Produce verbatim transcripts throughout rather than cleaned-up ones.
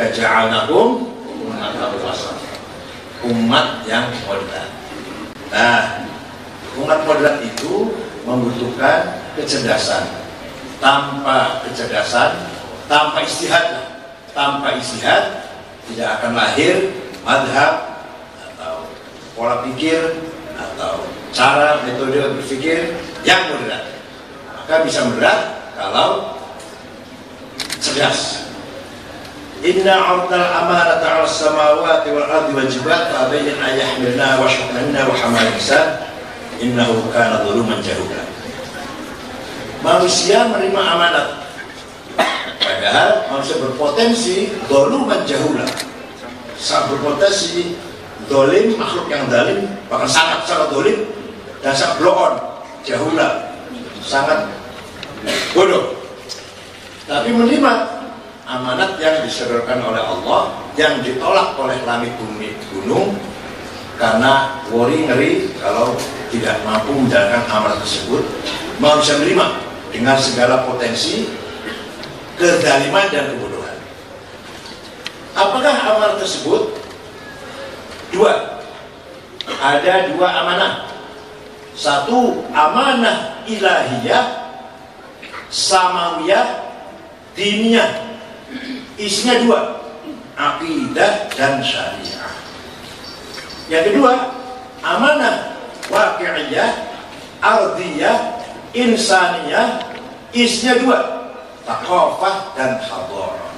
kadzalika ja'alnakum ummatan wasatan, umat yang moderat. Nah, umat moderat itu membutuhkan kecerdasan. Tanpa kecerdasan, tanpa istihad, tanpa istihad tidak akan lahir madhab atau pola pikir atau cara metode berpikir yang moderat. Maka bisa moderat kalau cerdas. Inna 'aradna al-amanata 'ala as-samawati wal ardi wal jibali fa abayna an yahmilnaha wa ashfaqna wa hamalaha al-insan innahu kana zaluman jahula. Manusia menerima amanat, padahal manusia berpotensi zaluman jahula, sangat berpotensi zalim, makhluk yang zalim, bahkan sangat sangat zalim dan sangat blow on, jahula, sangat bodoh. Tapi menerima amanat yang disodorkan oleh Allah, yang ditolak oleh langit bumi gunung, karena worry ngeri kalau tidak mampu menjalankan amanat tersebut, manusia menerima dengan segala potensi kezaliman dan kebodohan. Apakah amanat tersebut? Dua. Ada dua amanah. Satu amanah ilahiyah, samawiyah, diniyah. Isinya dua, akidah dan syariah. Yang kedua, amanah waqi'iyah, ardiyah, insaniyah. Isinya dua, thaqafah dan hadarah.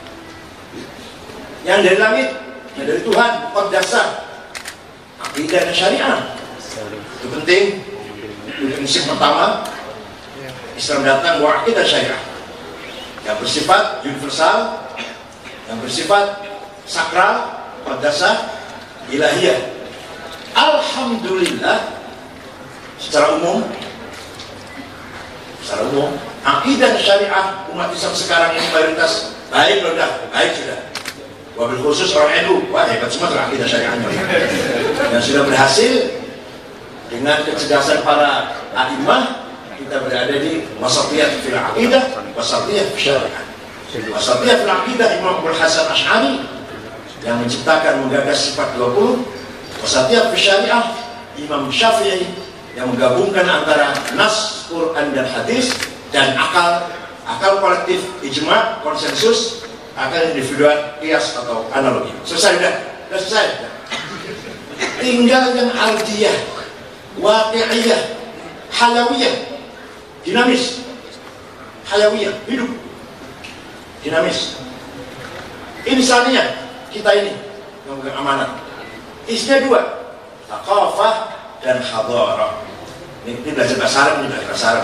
Yang dari langit, yang dari Tuhan, qadasah, akidah dan syariah. Itu penting. Itu prinsip pertama Islam datang wa akidah syariah, yang bersifat universal, yang bersifat sakral, qadasah, ilahiyah. Alhamdulillah, secara umum, secara umum, akidah dan syariah umat Islam sekarang ini mayoritas baik, loh dah, baik sudah. Wabil khusus orang N U, wah hebat semua terang akidah syariahnya. Dan sudah berhasil dengan kecerdasan para a'imah, kita berada di wasatiyah fil aqidah, wasatiyah fil syariah. Wasatiyah fil aqidah Imam Abul Hasan Asy'ari yang menciptakan menggagas sifat dua puluh. Wasatiyah fil syariah Imam Syafi'i yang menggabungkan antara nas, Quran dan hadis, dan akal, akal kolektif, ijma, konsensus, akal individual, qiyas atau analogi. Selesai dah, dah selesai. Tinggal yang ardiyah, waqi'iyah, halawiyah, dinamis, hayawiyah, hidup, dinamis. Insaniyah, kita ini yang pegang amanat. Isinya dua, thaqafah dan hadarah. Ini, ini belajar bahasa Arab, ini belajar bahasa Arab.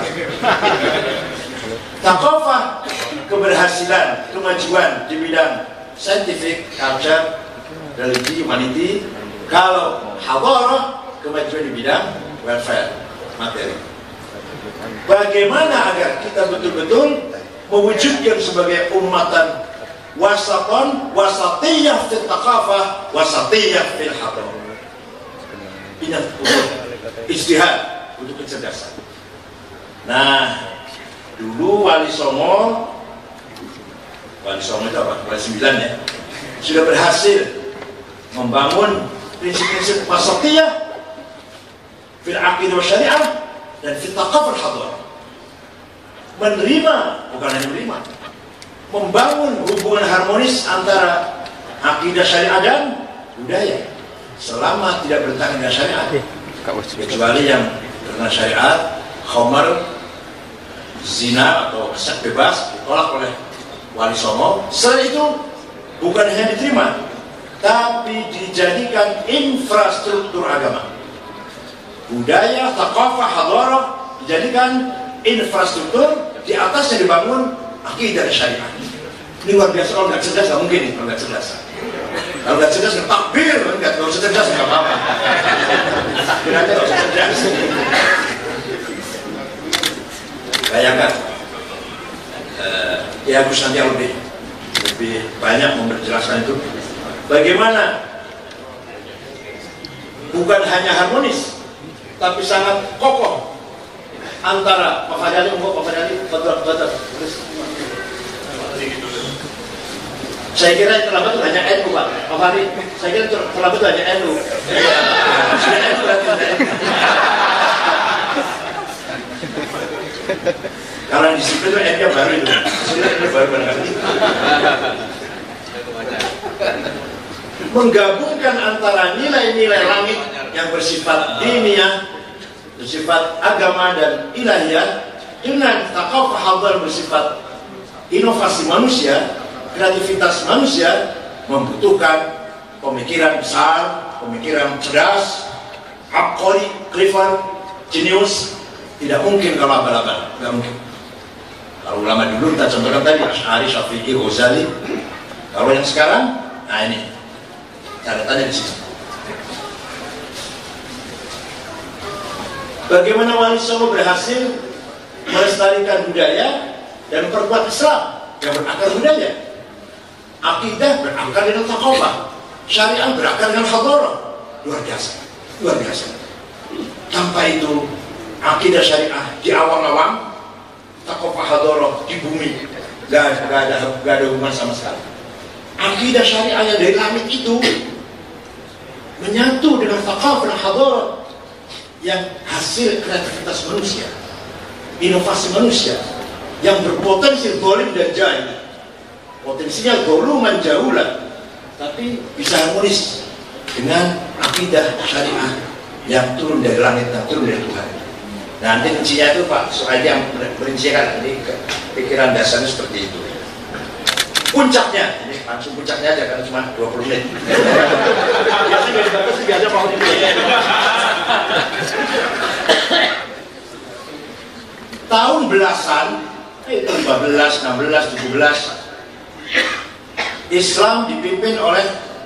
Thaqafah, keberhasilan, kemajuan di bidang scientific, culture, religi, humanity. Kalau hadarah, kemajuan di bidang welfare, materi. Bagaimana agar kita betul-betul mewujudkan sebagai umatan wasaton, wasatiyah fil thaqafah, wasatiyah fil hadarah. Ini untuk ijtihad, untuk kecerdasan. Nah, dulu Wali Songo, Wali Songo itu apa? Wali sembilan ya, sudah berhasil membangun prinsip-prinsip wasatiyah fil aqidah wa syariah dan fil thaqafah hadarah. Menerima, bukan hanya menerima, membangun hubungan harmonis antara akidah syariah dan budaya selama tidak bertentangan dengan syariat. Kecuali yang bertentangan syariat, khamar, zina atau seks bebas ditolak oleh Wali Songo. Setelah itu bukan hanya diterima, tapi dijadikan infrastruktur agama. Budaya, thaqafah, hadarah dijadikan infrastruktur, di atasnya dibangun akidah dan syariah. Ini luar biasa. Kalau nggak cerdas nggak mungkin. Kalau nggak cerdas, kalau nggak cerdas nggak takbir, nggak kalau cerdas nggak apa-apa. Takbir aja kalau cerdas. Bayangkan, uh, ya Gus nanti yang lebih lebih banyak memperjelaskan itu. Bagaimana bukan hanya harmonis, tapi sangat kokoh antara Pak Fadali, Pak Fadali, betul betul. Saya kira yang terlambat itu hanya N U, Pak. Pak Fahri, saya kira terlambat itu hanya N U. Sudah N U berarti. Kalau yang disiplin itu N-nya baru itu. Sudah N-nya baru barangkali. Menggabungkan antara nilai-nilai langit yang bersifat diniyah, bersifat agama dan ilahiyah, dengan thaqafah hadar bersifat inovasi manusia, kreativitas manusia, membutuhkan pemikiran besar, pemikiran cerdas, abqari, clever, jenius. Tidak mungkin kalau abal-abal, tidak mungkin. Kalau ulama dulu kita contohkan tadi Asy'ari, Syafi'i, Ghazali. Kalau yang sekarang, nah ini catatannya di sini. Bagaimana Wali Songo berhasil melestarikan budaya dan memperkuat Islam yang berakar budaya, akidah berakar dengan thaqafah, syariah berakar dengan hadarah. Luar biasa, luar biasa. Tanpa itu akidah syariah di awang-awang, thaqafah hadarah di bumi, gak, gak ada gak ada hubungan sama sekali. Akidah syariah yang dari langit itu menyatu dengan thaqafah dan hadarah yang hasil kreativitas manusia, inovasi manusia yang berpotensi zalim dan jahil. Potensinya zuluman jaulan, tapi bisa harmonis dengan akidah syariah yang turun dari langit dan turun dari Tuhan. Nah, nanti kuncinya itu Pak Suhaidi yang berincikan, ini pikiran dasarnya seperti itu. Puncaknya, ini langsung puncaknya aja karena cuma dua puluh menit. Biasanya nggak dibatasi, biasa Pak Udi. Tahun belasan, itu lima belas, enam belas, tujuh belas, Islam dipimpin oleh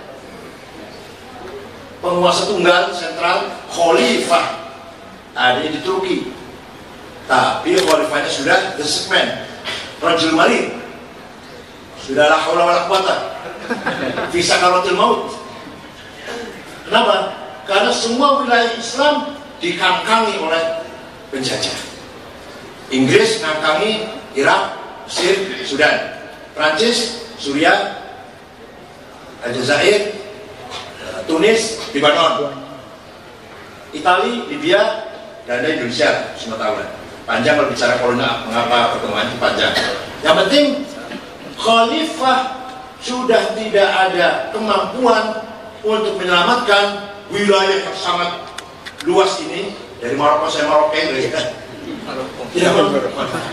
penguasa tunggal sentral khalifah. Ada di Turki, tapi khalifahnya sudah the sick man, Rajul Marid, sudah la haula wala quwata fi sakaratil maut. Kenapa? Karena semua wilayah Islam dikangkangi oleh penjajah. Inggris ngangkangi Irak, Mesir, Sudan, Prancis, Suriah, Aljazair, Tunis, Lebanon, Itali, Libya, dan ada Indonesia semua tahunan. Panjang kalau bicara kolonial, mengapa pertemuan itu panjang. Yang penting khalifah sudah tidak ada kemampuan untuk menyelamatkan wilayah yang sangat luas ini dari Maroko sampai Maroko ya kan? Tidak mampu.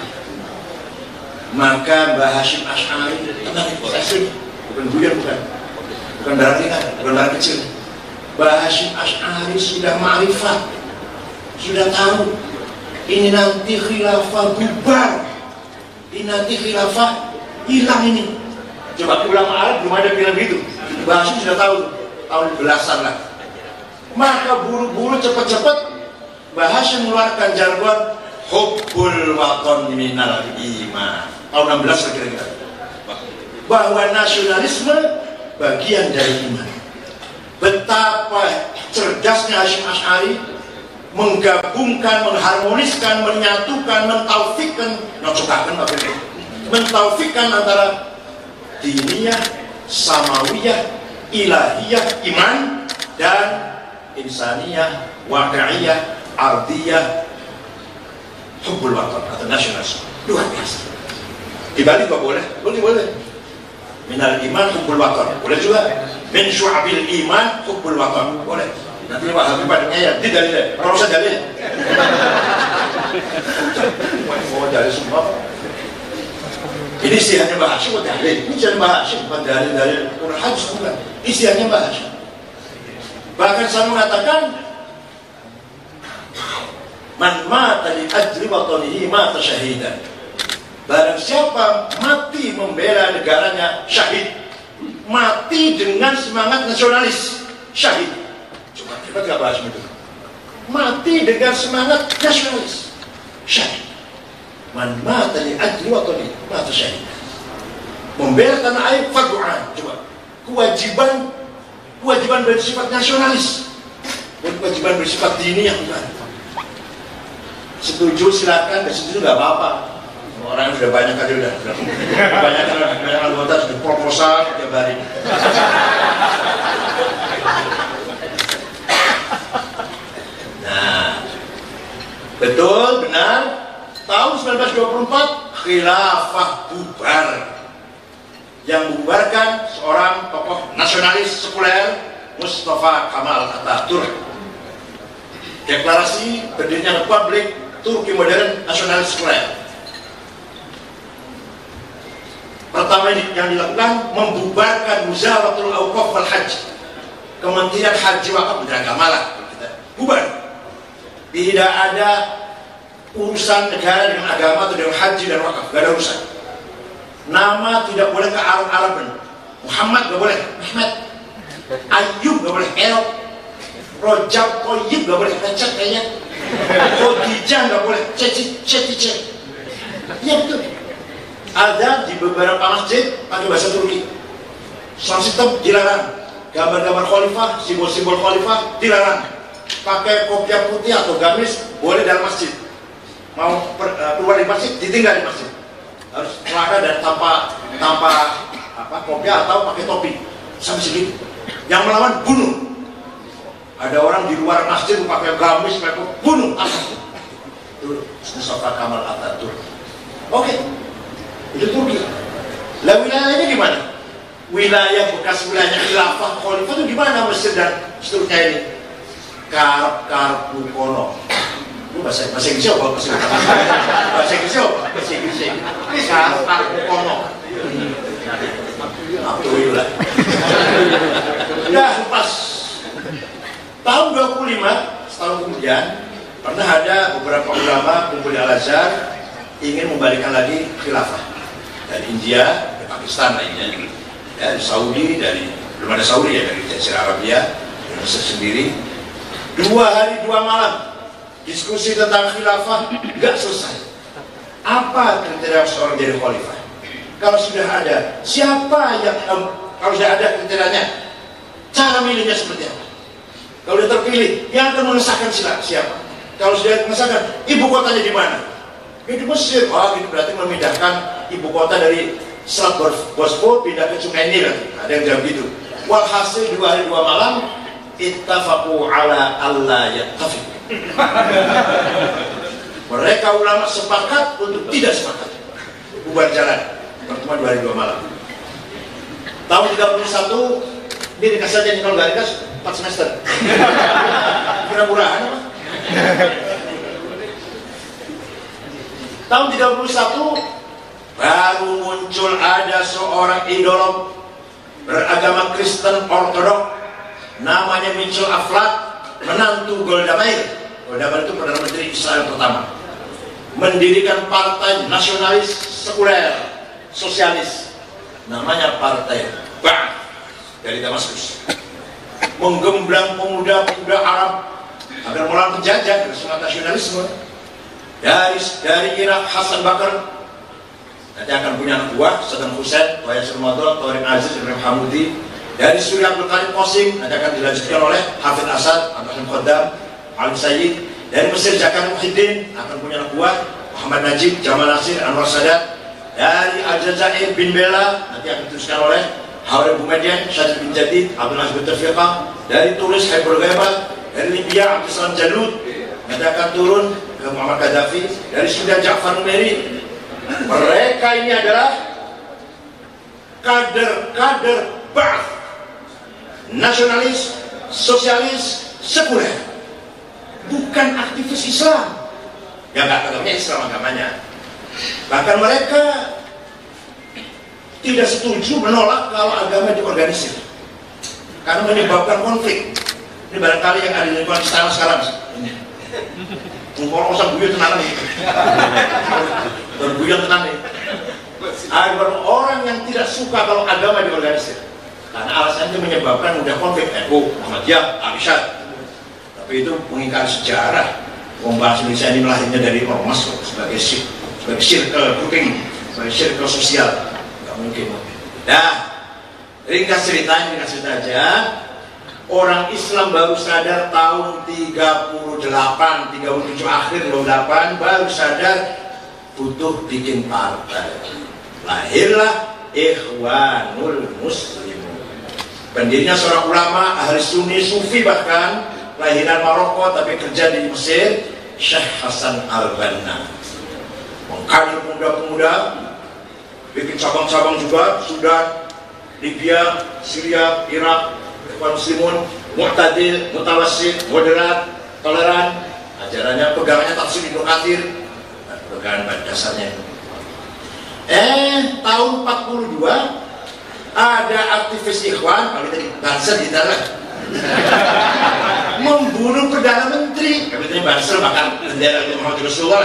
Maka Mbah Hasyim Asy'ari tenang itu asli, bukan buyar, bukan bukan barang ringan, bukan barang kecil. Mbah Hasyim Asy'ari sudah ma'rifat, sudah tahu ini nanti khilafah bubar, ini nanti khilafah hilang ini. Coba ulama Arab belum ada bilang begitu. Mbah Hasyim sudah tahu tahun belasan lah. Maka buru-buru cepat-cepat Mbah Hasyim mengeluarkan jargon hubbul waton minal iman. Tahun enam belas kira-kira. Bahwa nasionalisme bagian dari iman. Betapa cerdasnya Hasyim Asy'ari menggabungkan, mengharmoniskan, menyatukan, mentaufikkan, mencokakan apa itu? Mentaufikkan antara diniyah, samawiyah, ilahiyah, iman dan insaniyah, waqi'iyah, ardiyah, hubbul watan atau nasionalisme. Luar biasa. Di Bali juga boleh, boleh, boleh. Minal iman hubbul watan, boleh juga. Min syu'abil iman hubbul watan, boleh. Nanti Pak Habib padanya ya, di dalil, kalau saya dalil. Mau dalil semua. Ini isiannya Mbah Hasyim, bukan dalil. Ini jangan Mbah Hasyim, bukan dalil-dalil Quran hadis, bukan. Isiannya Mbah Hasyim. Bahkan saya mengatakan, man mata li ajli watanihi mata syahidan. Barang siapa mati membela negaranya, syahid. Mati dengan semangat nasionalis, syahid. Coba kita nggak bahas itu. Mati dengan semangat nasionalis, syahid. Man mata li ajli watanihi mata syahid. Membela tanah air fardu'an. Coba kewajiban kewajiban bersifat nasionalis, dan kewajiban bersifat dini yang bukan. Setuju silakan, tidak setuju nggak apa-apa. orang sudah banyak aja udah, udah. banyak banyak anggota sudah proposal tiap hari. Nah, betul benar. Tahun seribu sembilan ratus dua puluh empat khilafah bubar. Yang membubarkan seorang tokoh nasionalis sekuler, Mustafa Kemal Atatürk. Deklarasi berdirinya Republik Turki Modern Nasionalis Sekuler. Pertama yang dilakukan membubarkan Wizaratul Auqaf wal Hajj, Kementerian Haji Wakaf dan Agama lah, bubar. Tidak ada urusan negara dengan agama atau dengan haji dan wakaf, gak ada urusan. Nama tidak boleh ke Arab-Araban. Muhammad gak boleh, Ahmad. Ayub gak boleh, Erok. Rojab, Toyib gak boleh, Recep kayaknya. Khadijah gak boleh, Ceci, Ceci. Iya betul. Ada di beberapa masjid pakai bahasa Turki. Sound system dilarang. Gambar-gambar khalifah, simbol-simbol khalifah dilarang. Pakai kopiah putih atau gamis boleh dalam masjid. Mau per, uh, keluar di masjid ditinggal di masjid. Harus celana dan tanpa tanpa apa kopiah atau pakai topi. Sampai segitu. Yang melawan bunuh. Ada orang di luar masjid pakai gamis, pakai bunuh. Itu Mustafa Kemal Atatürk. Oke, itu Turki. Lah wilayahnya gimana? Wilayah bekas wilayahnya khilafah khalifah itu gimana Mesir dan seterusnya ini? Karp-karp Bukono. Itu bahasa bahasa Inggris apa? Bahasa Inggris apa? Bahasa Inggris. Karp-karp Bukono. Apa itu lah? Udah pas tahun dua puluh lima, setahun kemudian pernah ada beberapa ulama kumpul di Al-Azhar ingin membalikan lagi khilafah dari India ke Pakistan lainnya, ya, dari Saudi, dari belum ada Saudi ya, dari Jazirah Arabia, dari Mesir sendiri. Dua hari dua malam diskusi tentang khilafah nggak selesai. Apa kriteria seorang jadi khalifah? Kalau sudah ada, siapa yang um, kalau sudah ada kriterianya, cara milihnya seperti apa? Kalau sudah terpilih, yang akan mengesahkan siapa? Kalau sudah mengesahkan, ibu kotanya di mana? Ya di Mesir. Oh, itu berarti memindahkan ibu kota dari Selat Bosfor pindah ke Sungai Nil. Ada yang jawab gitu. Walhasil dua hari dua malam ittafaqu ala alla yattafiq. Mereka ulama sepakat untuk tidak sepakat. Bubar jalan. Pertemuan dua hari dua malam. Tahun tiga puluh satu ini dikasih aja nih, kalau nggak dikasih empat semester. Kira murahan apa? Tahun tiga puluh satu baru muncul ada seorang idol beragama Kristen Ortodok namanya Mitchell Aflaq, menantu Golda Meir. Golda Meir itu Perdana Menteri Israel pertama. Mendirikan partai nasionalis sekuler sosialis namanya Partai Ba'ath dari Damaskus. Menggemblang pemuda-pemuda Arab agar melawan penjajah dan semangat nasionalisme. Dari dari Irak Hasan Bakar nanti akan punya anak buah Saddam Hussein, Buya Ramadan, Tariq Aziz, Ibrahim Hamudi. Dari Suriah Abdul Qarim Qasim nanti akan dilanjutkan oleh Hafid Asad, Abdul Qaddam, Ali Sayyid. Dari Mesir Zakar Muhyiddin akan punya anak buah Muhammad Najib, Jamal Nasir, Anwar Sadat. Dari Aljazair bin Bella nanti akan diteruskan oleh Hawari Boumediene, Syed bin Jadid, Abdul Aziz bin Taufiqah. Dari Tunis Haibul Ghaibat. Dari Libya Abdul Salam Jalud nanti akan turun ke Muhammad Gaddafi. Dari Sudan Ja'far Numeri. Mereka ini adalah kader-kader Ba'ath, nasionalis, sosialis, sekuler, bukan aktivis Islam. Ya nggak agamanya Islam agamanya. Bahkan mereka tidak setuju, menolak kalau agama diorganisir karena menyebabkan konflik. Ini barangkali yang ada di lingkungan istana sekarang. Ini ngomong usah guyon tenanan gitu. Berguyon tenan nih. Ada orang yang tidak suka kalau agama diorganisir karena alasannya menyebabkan mudah konflik. N U, Muhammadiyah, Al-Isyad. Tapi itu mengingkari sejarah. Membahas Indonesia ini lahirnya dari ormas sebagai sir, sebagai circle grouping, sebagai circle sosial. Nggak mungkin. Nah, ringkas cerita, ringkas cerita aja. Orang Islam baru sadar tahun tiga puluh delapan, tiga puluh tujuh akhir delapan baru sadar butuh bikin partai. Lahirlah Ikhwanul Muslimun. Pendirinya seorang ulama ahli sunni sufi, bahkan lahiran Maroko tapi kerja di Mesir, Syekh Hasan Al-Banna. Mengkader pemuda-pemuda, bikin cabang-cabang juga, Sudan, Libya, Syria, Irak, Ikhwan Muslimun, mu'tadil, mutawassit, moderat, toleran. Ajarannya, pegangannya tafsir Ibnu Katsir, pegangan pada dasarnya. Eh, tahun empat puluh dua ada aktivis Ikhwan, kalau tadi Banser di dalam membunuh Perdana Menteri. Kalau tadi Banser bahkan bendera Muhammad Rasulullah.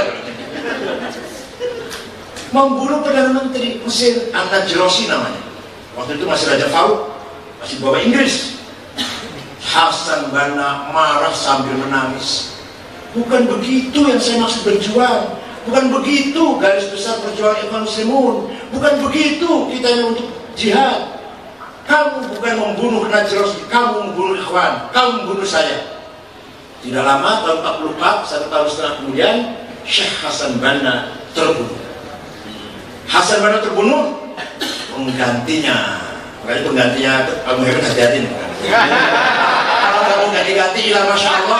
Membunuh Perdana Menteri Mesir, An-Najrossi namanya. Waktu itu masih Raja Farouk, masih bawa Inggris. Hasan Banna marah sambil menangis. Bukan begitu yang saya maksud berjuang. Bukan begitu garis besar perjuangan Ikhwan Muslimun. Bukan begitu kita ini untuk jihad. Kamu bukan membunuh Najrossi, kamu membunuh Ikhwan, kamu membunuh saya. Tidak lama, tahun empat puluh empat, satu tahun setengah kemudian, Syekh Hasan Banna terbunuh. Hasan Banna terbunuh, penggantinya, makanya penggantinya, kamu hebat, hati-hati nih. Kalau kamu ganti-ganti, hilang Masya Allah.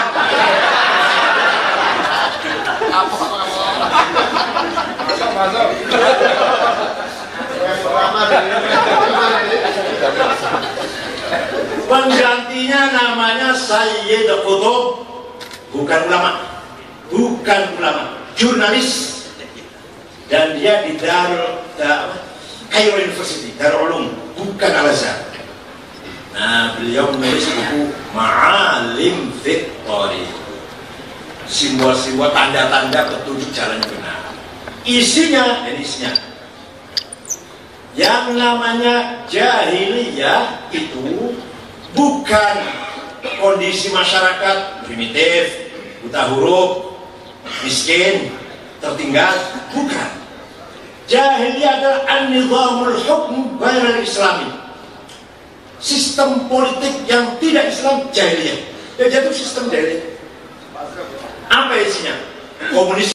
Penggantinya namanya Sayyid Qutb, bukan ulama, bukan ulama, jurnalis, dan dia di Darul Cairo University, Darul Ulum, bukan Al-Azhar. Nah, beliau menulis buku Ma'alim fit Thariq, simbol-simbol, tanda-tanda petunjuk jalan yang benar. Isinya, ini isinya, yang namanya jahiliyah itu bukan kondisi masyarakat primitif, buta huruf, miskin, tertinggal, bukan. Jahiliyah adalah an-nizamul hukm ghairil islami, sistem politik yang tidak Islam, jahiliyah. Dia jatuh sistem jahiliyah. Apa isinya? Komunis.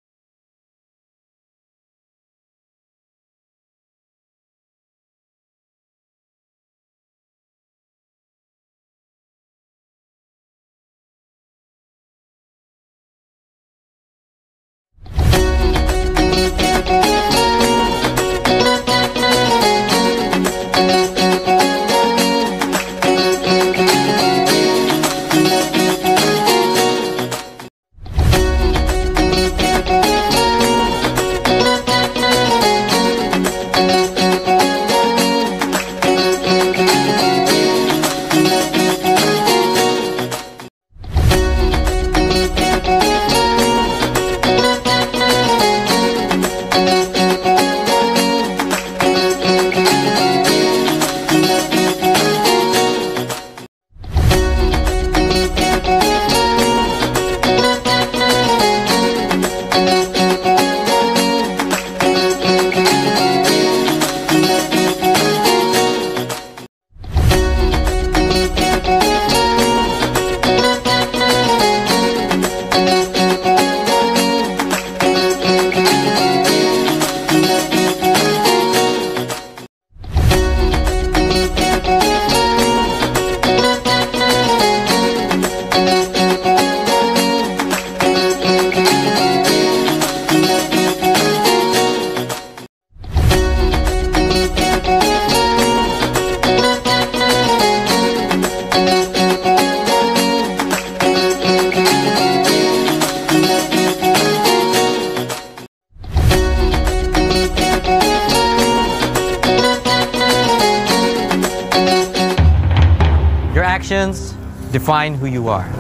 Actions define who you are.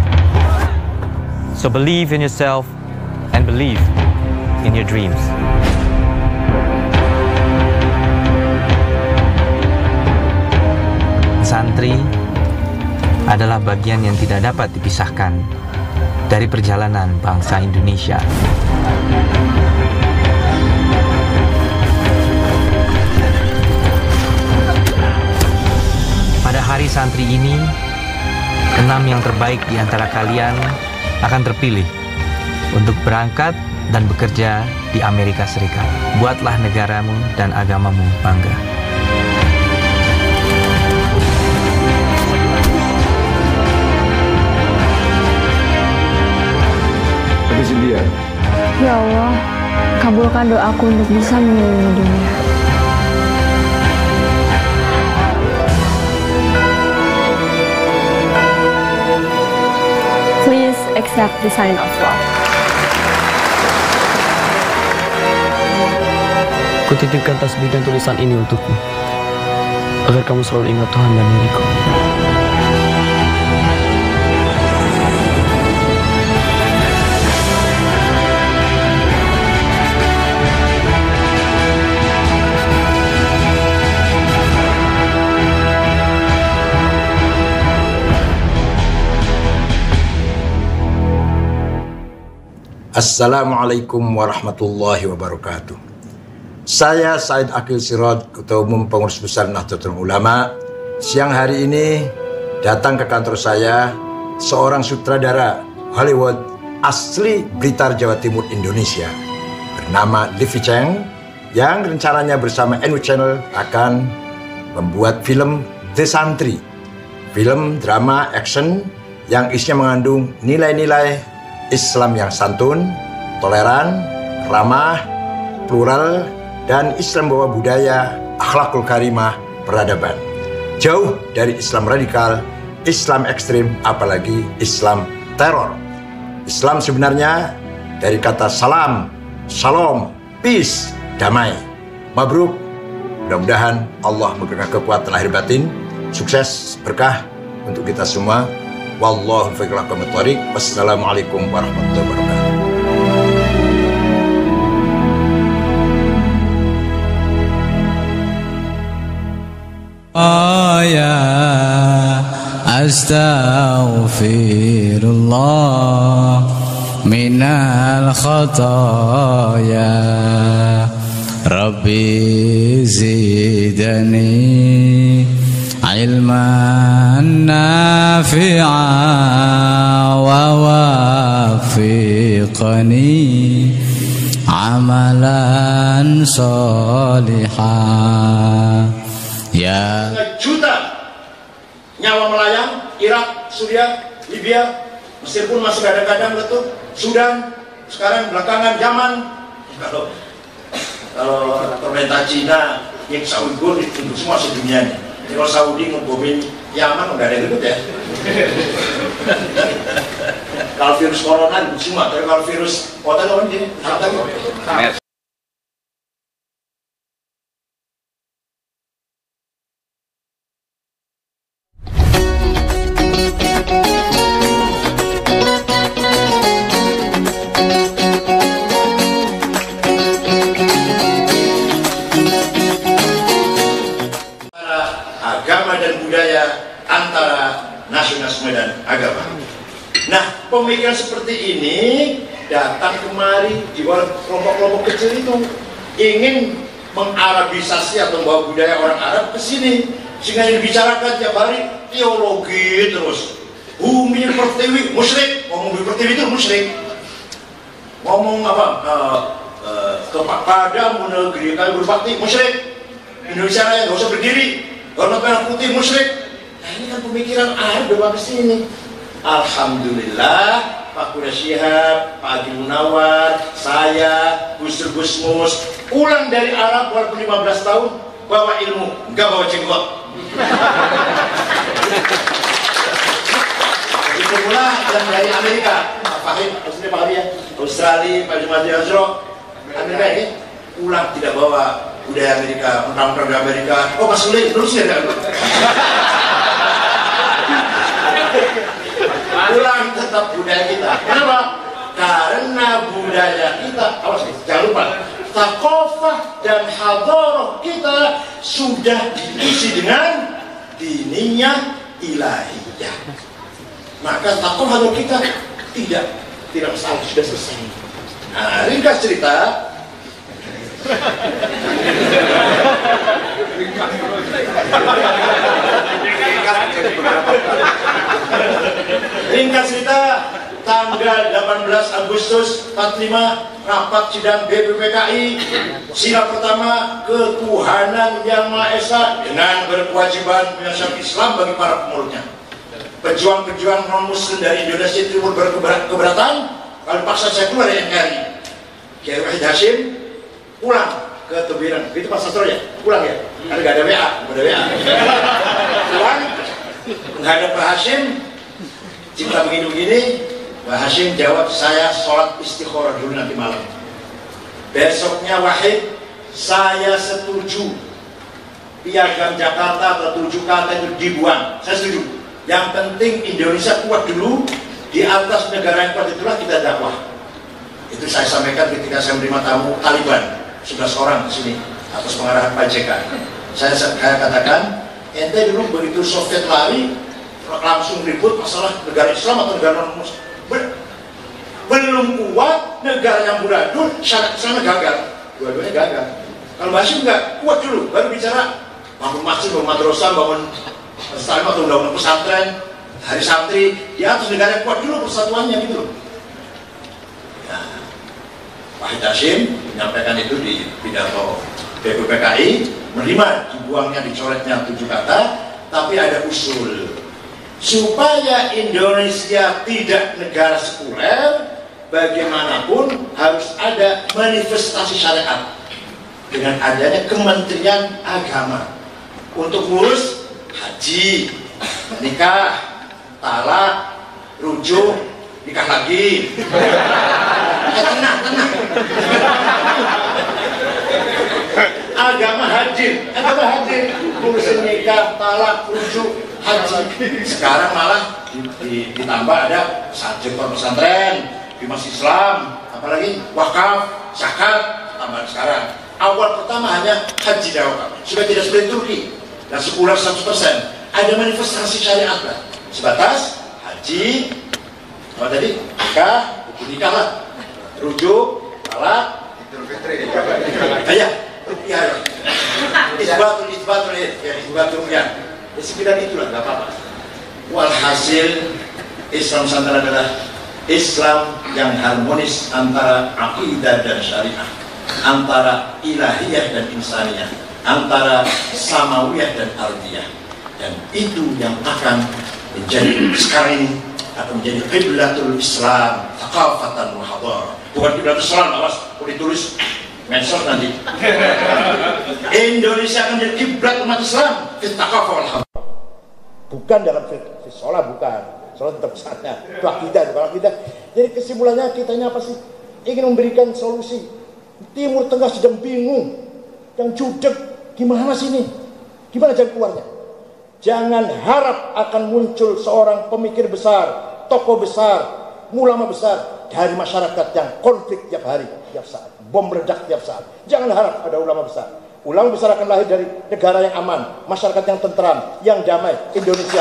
So believe in yourself and believe in your dreams. Santri adalah bagian yang tidak dapat dipisahkan dari perjalanan bangsa Indonesia. Pada hari santri ini, enam yang terbaik di antara kalian akan terpilih untuk berangkat dan bekerja di Amerika Serikat. Buatlah negaramu dan agamamu bangga. Habis India. Ya Allah, kabulkan doaku untuk bisa mengelilingi dunia. Please accept the sign of love. Kutitipkan tasbih dan tulisan ini untukmu, agar kamu selalu ingat Tuhan dan diriku. Assalamualaikum warahmatullahi wabarakatuh. Saya Said Aqil Siraj, Ketua Umum Pengurus Besar Nahdlatul Ulama. Siang hari ini datang ke kantor saya seorang sutradara Hollywood asli Blitar, Jawa Timur, Indonesia, bernama Livi Cheng, yang rencananya bersama N U Channel akan membuat film The Santri, film drama action yang isinya mengandung nilai-nilai Islam yang santun, toleran, ramah, plural, dan Islam bawa budaya, akhlakul karimah, peradaban. Jauh dari Islam radikal, Islam ekstrim, apalagi Islam teror. Islam sebenarnya dari kata salam, shalom, peace, damai. Mabruk, mudah-mudahan Allah memberikan kekuatan lahir batin, sukses, berkah untuk kita semua. Wallahu fiqh lakum at-thariq. Wassalamualaikum warahmatullahi wabarakatuh. Ya astaghfirullah minal khataya Rabbi zidani ilman nafi'a wa wafiqani amalan salihah. Ya Juta nyawa melayang, Irak, Suriah, Libya, Mesir pun masih kadang-kadang letup, Sudan, sekarang belakangan Yaman. Kalau kalau pemerintah Cina yang Saudi pun itu semua sedunia nih. Kalau Saudi ngebomin Yaman nggak ada yang ribut ya. Kalau virus corona semua, tapi kalau virus kota kan gini, kata agama dan budaya, antara nasionalisme dan agama. Nah, pemikiran seperti ini datang kemari di kelompok-kelompok kecil itu ingin mengarabisasi atau membawa budaya orang Arab ke sini, sehingga yang dibicarakan tiap hari teologi terus. Bumi pertiwi musyrik, ngomong bumi pertiwi itu musyrik. Ngomong apa? Uh, uh, kepada negeri kalian berbakti musyrik. Indonesia Raya nggak usah berdiri. Warna merah putih musyrik. Nah ini kan pemikiran Arab udah ke sini. Alhamdulillah, Pak Kuda Syihab, Pak Haji Munawar, saya, Gus Dur Gusmus, pulang dari Arab walaupun lima belas tahun, bawa ilmu, nggak bawa jenggot. Itu pula yang dari Amerika, Pak Fahim, maksudnya Pak Habib, Australia, Pak Jumadi Azro, Amerika ini pulang tidak bawa budaya Amerika, perang-perang di Amerika. Oh, Mas Suli, terus ya enggak? Pulang tetap budaya kita. Kenapa? Karena budaya kita, awas nih, jangan lupa, thaqafah dan hadarah kita sudah diisi dengan diniyah ilahiyah. Maka thaqafah hadarah kita tidak tidak masalah, sudah selesai. Nah, ringkas cerita. Ringkas cerita, tahun tanggal delapan belas Agustus empat puluh lima, rapat sidang B P P K I, sila pertama, ketuhanan yang Maha Esa dengan berkewajiban menyelesaikan Islam bagi para pemeluknya. Pejuang-pejuang non-muslim dari Indonesia Timur berkeberatan kalau paksa saya keluar dari N K R I. Kiai Wahid Hashim pulang ke Tubiran, itu Pak Sastro ya? Pulang ya? Karena gak ada W A, gak ada W A. Pulang, menghadap Pak Hashim, cinta begini-begini. Pak Hashim jawab, saya sholat istikharah dulu nanti malam. Besoknya Wahid, saya setuju Piagam Jakarta atau tujuh kata itu dibuang, saya setuju. Yang penting Indonesia kuat dulu, di atas negara yang kuat itulah kita dakwah. Itu saya sampaikan ketika saya menerima tamu Taliban sebelas orang di sini atas pengarahan Pak J K. Saya, saya katakan, ente dulu begitu Soviet lari langsung ribut masalah negara Islam atau negara non-Muslim. Belum kuat, negara yang buradul, syarat Islamnya gagal. Dua-duanya gagal. Kalau masih enggak, kuat dulu, baru bicara bangun masjid, bangun madrasah, bangun pesantren atau undang-undang pesantren, hari santri, di atas negara yang kuat dulu persatuannya gitu. Nah, Wahid Hashim menyampaikan itu di pidato B P P K I, menerima dibuangnya, dicoretnya tujuh kata, tapi ada usul supaya Indonesia tidak negara sekuler, bagaimanapun harus ada manifestasi syariat dengan adanya Kementerian Agama untuk ngurus haji, nikah, talak, rujuk, nikah lagi. Eh, tenang, tenang. Agama hadir, agama hadir, ngurusin nikah, talak, rujuk, haji. Sekarang malah ditambah ada sektor pesantren, bimas Islam, apalagi wakaf, zakat, tambahan sekarang. Awal pertama hanya haji dan wakaf, sudah tidak seperti Turki, dan sekuler seratus persen. Ada manifestasi syariat lah, sebatas haji, apa tadi, nikah, nikah lah, rujuk, talak, Idul Fitri, ya, ya, isbatul, isbatul, ya, isbatul, ya, ya sekitar itulah, nggak apa-apa. Walhasil, Islam Nusantara adalah Islam yang harmonis antara akidah dan syariah, antara ilahiyah dan insaniyah, antara samawiyah dan ardiyah, dan itu yang akan menjadi sekarang ini akan menjadi qiblatul Islam, thaqafatan wa hadar. Bukan qiblatul Islam, awas, boleh ditulis mensos nanti. Indonesia akan menjadi kiblat umat Islam, fit thaqafah wal hadar. Bukan dalam fit sholat, bukan. Sholat tetap sana, itu akidah, bukan akidah. Jadi kesimpulannya kita ini apa sih? Ingin memberikan solusi. Timur Tengah sedang bingung, yang judek, gimana sih ini? Gimana jalan keluarnya? Jangan harap akan muncul seorang pemikir besar, tokoh besar, ulama besar dari masyarakat yang konflik tiap hari, tiap saat, bom meledak tiap saat. Jangan harap ada ulama besar. Ulama besar akan lahir dari negara yang aman, masyarakat yang tentram, yang damai, Indonesia.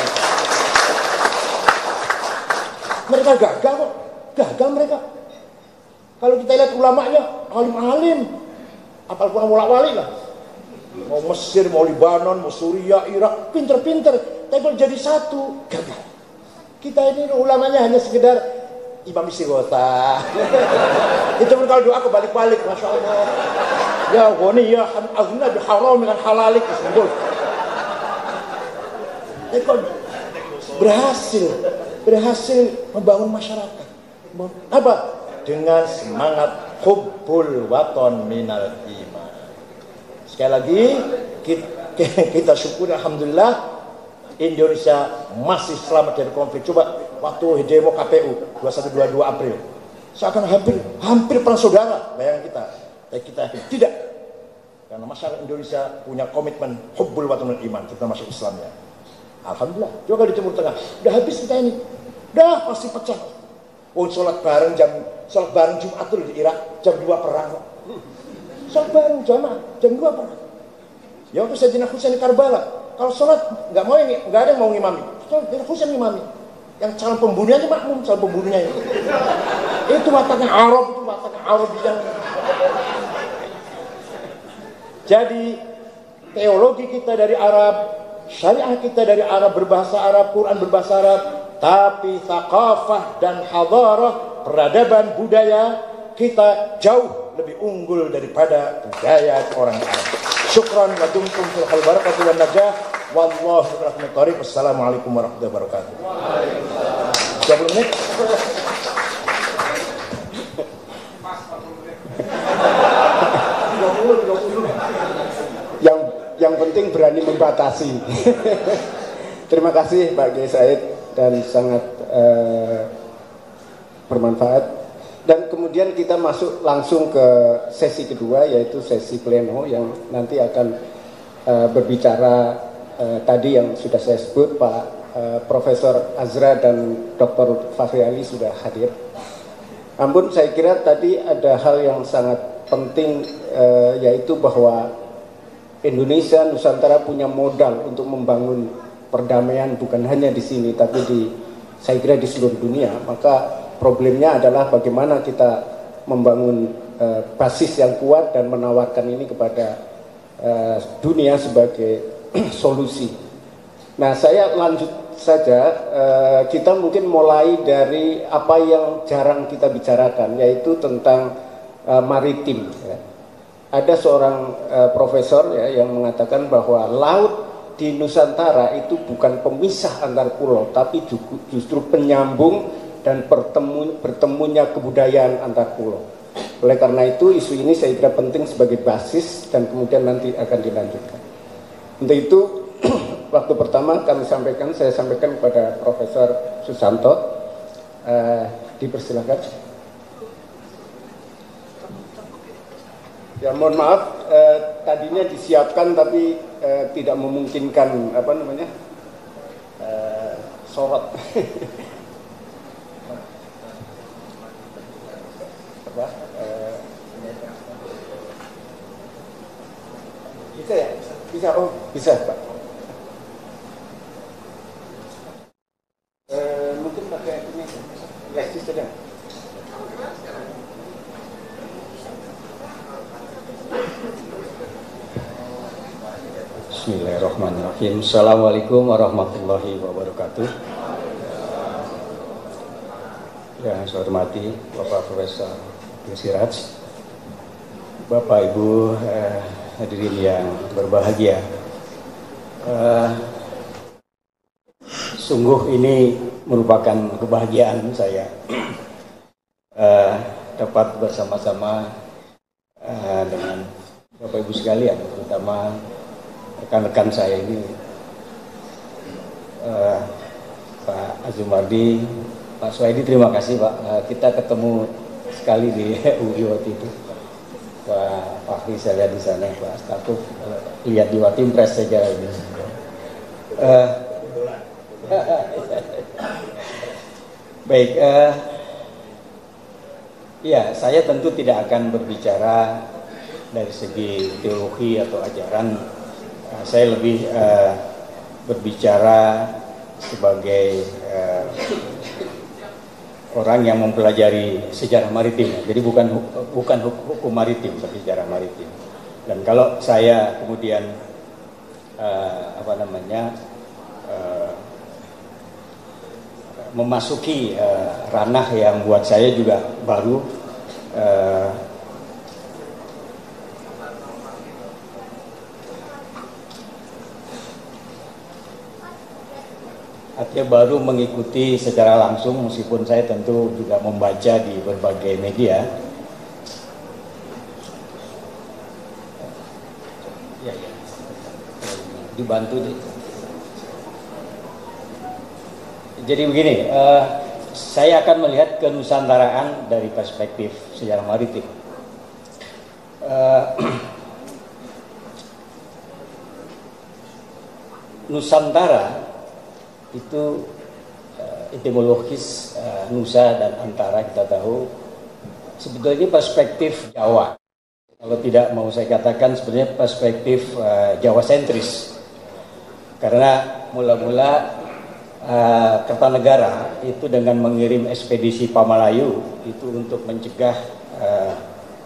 Mereka gagal kok, gagal mereka. Kalau kita lihat ulamanya, alim-alim, apal kurang wala-wali lah. Mau Mesir, mau Libanon, mau Suriah, Irak, pinter-pinter. Tapi kalau jadi satu, gagal. Kita ini ulamanya hanya sekedar imam istighosah. Itu pun kalau doa kebalik-balik, masya Allah. Ya wani ya aghna bi haram dengan halalik disebut. Itu berhasil, berhasil membangun masyarakat. Apa? Dengan semangat hubbul waton minal iman. Sekali lagi kita, kita syukur alhamdulillah Indonesia masih selamat dari konflik. Coba waktu demo K P U dua puluh satu dua puluh dua April, seakan hampir hampir perang saudara, bayangan kita. Tapi kita tidak, karena masyarakat Indonesia punya komitmen hubbul waton minal iman, terutama masyarakat Islamnya. Alhamdulillah. Coba di Timur Tengah, udah habis kita ini, udah pasti pecah. Oh, sholat bareng jam sholat bareng Jumatul di Irak jam dua perang. Sholat bareng jamaah jam dua perang. Ya waktu Sayyidina Husain di Karbala, kalau sholat nggak mau nggak ada yang mau ngimami, Sayyidina Husain ngimami. Yang calon pembunuhnya aja makmum, calon pembunuhnya itu. Itu wataknya Arab, itu wataknya Arab yang. Jadi teologi kita dari Arab, syariah kita dari Arab, berbahasa Arab, Quran berbahasa Arab. Tetapi thaqafah dan hadarah, peradaban budaya kita jauh lebih unggul daripada budaya orang Arab. Syukran wa dumtum fil khair barakatuh wan najah. Wallahu a'lam bishawab. Assalamualaikum warahmatullahi wabarakatuh. dua puluh menit. yang yang penting berani membatasi. Terima kasih Pak Kiai Said dan sangat uh, bermanfaat. Dan kemudian kita masuk langsung ke sesi kedua, yaitu sesi pleno yang nanti akan uh, berbicara uh, tadi yang sudah saya sebut, Pak uh, Profesor Azra dan Doktor Fahri Ali sudah hadir. Ampun, saya kira tadi ada hal yang sangat penting, uh, yaitu bahwa Indonesia, Nusantara punya modal untuk membangun perdamaian bukan hanya di sini, tapi di, saya kira di seluruh dunia. Maka problemnya adalah bagaimana kita membangun uh, basis yang kuat dan menawarkan ini kepada uh, dunia sebagai solusi. Nah, saya lanjut saja, uh, kita mungkin mulai dari apa yang jarang kita bicarakan, yaitu tentang uh, maritim. Ya. Ada seorang uh, profesor ya, yang mengatakan bahwa laut di Nusantara itu bukan pemisah antar pulau, tapi justru penyambung dan bertemu, bertemunya kebudayaan antar pulau. Oleh karena itu, isu ini saya kira penting sebagai basis dan kemudian nanti akan dilanjutkan. Untuk itu, waktu pertama kami sampaikan, saya sampaikan kepada Profesor Susanto. Uh, dipersilakan. Ya, mohon maaf, uh, tadinya disiapkan tapi uh, tidak memungkinkan apa namanya uh, sorot. Apa, uh, bisa ya? Bisa, oh bisa Pak. Uh, mungkin pakai ini, plastik saja. Bismillahirrahmanirrahim. Assalamualaikum warahmatullahi wabarakatuh. Yang saya hormati Bapak Profesor Siraj, Bapak Ibu eh, hadirin yang berbahagia. Eh, sungguh ini merupakan kebahagiaan saya eh, dapat bersama-sama eh, dengan Bapak Ibu sekalian, terutama rekan-rekan saya ini, uh, Pak Azumardi, Pak Suhaidi, terima kasih Pak. Uh, kita ketemu sekali di U I waktu itu. Pak Fahri saya lihat di sana, Pak Stakuf uh, lihat di Watimpres saja ini. Uh, baik, uh, ya saya tentu tidak akan berbicara dari segi teologi atau ajaran. Saya lebih uh, berbicara sebagai uh, orang yang mempelajari sejarah maritim. Jadi bukan bukan hukum maritim, tapi sejarah maritim. Dan kalau saya kemudian uh, apa namanya uh, memasuki uh, ranah yang buat saya juga baru, uh, artinya baru mengikuti secara langsung, meskipun saya tentu juga membaca di berbagai media. Ya, ya. Dibantu. Jadi begini, uh, saya akan melihat kenusantaraan dari perspektif sejarah maritim. Uh, Nusantara itu uh, etimologis uh, Nusa dan Antara kita tahu sebetulnya perspektif Jawa. Kalau tidak mau saya katakan sebenarnya perspektif uh, Jawa sentris. Karena mula-mula uh, Kertanegara itu dengan mengirim ekspedisi Pamalayu itu untuk mencegah uh,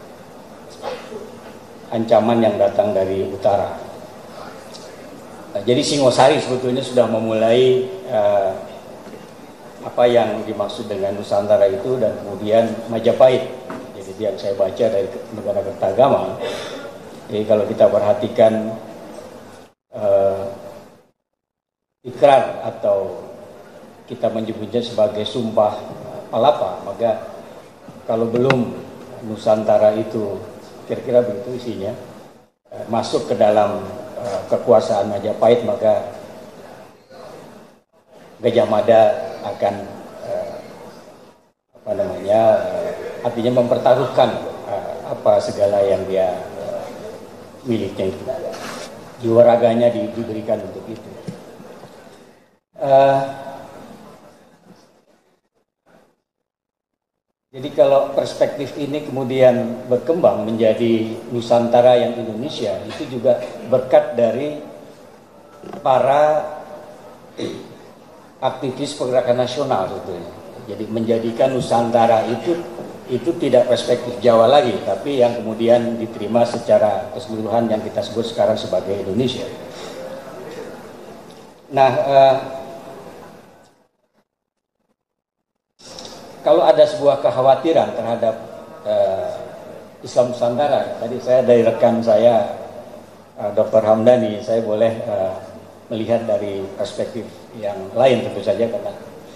ancaman yang datang dari utara. Jadi Singosari sebetulnya sudah memulai uh, apa yang dimaksud dengan Nusantara itu dan kemudian Majapahit. Jadi yang saya baca dari Negara Kertagama. Jadi kalau kita perhatikan uh, ikrar atau kita menyebutnya sebagai sumpah palapa, maka kalau belum Nusantara itu kira-kira begitu isinya uh, masuk ke dalam uh, kekuasaan Majapahit, maka Gajah Mada akan uh, apa namanya uh, artinya mempertaruhkan uh, apa segala yang dia uh, miliknya itu, jiwa raganya di, diberikan untuk itu. Uh, jadi kalau perspektif ini kemudian berkembang menjadi Nusantara yang Indonesia, itu juga berkat dari para aktivis pergerakan nasional sebetulnya. Jadi menjadikan Nusantara itu itu tidak perspektif Jawa lagi, tapi yang kemudian diterima secara keseluruhan yang kita sebut sekarang sebagai Indonesia. Nah, eh, kalau ada sebuah kekhawatiran terhadap eh, Islam Nusantara, tadi saya dari rekan saya eh, Doktor Hamdani, saya boleh eh, melihat dari perspektif yang lain tentu saja, karena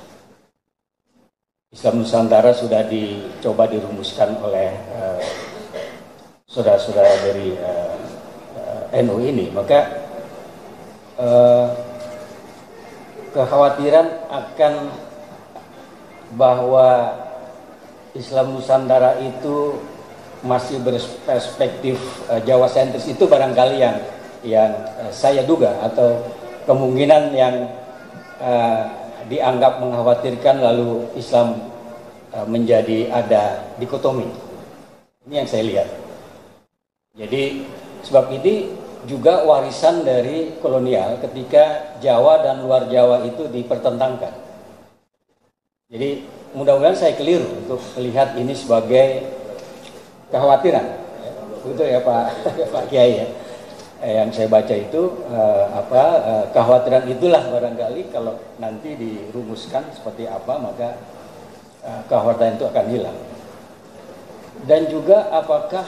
Islam Nusantara sudah dicoba dirumuskan oleh uh, saudara-saudara dari uh, uh, N U ini, maka uh, kekhawatiran akan bahwa Islam Nusantara itu masih berperspektif uh, Jawa sentris itu barangkali yang yang uh, saya duga, atau kemungkinan yang uh, dianggap mengkhawatirkan lalu Islam uh, menjadi ada dikotomi. Ini yang saya lihat. Jadi sebab ini juga warisan dari kolonial ketika Jawa dan luar Jawa itu dipertentangkan. Jadi mudah-mudahan saya keliru untuk melihat ini sebagai kekhawatiran. Betul ya Pak Pak Kiai ya. Yang saya baca itu uh, apa uh, kekhawatiran itulah barangkali kalau nanti dirumuskan seperti apa, maka uh, kekhawatiran itu akan hilang. Dan juga apakah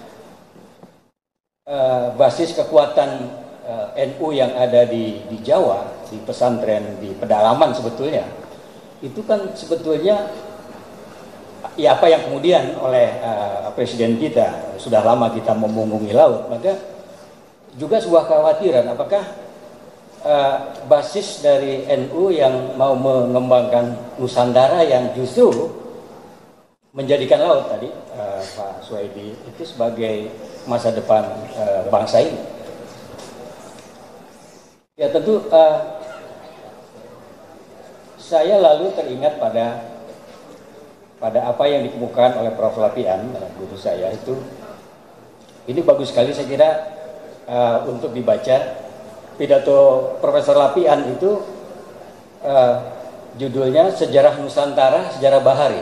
uh, basis kekuatan uh, N U yang ada di, di Jawa, di pesantren, di pedalaman sebetulnya itu kan sebetulnya ya apa yang kemudian oleh uh, Presiden kita, sudah lama kita memunggungi laut, maka juga sebuah kekhawatiran apakah uh, basis dari N U yang mau mengembangkan Nusantara yang justru menjadikan laut tadi uh, Pak Suwaidi itu sebagai masa depan uh, bangsa ini. Ya tentu uh, saya lalu teringat pada pada apa yang dikemukakan oleh Profesor Lapian, guru saya itu. Ini bagus sekali saya kira Uh, untuk dibaca pidato Profesor Lapian itu uh, judulnya Sejarah Nusantara, Sejarah Bahari.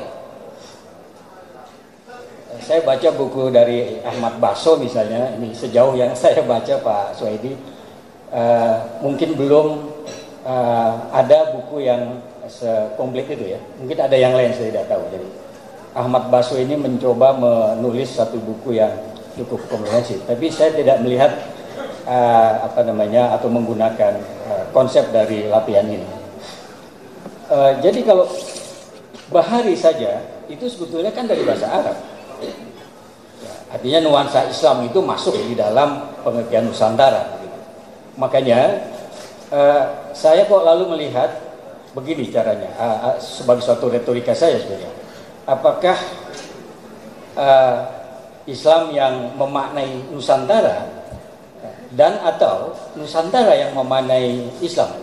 Uh, saya baca buku dari Ahmad Baso misalnya, ini sejauh yang saya baca Pak Suwaidi, uh, mungkin belum uh, ada buku yang sekomplit itu ya. Mungkin ada yang lain saya tidak tahu. Jadi Ahmad Baso ini mencoba menulis satu buku yang cukup komprehensif, tapi saya tidak melihat Uh, apa namanya atau menggunakan uh, konsep dari Lapian ini. Uh, jadi kalau bahari saja itu sebetulnya kan dari bahasa Arab. Ya, artinya nuansa Islam itu masuk di dalam pengertian Nusantara. Gitu. Makanya uh, saya kok lalu melihat begini caranya uh, uh, sebagai suatu retorika saya sebenarnya. Apakah uh, Islam yang memaknai Nusantara dan atau Nusantara yang memaknai Islam.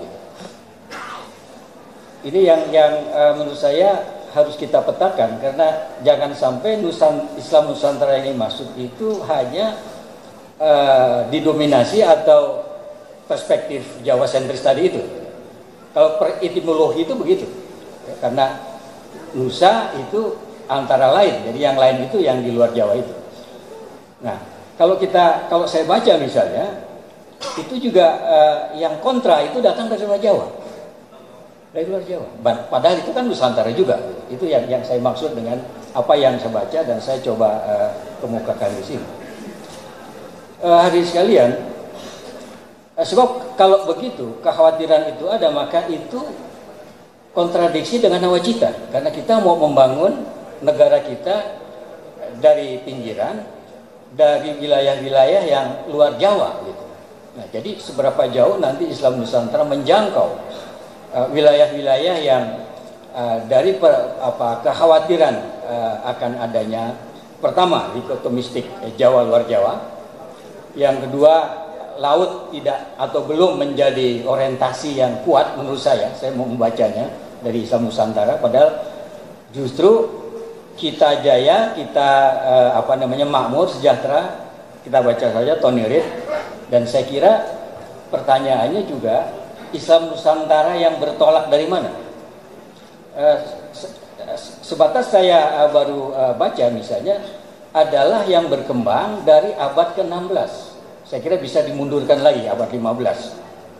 Ini yang yang uh, menurut saya harus kita petakan, karena jangan sampai Nusan, Islam Nusantara ini masuk itu hanya uh, didominasi atau perspektif Jawa sentris tadi itu. Kalau per etimologi itu begitu, karena Nusa itu antara lain, jadi yang lain itu yang di luar Jawa itu. Nah, kalau kita, kalau saya baca misalnya, itu juga uh, yang kontra itu datang dari luar Jawa. Dari luar Jawa. Padahal itu kan Nusantara juga. Itu yang yang saya maksud dengan apa yang saya baca dan saya coba uh, kemukakan di sini. Uh, hadirin sekalian, uh, sebab kalau begitu kekhawatiran itu ada, maka itu kontradiksi dengan nawacita. Karena kita mau membangun negara kita dari pinggiran, dari wilayah-wilayah yang luar Jawa gitu. Nah, jadi seberapa jauh nanti Islam Nusantara menjangkau wilayah-wilayah uh, yang uh, dari per, apa kekhawatiran uh, akan adanya, pertama dikotomistik eh, Jawa luar Jawa, yang kedua laut tidak atau belum menjadi orientasi yang kuat menurut saya. Saya mau membacanya dari Islam Nusantara, padahal justru kita jaya, kita uh, apa namanya makmur, sejahtera. Kita baca saja Tony Reid, dan saya kira pertanyaannya juga Islam Nusantara yang bertolak dari mana? Uh, sebatas saya uh, baru uh, baca misalnya adalah yang berkembang dari abad ke enam belas. Saya kira bisa dimundurkan lagi abad lima belas.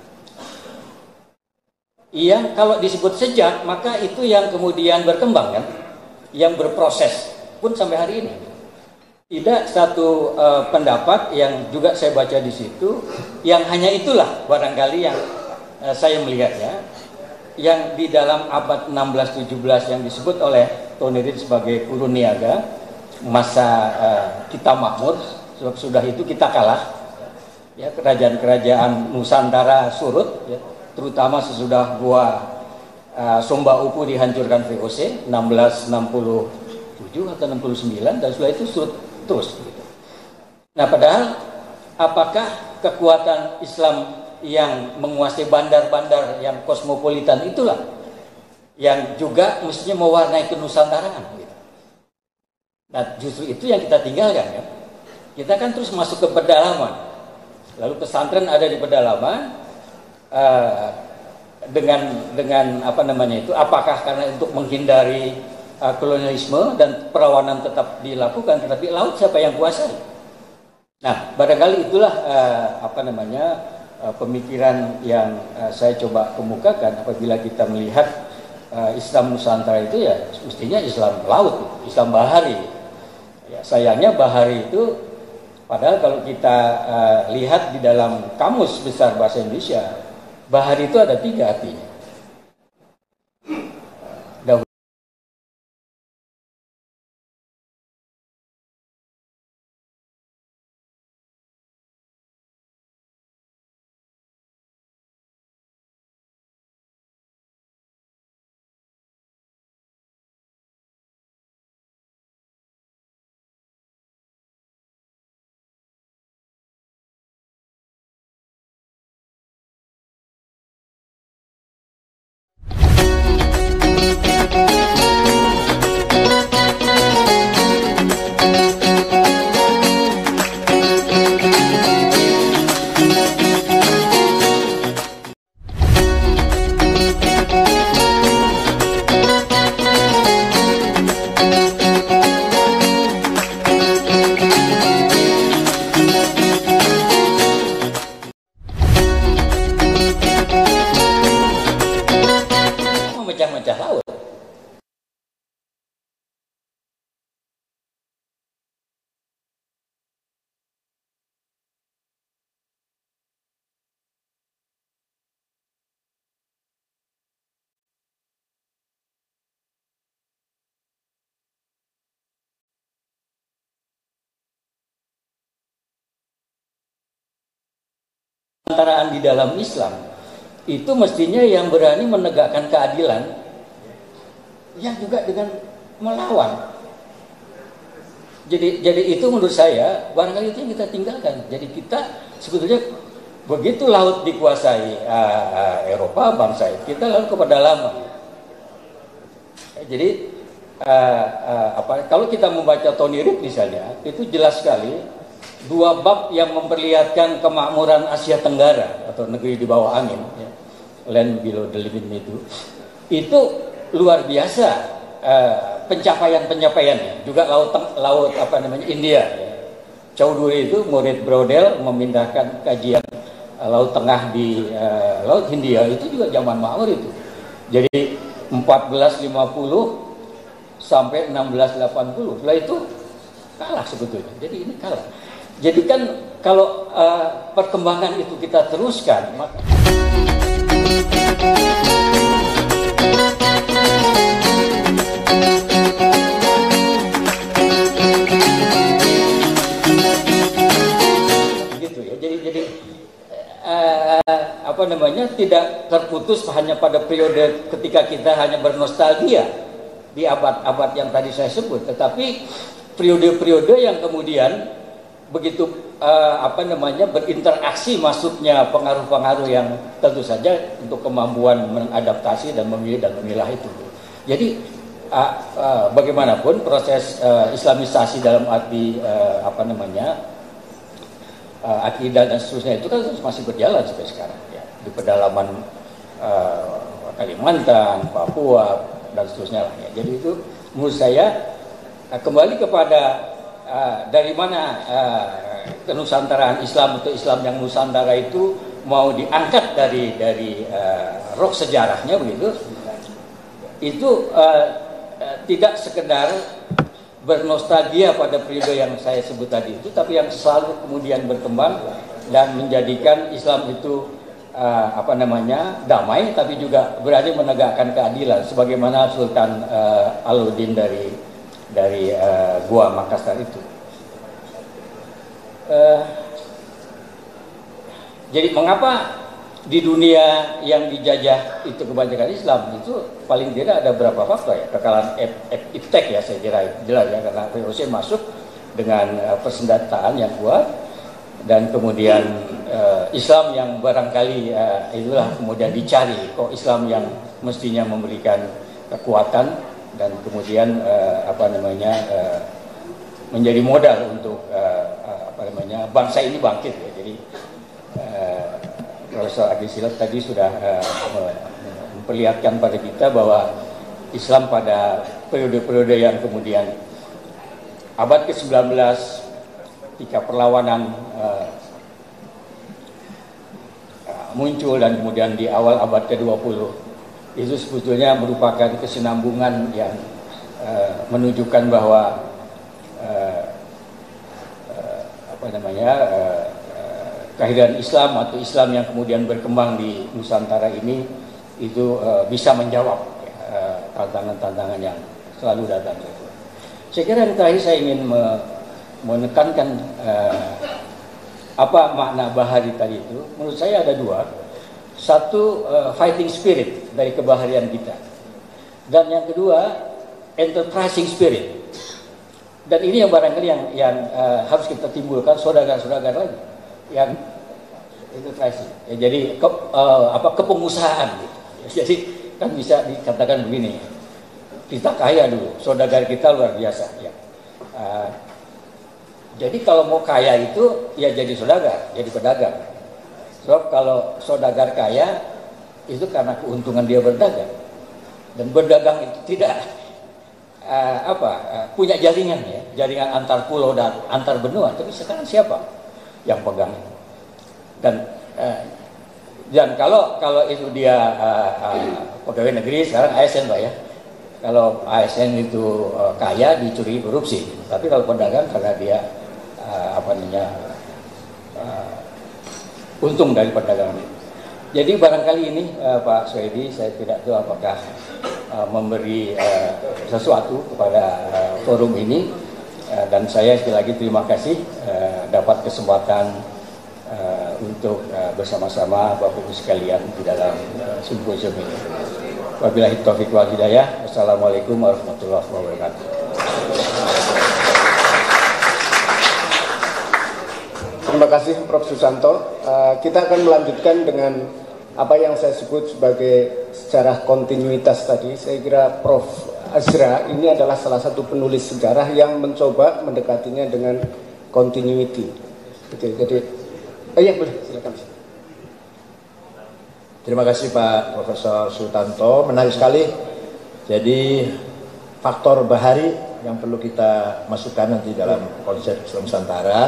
Yang kalau disebut sejak, maka itu yang kemudian berkembang kan, yang berproses pun sampai hari ini. Tidak satu uh, pendapat yang juga saya baca di situ, yang hanya itulah barangkali yang Uh, saya melihatnya, yang di dalam abad enam belas tujuh belas yang disebut oleh Tony Reid sebagai kurun niaga, masa uh, kita makmur, sebab sudah itu kita kalah, ya, kerajaan-kerajaan Nusantara surut, ya, terutama sesudah gua uh, Sumba Upu dihancurkan V O C enam belas enam puluh tujuh atau enam puluh sembilan, dan setelah itu surut terus gitu. Nah, padahal apakah kekuatan Islam yang menguasai bandar-bandar yang kosmopolitan itulah yang juga mestinya mewarnai kenusantaraan gitu. Nah, justru itu yang kita tinggalkan kan. Kita kan terus masuk ke pedalaman, lalu pesantren ada di pedalaman, uh, dengan dengan apa namanya itu, apakah karena untuk menghindari uh, kolonialisme dan perlawanan tetap dilakukan, tetapi laut siapa yang kuasai? Nah, barangkali itulah uh, apa namanya Uh, pemikiran yang uh, saya coba kemukakan apabila kita melihat uh, Islam Nusantara itu, ya mestinya Islam laut, Islam bahari. Ya, sayangnya bahari itu, padahal kalau kita uh, lihat di dalam kamus besar bahasa Indonesia, bahari itu ada tiga artinya. Dahulu memecah-mecah laut. Antaraan di dalam Islam itu mestinya yang berani menegakkan keadilan, yang juga dengan melawan. Jadi jadi itu menurut saya barangkali itu yang kita tinggalkan. Jadi kita sebetulnya begitu laut dikuasai uh, uh, Eropa, bangsa kita lalu ke pedalaman. Jadi uh, uh, apa? Kalau kita membaca Tony Reid misalnya, itu jelas sekali dua bab yang memperlihatkan kemakmuran Asia Tenggara atau negeri di bawah angin, ya, land below the limit itu, itu luar biasa uh, pencapaian-pencapaiannya. Juga laut laut apa namanya India, ya. Chowdhury itu murid Brodel memindahkan kajian uh, laut tengah di uh, laut Hindia, itu juga zaman makmur itu. Jadi empat belas lima puluh sampai enam belas delapan puluh, setelah itu kalah sebetulnya. Jadi ini kalah. Jadi kan kalau uh, perkembangan itu kita teruskan, maka gitu ya. Jadi jadi uh, apa namanya, tidak terputus hanya pada periode ketika kita hanya bernostalgia di abad-abad yang tadi saya sebut, tetapi periode-periode yang kemudian begitu uh, apa namanya berinteraksi masuknya pengaruh-pengaruh yang tentu saja untuk kemampuan mengadaptasi dan memilih dan memilah itu. Jadi uh, uh, bagaimanapun proses uh, Islamisasi dalam arti uh, apa namanya uh, akidah dan seterusnya itu kan masih berjalan sampai sekarang ya, di pedalaman uh, Kalimantan, Papua dan seterusnya lah ya. Jadi itu menurut saya uh, kembali kepada Uh, dari mana uh, kenusantara Islam atau Islam yang Nusantara itu mau diangkat dari dari uh, rok sejarahnya begitu, itu uh, uh, tidak sekedar bernostalgia pada periode yang saya sebut tadi itu, tapi yang selalu kemudian berkembang dan menjadikan Islam itu uh, apa namanya damai, tapi juga berani menegakkan keadilan, sebagaimana Sultan uh, Alauddin dari dari uh, Gua Makassar itu. Uh, jadi mengapa di dunia yang dijajah itu kebanyakan Islam itu paling tidak ada berapa faktor ya, kekalahan iptek ya saya kira jelas ya, karena V O C masuk dengan uh, persenjataan yang kuat dan kemudian uh, Islam yang barangkali uh, itulah kemudian dicari kok Islam yang mestinya memberikan kekuatan dan kemudian uh, apa namanya uh, menjadi modal untuk uh, uh, apa namanya bangsa ini bangkit ya. Jadi uh, Profesor Adi Silap tadi sudah uh, memperlihatkan pada kita bahwa Islam pada periode-periode yang kemudian abad ke sembilan belas ketika perlawanan uh, uh, muncul dan kemudian di awal abad ke dua puluh itu sebetulnya merupakan kesinambungan yang uh, menunjukkan bahwa uh, uh, apa namanya uh, uh, kehadiran Islam atau Islam yang kemudian berkembang di Nusantara ini itu uh, bisa menjawab uh, tantangan-tantangan yang selalu datang. Saya kira yang terakhir saya ingin me menekankan uh, apa makna bahari tadi itu. Menurut saya ada dua. Satu, uh, fighting spirit dari kebaharian kita, dan yang kedua enterprising spirit. Dan ini yang barangkali yang yang uh, harus kita timbulkan saudagar-saudagar lagi yang enterprising ya, jadi ke, uh, apa kepengusahaan gitu. Jadi kan bisa dikatakan begini, kita kaya dulu, saudagar kita luar biasa ya. Uh, jadi kalau mau kaya itu ya jadi saudagar, jadi pedagang. Sebab kalau saudagar kaya itu karena keuntungan dia berdagang, dan berdagang itu tidak uh, apa uh, punya jaringan ya, jaringan antar pulau dan antar benua. Tapi sekarang siapa yang pegang itu? Dan uh, dan kalau kalau itu dia uh, uh, pegawai negeri, sekarang A S N Pak ya. Kalau A S N itu uh, kaya dicuri korupsi, tapi kalau pedagang karena dia uh, apa namanya uh, untung dari perdagangan ini. Jadi barangkali ini uh, Pak Soedi, saya tidak tahu apakah uh, memberi uh, sesuatu kepada uh, forum ini, uh, dan saya sekali lagi terima kasih uh, dapat kesempatan uh, untuk uh, bersama-sama Bapak Ibu sekalian di dalam uh, simposium ini. Wabillahi taufiq wal hidayah. Wassalamualaikum warahmatullahi wabarakatuh. Terima kasih Profesor Susanto. Uh, kita akan melanjutkan dengan apa yang saya sebut sebagai sejarah kontinuitas tadi. Saya kira Profesor Azra ini adalah salah satu penulis sejarah yang mencoba mendekatinya dengan continuity. Oke, jadi, oh iya boleh, silakan. Terima kasih Pak Profesor Sutanto, menarik sekali. Jadi faktor bahari yang perlu kita masukkan nanti dalam konsep Islam Nusantara.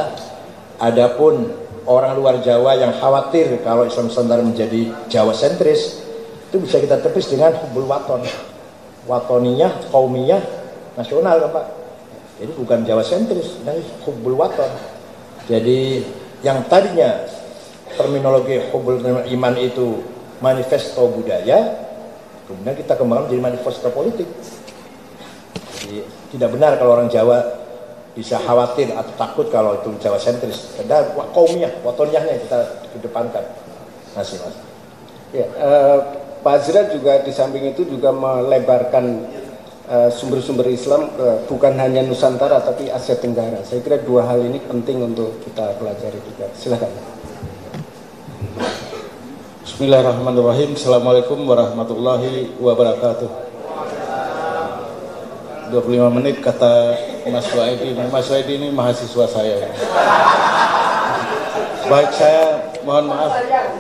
Adapun orang luar Jawa yang khawatir kalau Islam Nusantara menjadi Jawa sentris, itu bisa kita tepis dengan hubbul waton, watoniyah, qaumiyah, nasional Pak. Jadi bukan Jawa sentris, tapi hubbul waton. Jadi yang tadinya terminologi hubbul iman itu manifesto budaya, kemudian kita kembangkan menjadi manifesto politik. Jadi tidak benar kalau orang Jawa bisa khawatir atau takut kalau itu Jawa sentris. Ada kaumiyah, watoniyahnya kita kedepankan. Masih mas. Ya, eh, Pak Azra juga di samping itu juga melebarkan sumber-sumber uh, Islam ke bukan hanya Nusantara tapi Asia Tenggara. Saya kira dua hal ini penting untuk kita pelajari juga. Silakan. Bismillahirrahmanirrahim. Assalamualaikum warahmatullahi wabarakatuh. dua puluh lima menit kata Mas Waidi. Mas Waidi ini mahasiswa saya. Baik, saya mohon maaf.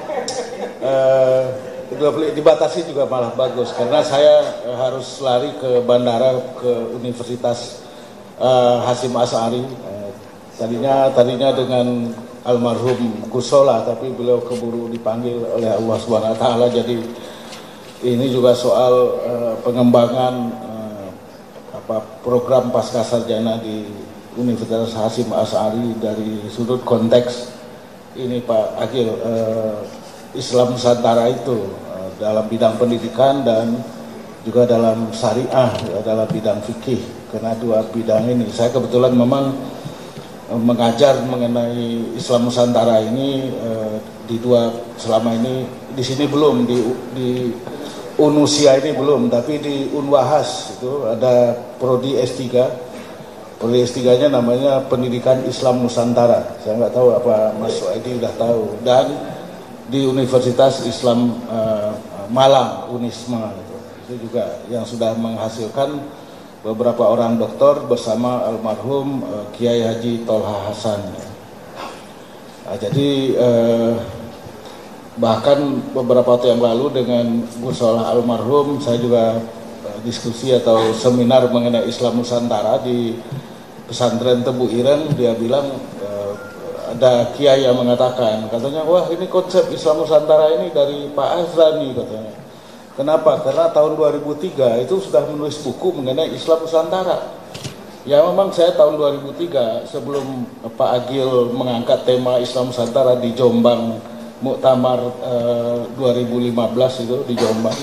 Uh, dibatasi juga malah bagus karena saya harus lari ke bandara ke Universitas uh, Hasyim Asy'ari. Uh, tadinya tadinya dengan almarhum Gusola, tapi beliau keburu dipanggil oleh Allah Subhanahu Wa Taala. Jadi ini juga soal uh, pengembangan uh, apa program pascasarjana di Universitas Hasyim Asy'ari dari sudut konteks ini Pak Agil. Uh, Islam Nusantara itu uh, dalam bidang pendidikan dan juga dalam syariah, ya, dalam bidang fikih. Karena dua bidang ini saya kebetulan memang uh, mengajar mengenai Islam Nusantara ini uh, di dua selama ini di sini belum di di Unusia ini belum, tapi di Unwahas itu ada prodi S tiga. Prodi S tiga-nya namanya Pendidikan Islam Nusantara. Saya nggak tahu apa Mas Waidi udah tahu. Dan di Universitas Islam uh, Malang, Unisma gitu. Itu juga yang sudah menghasilkan beberapa orang doktor bersama almarhum uh, Kiai Haji Tolha Hasan. Ya. Nah, jadi uh, bahkan beberapa waktu yang lalu dengan Gusola almarhum saya juga uh, diskusi atau seminar mengenai Islam Nusantara di pesantren Tebu Ireng. Dia bilang uh, ada kiai yang mengatakan, katanya, wah ini konsep Islam Nusantara ini dari Pak Azra nih katanya. Kenapa? Karena tahun dua ribu tiga itu sudah menulis buku mengenai Islam Nusantara. Ya memang saya tahun dua ribu tiga sebelum Pak Agil mengangkat tema Islam Nusantara di Jombang Muktamar eh, dua ribu lima belas itu di Jombang,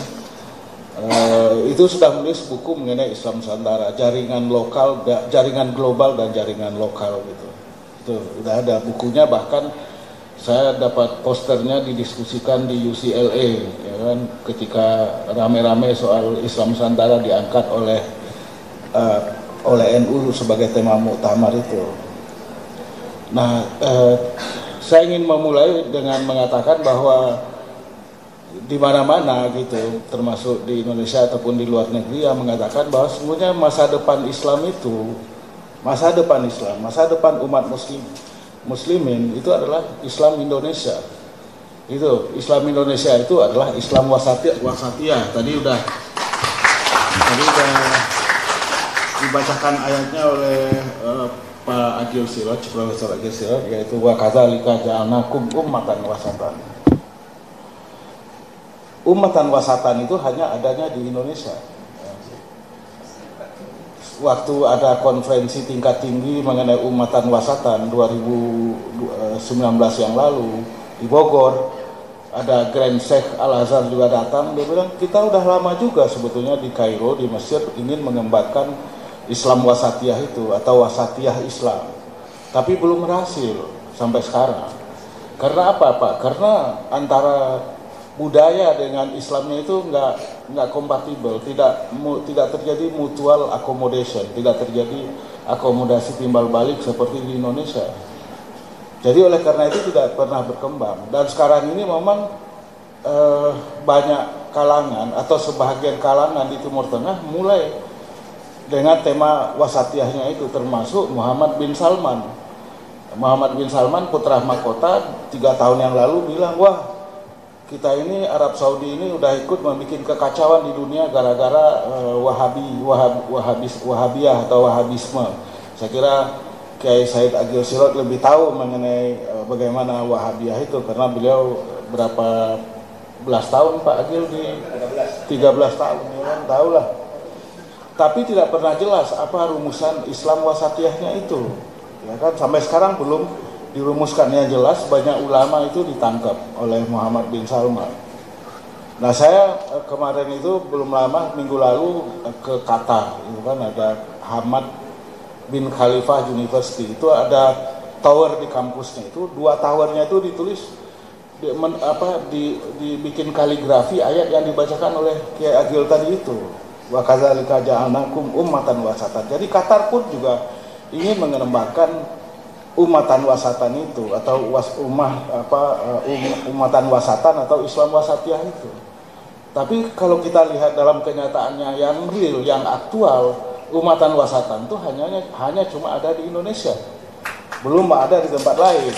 eh, itu sudah menulis buku mengenai Islam Nusantara, jaringan lokal, jaringan global dan jaringan lokal gitu. Itu udah ada bukunya, bahkan saya dapat posternya didiskusikan di U C L A ya kan, ketika rame-rame soal Islam Nusantara diangkat oleh uh, oleh N U sebagai tema muktamar itu. Nah, uh, saya ingin memulai dengan mengatakan bahwa di mana-mana gitu, termasuk di Indonesia ataupun di luar negeri, yang mengatakan bahwa sebenarnya masa depan Islam itu masa depan Islam, masa depan umat muslim, muslimin itu adalah Islam Indonesia. Itu Islam Indonesia itu adalah Islam wasatiyah. wasatiyah. Tadi udah tadi udah dibacakan ayatnya oleh uh, Pak Agil Siraj, Profesor Agil Siraj, yaitu wa kadzalika ja'alnakum ummatan wasatan. Ummatan wasatan itu hanya adanya di Indonesia. Waktu ada konferensi tingkat tinggi mengenai umatan wasatan dua ribu sembilan belas yang lalu di Bogor, ada Grand Sheikh Al-Azhar juga datang. Dia bilang kita udah lama juga sebetulnya di Kairo, di Mesir, ingin mengembangkan Islam wasatiyah itu atau wasatiyah Islam, tapi belum berhasil sampai sekarang. Karena apa Pak? Karena antara budaya dengan Islamnya itu nggak nggak kompatibel, tidak mu, tidak terjadi mutual accommodation, tidak terjadi akomodasi timbal balik seperti di Indonesia. Jadi oleh karena itu tidak pernah berkembang. Dan sekarang ini memang eh, banyak kalangan atau sebahagian kalangan di Timur Tengah mulai dengan tema wasatiyahnya itu, termasuk Muhammad bin Salman. Muhammad bin Salman putra mahkota tiga tahun yang lalu bilang, wah kita ini Arab Saudi ini udah ikut membuat kekacauan di dunia gara-gara uh, Wahabi, Wahab, Wahabis, Wahabiyah atau Wahabisme. Saya kira Kiai Said Agil Siraj lebih tahu mengenai uh, bagaimana Wahabiyah itu, karena beliau berapa belas tahun Pak Agil di tiga belas tahun, ya kan, tahulah. Tapi tidak pernah jelas apa rumusan Islam wasatiyahnya itu, ya kan, sampai sekarang belum dirumuskan. Yang jelas banyak ulama itu ditangkap oleh Muhammad bin Salman. Nah saya eh, kemarin itu belum lama, minggu lalu eh, ke Qatar, itu kan ada Hamad bin Khalifah University, itu ada tower di kampusnya, itu dua towernya itu ditulis di, men, apa, di, dibikin kaligrafi ayat yang dibacakan oleh Kiai Agil tadi itu, wa kadzalika ja'alnakum ummatan wasatan. Jadi Qatar pun juga ingin mengembangkan umatan wasatan itu, atau was umah apa um, umatan wasatan atau Islam wasatiyah itu. Tapi kalau kita lihat dalam kenyataannya yang real, yang aktual, umatan wasatan itu hanya hanya cuma ada di Indonesia, belum ada di tempat lain.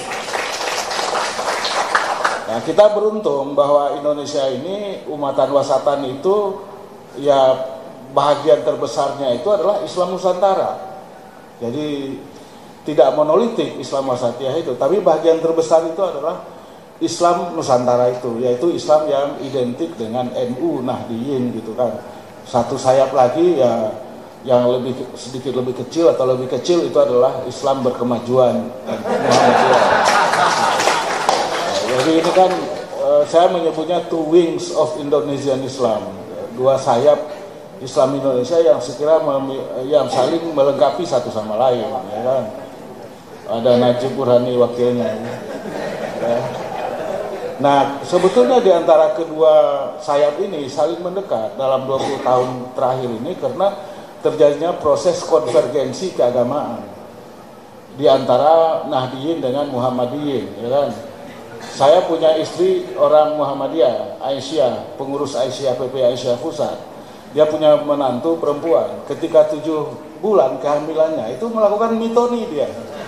Nah, kita beruntung bahwa Indonesia ini umatan wasatan itu ya bahagian terbesarnya itu adalah Islam Nusantara. Jadi tidak monolitik Islam wasatiyah itu, tapi bagian terbesar itu adalah Islam Nusantara itu, yaitu Islam yang identik dengan N U Nahdiyin gitu kan. Satu sayap lagi ya yang lebih sedikit lebih kecil atau lebih kecil itu adalah Islam berkemajuan Muhammadiyah. Jadi ini kan uh, saya menyebutnya two wings of Indonesian Islam, dua sayap Islam Indonesia yang sekira yang saling melengkapi satu sama lain, ya kan. Ada Najib Burhani wakilnya. Ya. Nah, sebetulnya di antara kedua sayap ini saling mendekat dalam dua puluh tahun terakhir ini karena terjadinya proses konvergensi keagamaan di antara Nahdiyin dengan Muhammadiyin, ya kan. Saya punya istri orang Muhammadiyah, Aisyah, pengurus Aisyah P P Aisyah Pusat. Dia punya menantu perempuan. Ketika tujuh bulan kehamilannya itu melakukan mitoni dia.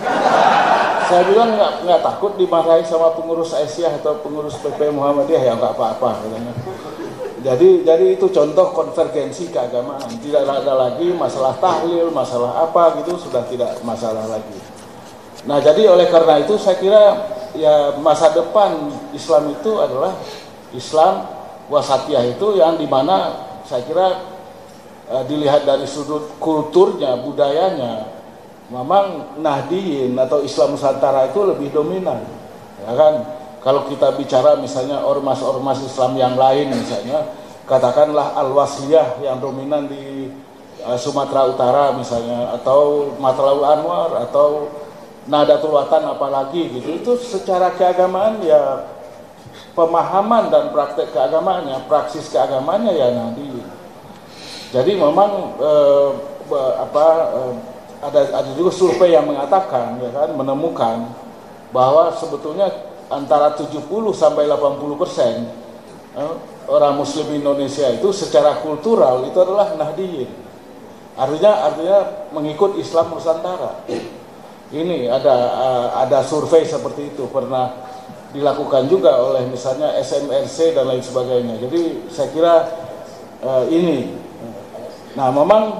Saya bilang nggak nggak takut dimarahi sama pengurus Aisyah atau pengurus P P Muhammadiyah, ya nggak apa-apa katanya. Jadi jadi itu contoh konvergensi keagamaan. Tidak ada lagi masalah tahlil, masalah apa gitu, sudah tidak masalah lagi. Nah jadi oleh karena itu saya kira ya masa depan Islam itu adalah Islam wasatiyah itu yang dimana saya kira uh, dilihat dari sudut kulturnya, budayanya, memang Nahdiyin atau Islam Nusantara itu lebih dominan, ya kan. Kalau kita bicara misalnya ormas-ormas Islam yang lain misalnya, katakanlah Al-Wasliyah yang dominan di uh, Sumatera Utara misalnya, atau Matlaul Anwar atau Nahdlatul Watan apalagi gitu, itu secara keagamaan ya pemahaman dan praktek keagamaannya, praksis keagamaannya ya Nahdiyin. Jadi memang eh, apa eh, ada ada juga survei yang mengatakan, ya kan, menemukan bahwa sebetulnya antara tujuh puluh sampai delapan puluh persen eh, orang Muslim Indonesia itu secara kultural itu adalah Nahdiyin. Artinya artinya mengikut Islam Nusantara. Ini ada ada survei seperti itu pernah dilakukan juga oleh misalnya S M R C dan lain sebagainya. Jadi saya kira uh, ini, nah memang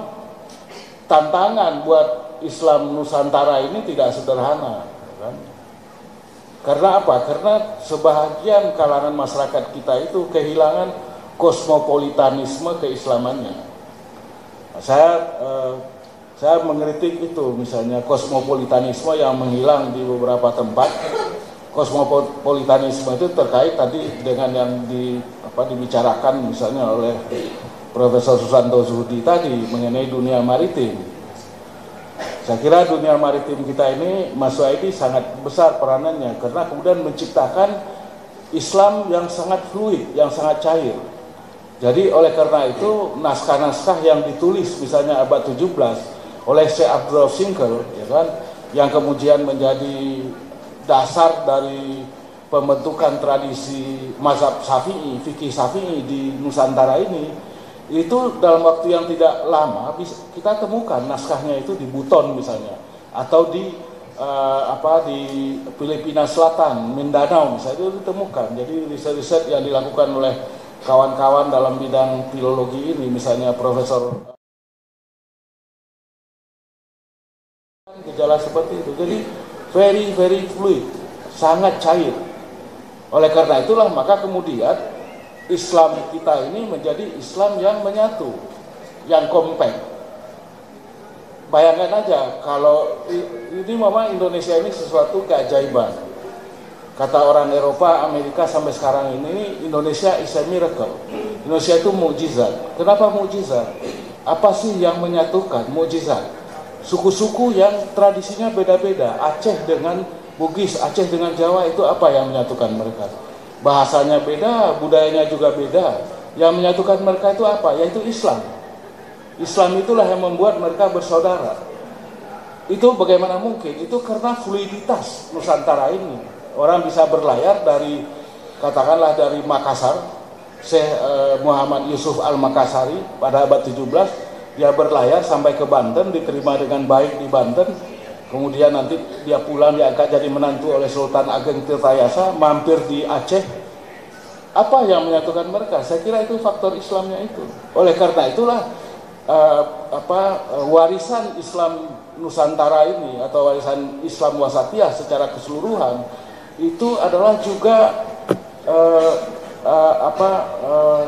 tantangan buat Islam Nusantara ini tidak sederhana, kan? Karena apa? Karena sebahagian kalangan masyarakat kita itu kehilangan kosmopolitanisme keislamannya. Nah, saya uh, saya mengkritik itu misalnya kosmopolitanisme yang menghilang di beberapa tempat. Kosmopolitanisme itu terkait tadi dengan yang di apa dibicarakan misalnya oleh Profesor Susanto Zuhdi tadi mengenai dunia maritim. Saya kira dunia maritim kita ini, Mas Waidi, sangat besar peranannya karena kemudian menciptakan Islam yang sangat fluid, yang sangat cair. Jadi oleh karena itu naskah-naskah yang ditulis misalnya abad tujuh belas oleh Syekh Abdul Sinkel, ya kan, yang kemudian menjadi dasar dari pembentukan tradisi mazhab Syafi'i, fikih Syafi'i di Nusantara ini, itu dalam waktu yang tidak lama kita temukan naskahnya itu di Buton misalnya, atau di uh, apa di Filipina Selatan, Mindanao misalnya, itu ditemukan. Jadi riset-riset yang dilakukan oleh kawan-kawan dalam bidang filologi ini, misalnya Profesor gejala seperti itu. Jadi very very fluid, sangat cair. Oleh karena itulah maka kemudian Islam kita ini menjadi Islam yang menyatu, yang kompak. Bayangkan aja kalau ini memang Indonesia ini sesuatu keajaiban. Kata orang Eropa, Amerika sampai sekarang ini Indonesia is a miracle. Indonesia itu mukjizat. Kenapa mukjizat? Apa sih yang menyatukan mukjizat? Suku-suku yang tradisinya beda-beda. Aceh dengan Bugis, Aceh dengan Jawa, itu apa yang menyatukan mereka? Bahasanya beda, budayanya juga beda. Yang menyatukan mereka itu apa? Yaitu Islam. Islam itulah yang membuat mereka bersaudara. Itu bagaimana mungkin? Itu karena fluiditas Nusantara ini. Orang bisa berlayar dari, katakanlah dari Makassar, Syekh eh, Muhammad Yusuf Al-Makassari pada abad tujuh belas, dia berlayar sampai ke Banten, diterima dengan baik di Banten. Kemudian nanti dia pulang, diangkat jadi menantu oleh Sultan Ageng Tirtayasa, mampir di Aceh. Apa yang menyatukan mereka? Saya kira itu faktor Islamnya itu. Oleh karena itulah uh, apa uh, warisan Islam Nusantara ini atau warisan Islam Wasatiyah secara keseluruhan itu adalah juga uh, uh, apa uh,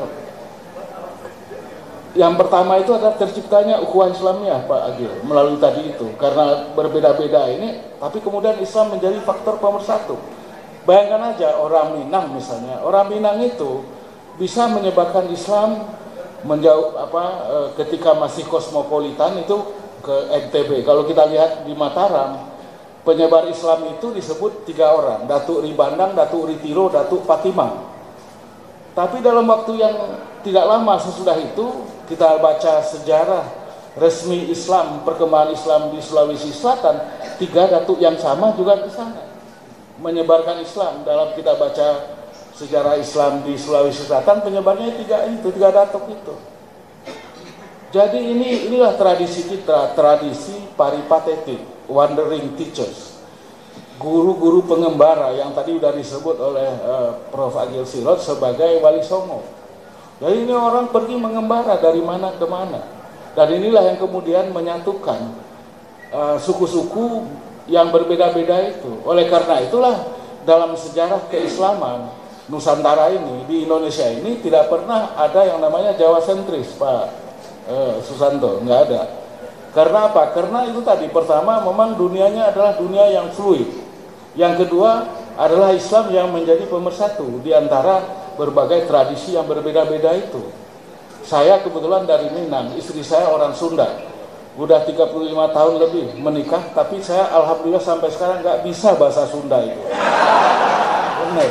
yang pertama itu adalah terciptanya ukhuwah Islamiyah, Pak Agil, melalui tadi itu. Karena berbeda-beda ini, tapi kemudian Islam menjadi faktor pemersatu. Bayangkan aja orang Minang misalnya, orang Minang itu bisa menyebarkan Islam menjauh apa e, ketika masih kosmopolitan itu ke N T B. Kalau kita lihat di Mataram, penyebar Islam itu disebut tiga orang, Datuk Ribandang, Datuk Ritiro, Datuk Fatimah. Tapi dalam waktu yang tidak lama sesudah itu, kita baca sejarah resmi Islam, perkembangan Islam di Sulawesi Selatan, tiga datuk yang sama juga di sana menyebarkan Islam. Dalam kita baca sejarah Islam di Sulawesi Selatan, penyebarnya tiga itu, tiga datuk itu. Jadi ini inilah tradisi kita, tradisi paripatetik, wandering teachers, guru-guru pengembara yang tadi sudah disebut oleh uh, Profesor Agil Sirot sebagai wali songo. Jadi ini orang pergi mengembara dari mana ke mana. Dan inilah yang kemudian menyatukan uh, suku-suku yang berbeda-beda itu. Oleh karena itulah dalam sejarah keislaman Nusantara ini, di Indonesia ini tidak pernah ada yang namanya Jawa sentris, Pak uh, Susanto, nggak ada. Karena apa? Karena itu tadi, pertama memang dunianya adalah dunia yang fluid. Yang kedua adalah Islam yang menjadi pemersatu di antara berbagai tradisi yang berbeda-beda itu. Saya kebetulan dari Minang, istri saya orang Sunda. Udah tiga puluh lima tahun lebih menikah, tapi saya alhamdulillah sampai sekarang nggak bisa bahasa Sunda itu. Benar.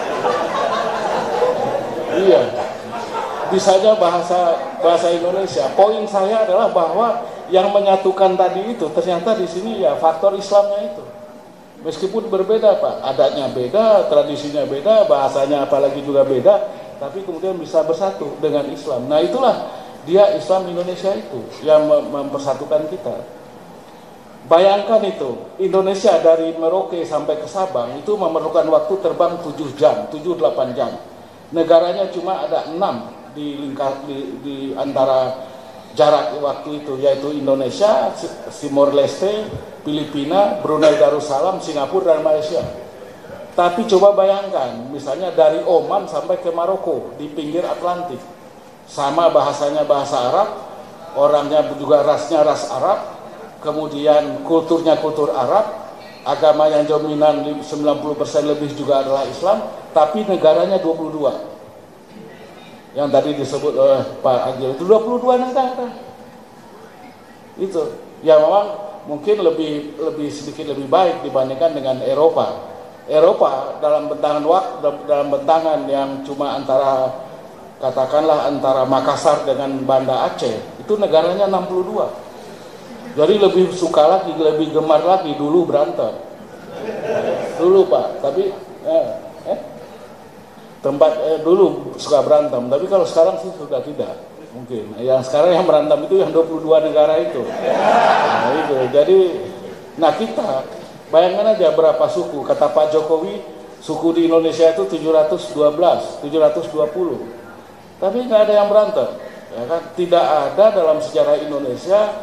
Iya. Bisanya bahasa bahasa Indonesia. Poin saya adalah bahwa yang menyatukan tadi itu ternyata di sini ya faktor Islamnya itu. Meskipun berbeda, Pak, adatnya beda, tradisinya beda, bahasanya apalagi juga beda, tapi kemudian bisa bersatu dengan Islam. Nah itulah dia Islam Indonesia itu yang mempersatukan kita. Bayangkan itu, Indonesia dari Merauke sampai ke Sabang itu memerlukan waktu terbang tujuh jam, tujuh delapan jam. Negaranya cuma ada enam di lingkar di, di antara jarak waktu itu, yaitu Indonesia, Timor Leste, Filipina, Brunei Darussalam, Singapura, dan Malaysia. Tapi coba bayangkan, misalnya dari Oman sampai ke Maroko, di pinggir Atlantik. Sama bahasanya bahasa Arab, orangnya juga rasnya ras Arab, kemudian kulturnya kultur Arab, agama yang dominan sembilan puluh persen lebih juga adalah Islam, tapi negaranya dua puluh dua. Yang tadi disebut oleh Pak Agil, itu dua puluh dua negara. Itu, ya memang mungkin lebih lebih sedikit lebih baik dibandingkan dengan Eropa. Eropa dalam bentangan waktu dalam bentangan yang cuma antara katakanlah antara Makassar dengan Banda Aceh, itu negaranya enam puluh dua. Jadi lebih suka lagi, lebih gemar lagi dulu berantem. Dulu Pak, tapi eh, eh tempat eh, dulu suka berantem, tapi kalau sekarang sih sudah tidak. Mungkin yang sekarang yang berantem itu yang dua puluh dua negara itu. Nah, itu. Jadi nah kita bayangkan aja berapa suku. Kata Pak Jokowi, suku di Indonesia itu tujuh ratus dua belas, tujuh ratus dua puluh. Tapi nggak ada yang berantem. Ya kan? Tidak ada dalam sejarah Indonesia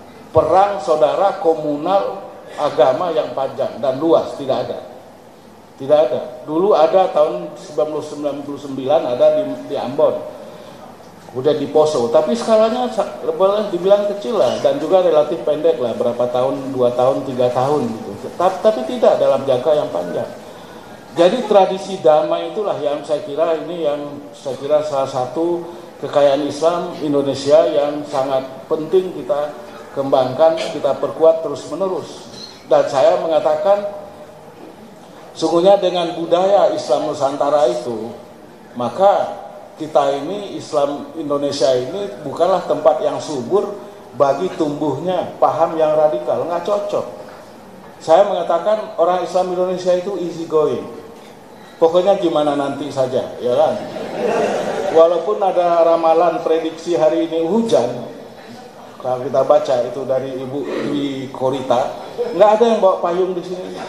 perang saudara komunal agama yang panjang dan luas, tidak ada. Tidak ada. Dulu ada tahun seribu sembilan ratus sembilan puluh sembilan ada di, di Ambon. Kemudian di Poso, tapi skalanya boleh dibilang kecil lah dan juga relatif pendek lah, berapa tahun, dua tahun, tiga tahun gitu. Tapi, tapi tidak dalam jangka yang panjang. Jadi tradisi damai itulah yang saya kira ini yang saya kira salah satu kekayaan Islam Indonesia yang sangat penting kita kembangkan, kita perkuat terus menerus. Dan saya mengatakan sungguhnya dengan budaya Islam Nusantara itu, maka kita ini, Islam Indonesia ini bukanlah tempat yang subur bagi tumbuhnya paham yang radikal, nggak cocok. Saya mengatakan orang Islam Indonesia itu easy going. Pokoknya gimana nanti saja, ya kan? Walaupun ada ramalan prediksi hari ini hujan, kalau kita baca itu dari Ibu Dwi Korita, nggak ada yang bawa payung di sini.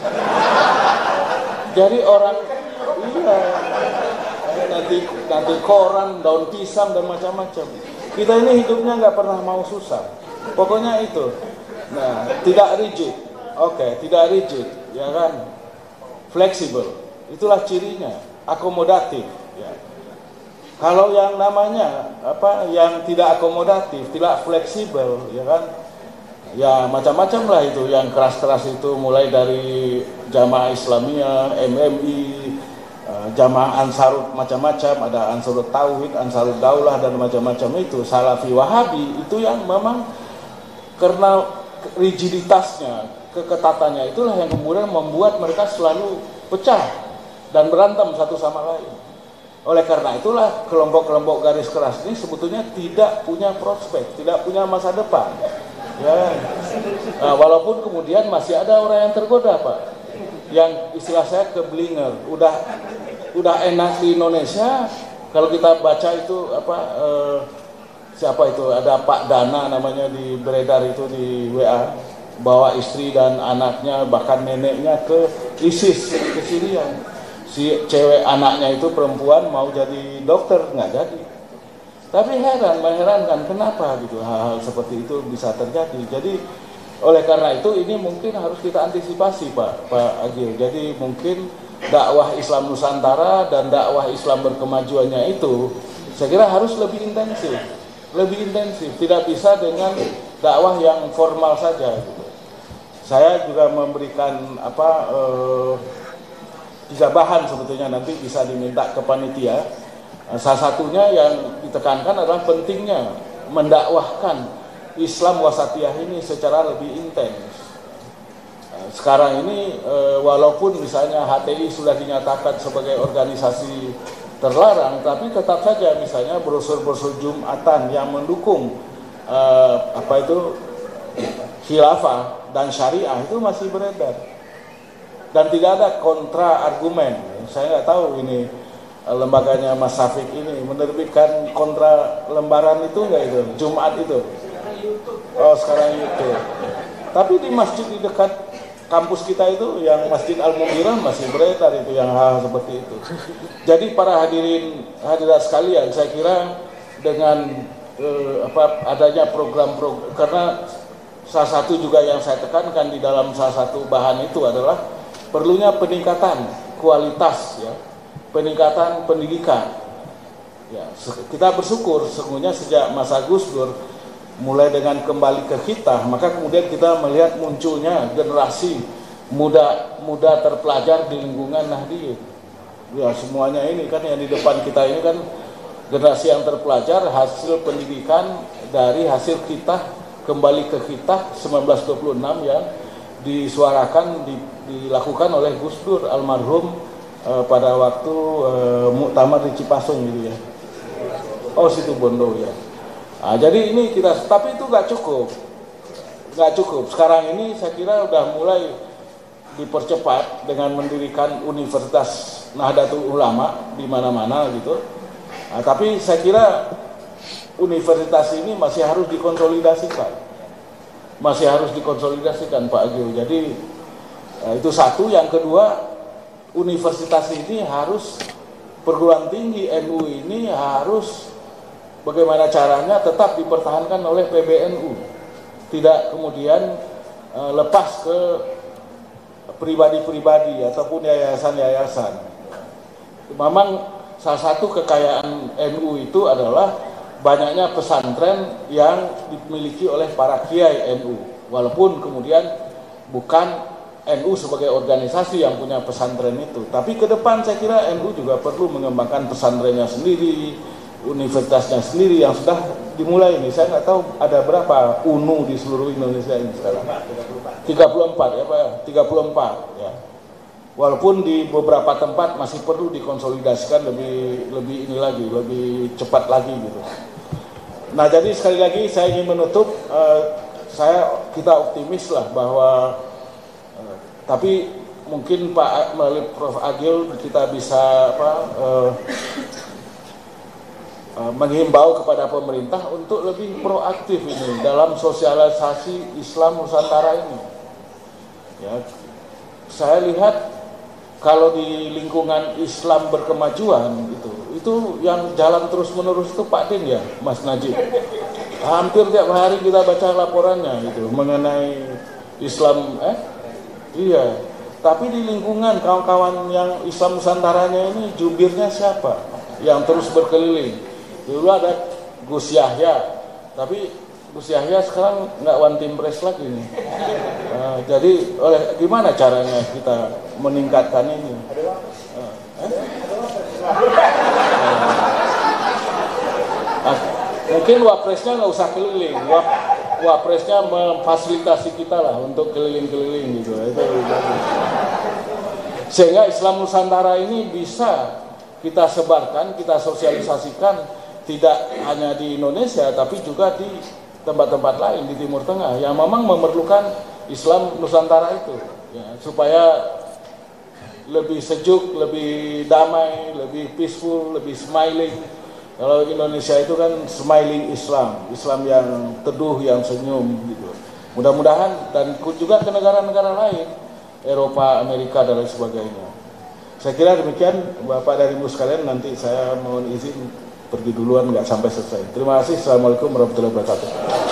Jadi orang, iya, nanti nanti koran, daun pisang dan macam-macam. Kita ini hidupnya nggak pernah mau susah. Pokoknya itu. Nah, tidak rigid. Oke, okay, tidak rigid, ya kan? Fleksibel. Itulah cirinya. Akomodatif. Ya. Kalau yang namanya apa? Yang tidak akomodatif, tidak fleksibel, ya kan? Ya macam-macam lah itu. Yang keras-keras itu mulai dari Jamaah Islamiyah, M M I, Jamaah Ansarut macam-macam, ada Ansarut Tauhid, Ansarut Daulah dan macam-macam itu, Salafi, Wahabi, itu yang memang karena rigiditasnya, keketatannya itulah yang kemudian membuat mereka selalu pecah dan berantem satu sama lain. Oleh karena itulah kelompok-kelompok garis keras ini sebetulnya tidak punya prospek, tidak punya masa depan. Ya, nah, walaupun kemudian masih ada orang yang tergoda, Pak, yang istilah saya keblinger, udah udah enak di Indonesia. Kalau kita baca itu apa eh, siapa itu, ada Pak Dana namanya di beredar itu di W A, bawa istri dan anaknya bahkan neneknya ke ISIS, ke Syria. Si cewek anaknya itu perempuan mau jadi dokter, nggak jadi. Tapi heran, mengherankan kenapa gitu hal-hal seperti itu bisa terjadi. Jadi oleh karena itu ini mungkin harus kita antisipasi, Pak Pak Agil. Jadi mungkin dakwah Islam Nusantara dan dakwah Islam berkemajuannya itu saya kira harus lebih intensif, lebih intensif. Tidak bisa dengan dakwah yang formal saja. Gitu. Saya juga memberikan apa eh, tiga bahan sebetulnya nanti bisa diminta ke panitia. Salah satunya yang ditekankan adalah pentingnya mendakwahkan Islam wasatiyah ini secara lebih intens. Sekarang ini walaupun misalnya H T I sudah dinyatakan sebagai organisasi terlarang, tapi tetap saja misalnya brosur-brosur Jumatan yang mendukung eh, apa itu khilafah dan syariah itu masih beredar. Dan tidak ada kontra argumen. Saya nggak tahu ini lembaganya Mas Safik ini menerbitkan kontra lembaran itu nggak itu, Jumat itu. Oh sekarang YouTube. Tapi di masjid di dekat kampus kita itu yang Masjid Al-Mughirah masih beredar itu yang hal seperti itu. Jadi para hadirin hadirat sekalian, saya kira dengan eh, apa adanya program-program, karena salah satu juga yang saya tekankan di dalam salah satu bahan itu adalah perlunya peningkatan kualitas ya. Peningkatan pendidikan. Ya, kita bersyukur sesungguhnya sejak masa Gus Dur mulai dengan kembali ke kita, maka kemudian kita melihat munculnya generasi muda muda terpelajar di lingkungan Nahdliyin. Ya, semuanya ini kan yang di depan kita ini kan generasi yang terpelajar hasil pendidikan dari hasil kita kembali ke kita seribu sembilan ratus dua puluh enam yang disuarakan di, dilakukan oleh Gus Dur almarhum Uh, pada waktu uh, muktamar di Cipasung gitu ya. Oh situ Bondo ya. Nah, jadi ini kita, tapi itu nggak cukup, nggak cukup. Sekarang ini saya kira udah mulai dipercepat dengan mendirikan Universitas Nahdlatul Ulama di mana-mana gitu. Nah, tapi saya kira universitas ini masih harus dikonsolidasikan, masih harus dikonsolidasikan Pak Agil. Jadi uh, itu satu. Yang kedua, universitas ini harus, perguruan tinggi N U ini harus bagaimana caranya tetap dipertahankan oleh P B N U, tidak kemudian e, lepas ke pribadi-pribadi ataupun yayasan-yayasan. Memang salah satu kekayaan N U itu adalah banyaknya pesantren yang dimiliki oleh para kiai N U. Walaupun kemudian bukan N U sebagai organisasi yang punya pesantren itu, tapi ke depan saya kira N U juga perlu mengembangkan pesantrennya sendiri, universitasnya sendiri yang sudah dimulai ini. Saya nggak tahu ada berapa U N U di seluruh Indonesia ini sekarang. tiga puluh empat ya Pak ya, tiga puluh empat ya. Walaupun di beberapa tempat masih perlu dikonsolidasikan lebih lebih ini lagi, lebih cepat lagi gitu. Nah, jadi sekali lagi saya ingin menutup, eh, saya kita optimis lah bahwa tapi mungkin Pak melalui Prof Agil kita bisa apa, uh, uh, menghimbau kepada pemerintah untuk lebih proaktif ini dalam sosialisasi Islam Nusantara ini. Ya, saya lihat kalau di lingkungan Islam berkemajuan itu, itu yang jalan terus menerus itu Pak Din ya, Mas Najib. Hampir tiap hari kita baca laporannya itu mengenai Islam eh iya, tapi di lingkungan kawan-kawan yang Islam Nusantaranya ini jubirnya siapa? Yang terus berkeliling. Dulu ada Gus Yahya, tapi Gus Yahya sekarang nggak one team press lagi nih. Nah, jadi oleh gimana caranya kita meningkatkan ini? Nah, eh? nah, mungkin wapresnya nggak usah keliling. Wap Wapresnya memfasilitasi kita lah untuk keliling-keliling gitu. Itu sehingga Islam Nusantara ini bisa kita sebarkan, kita sosialisasikan tidak hanya di Indonesia tapi juga di tempat-tempat lain di Timur Tengah yang memang memerlukan Islam Nusantara itu ya, supaya lebih sejuk, lebih damai, lebih peaceful, lebih smiling. Kalau Indonesia itu kan smiling Islam, Islam yang teduh, yang senyum gitu. Mudah-mudahan dan juga ke negara-negara lain, Eropa, Amerika dan lain sebagainya. Saya kira demikian Bapak dan Ibu sekalian, nanti saya mohon izin pergi duluan nggak sampai selesai. Terima kasih. Assalamualaikum warahmatullahi wabarakatuh.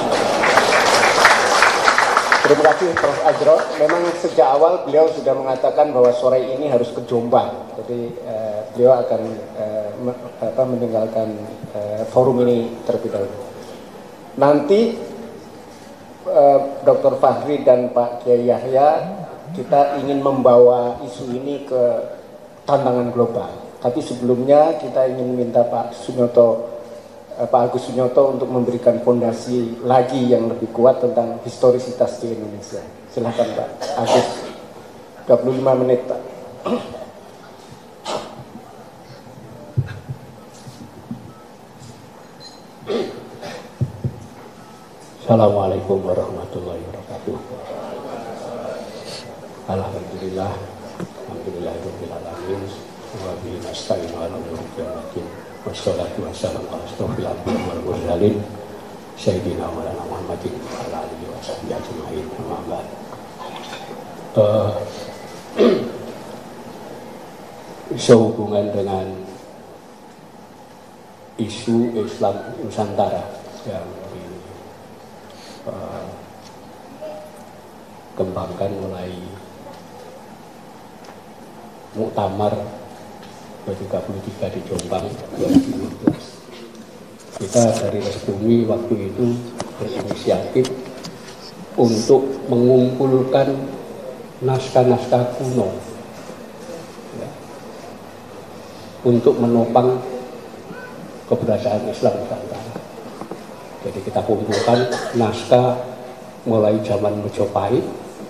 Terima kasih Prof Ajro. Memang sejak awal beliau sudah mengatakan bahwa sore ini harus ke Jombang. Jadi eh, beliau akan eh, me, apa, meninggalkan eh, forum ini terlebih dahulu. Nanti eh, Doktor Fahri dan Pak Kiai Yahya, kita ingin membawa isu ini ke tantangan global. Tapi sebelumnya kita ingin minta Pak Sunyoto, Pak Agus Sunyoto untuk memberikan fondasi lagi yang lebih kuat tentang historisitas di Indonesia. Silakan Pak Agus, dua puluh lima menit Pak. Assalamualaikum warahmatullahi wabarakatuh. Alhamdulillah, alhamdulillahirabbil alamin, wa bihi nasta'inu ala umuri din. Wassalatu wassalamu ala asyrofil anbiya'i wal mursalin sayyidina Maulana Muhammadin wa ala alihi washabihi ajma'in. Amma ba'd. Uh, sehubungan dengan isu Islam Nusantara yang dikembangkan uh, mulai muktamar ke tiga puluh tiga di Jombang dua ribu lima belas. Kita dari Resbumi waktu itu berinisiatif untuk mengumpulkan naskah-naskah kuno ya, untuk menopang keberadaan Islam Nusantara. Jadi kita kumpulkan naskah mulai zaman Majapahit,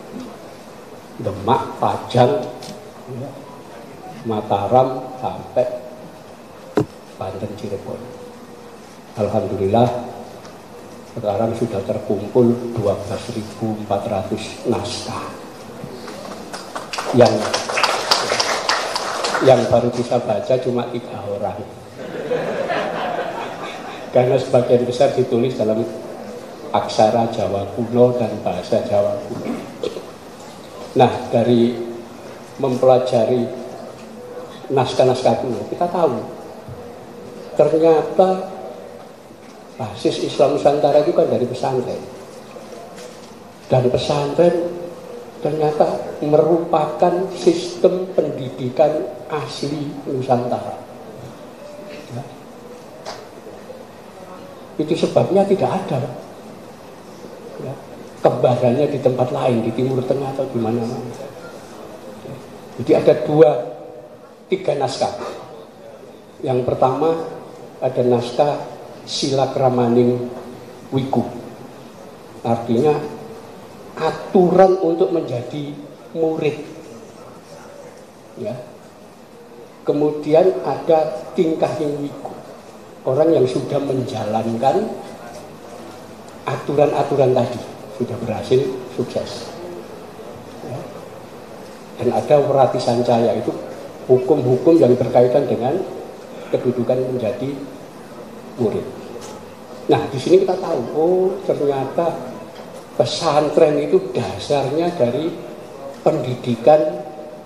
Demak, Pajang, ya, Mataram sampai Banten, Cirebon. Alhamdulillah sekarang sudah terkumpul dua belas ribu empat ratus naskah yang yang baru bisa baca cuma tiga orang karena sebagian besar ditulis dalam aksara Jawa kuno dan bahasa Jawa kuno. Nah, dari mempelajari naskah-naskah kuno, kita tahu ternyata basis Islam Nusantara itu kan dari pesantren. Dan pesantren ternyata merupakan sistem pendidikan asli Nusantara. Ya. Itu sebabnya tidak ada ya, kembarannya di tempat lain, di Timur Tengah atau di mana-mana. Ya. Jadi ada dua, tiga naskah. Yang pertama ada naskah Silakramaning Wiku, artinya aturan untuk menjadi murid. Ya. Kemudian ada Tingkahing Wiku, orang yang sudah menjalankan aturan-aturan tadi, sudah berhasil, sukses. Ya. Dan ada Werati Sancaya, itu hukum-hukum yang berkaitan dengan kedudukan menjadi murid. Nah, di sini kita tahu, oh ternyata pesantren itu dasarnya dari pendidikan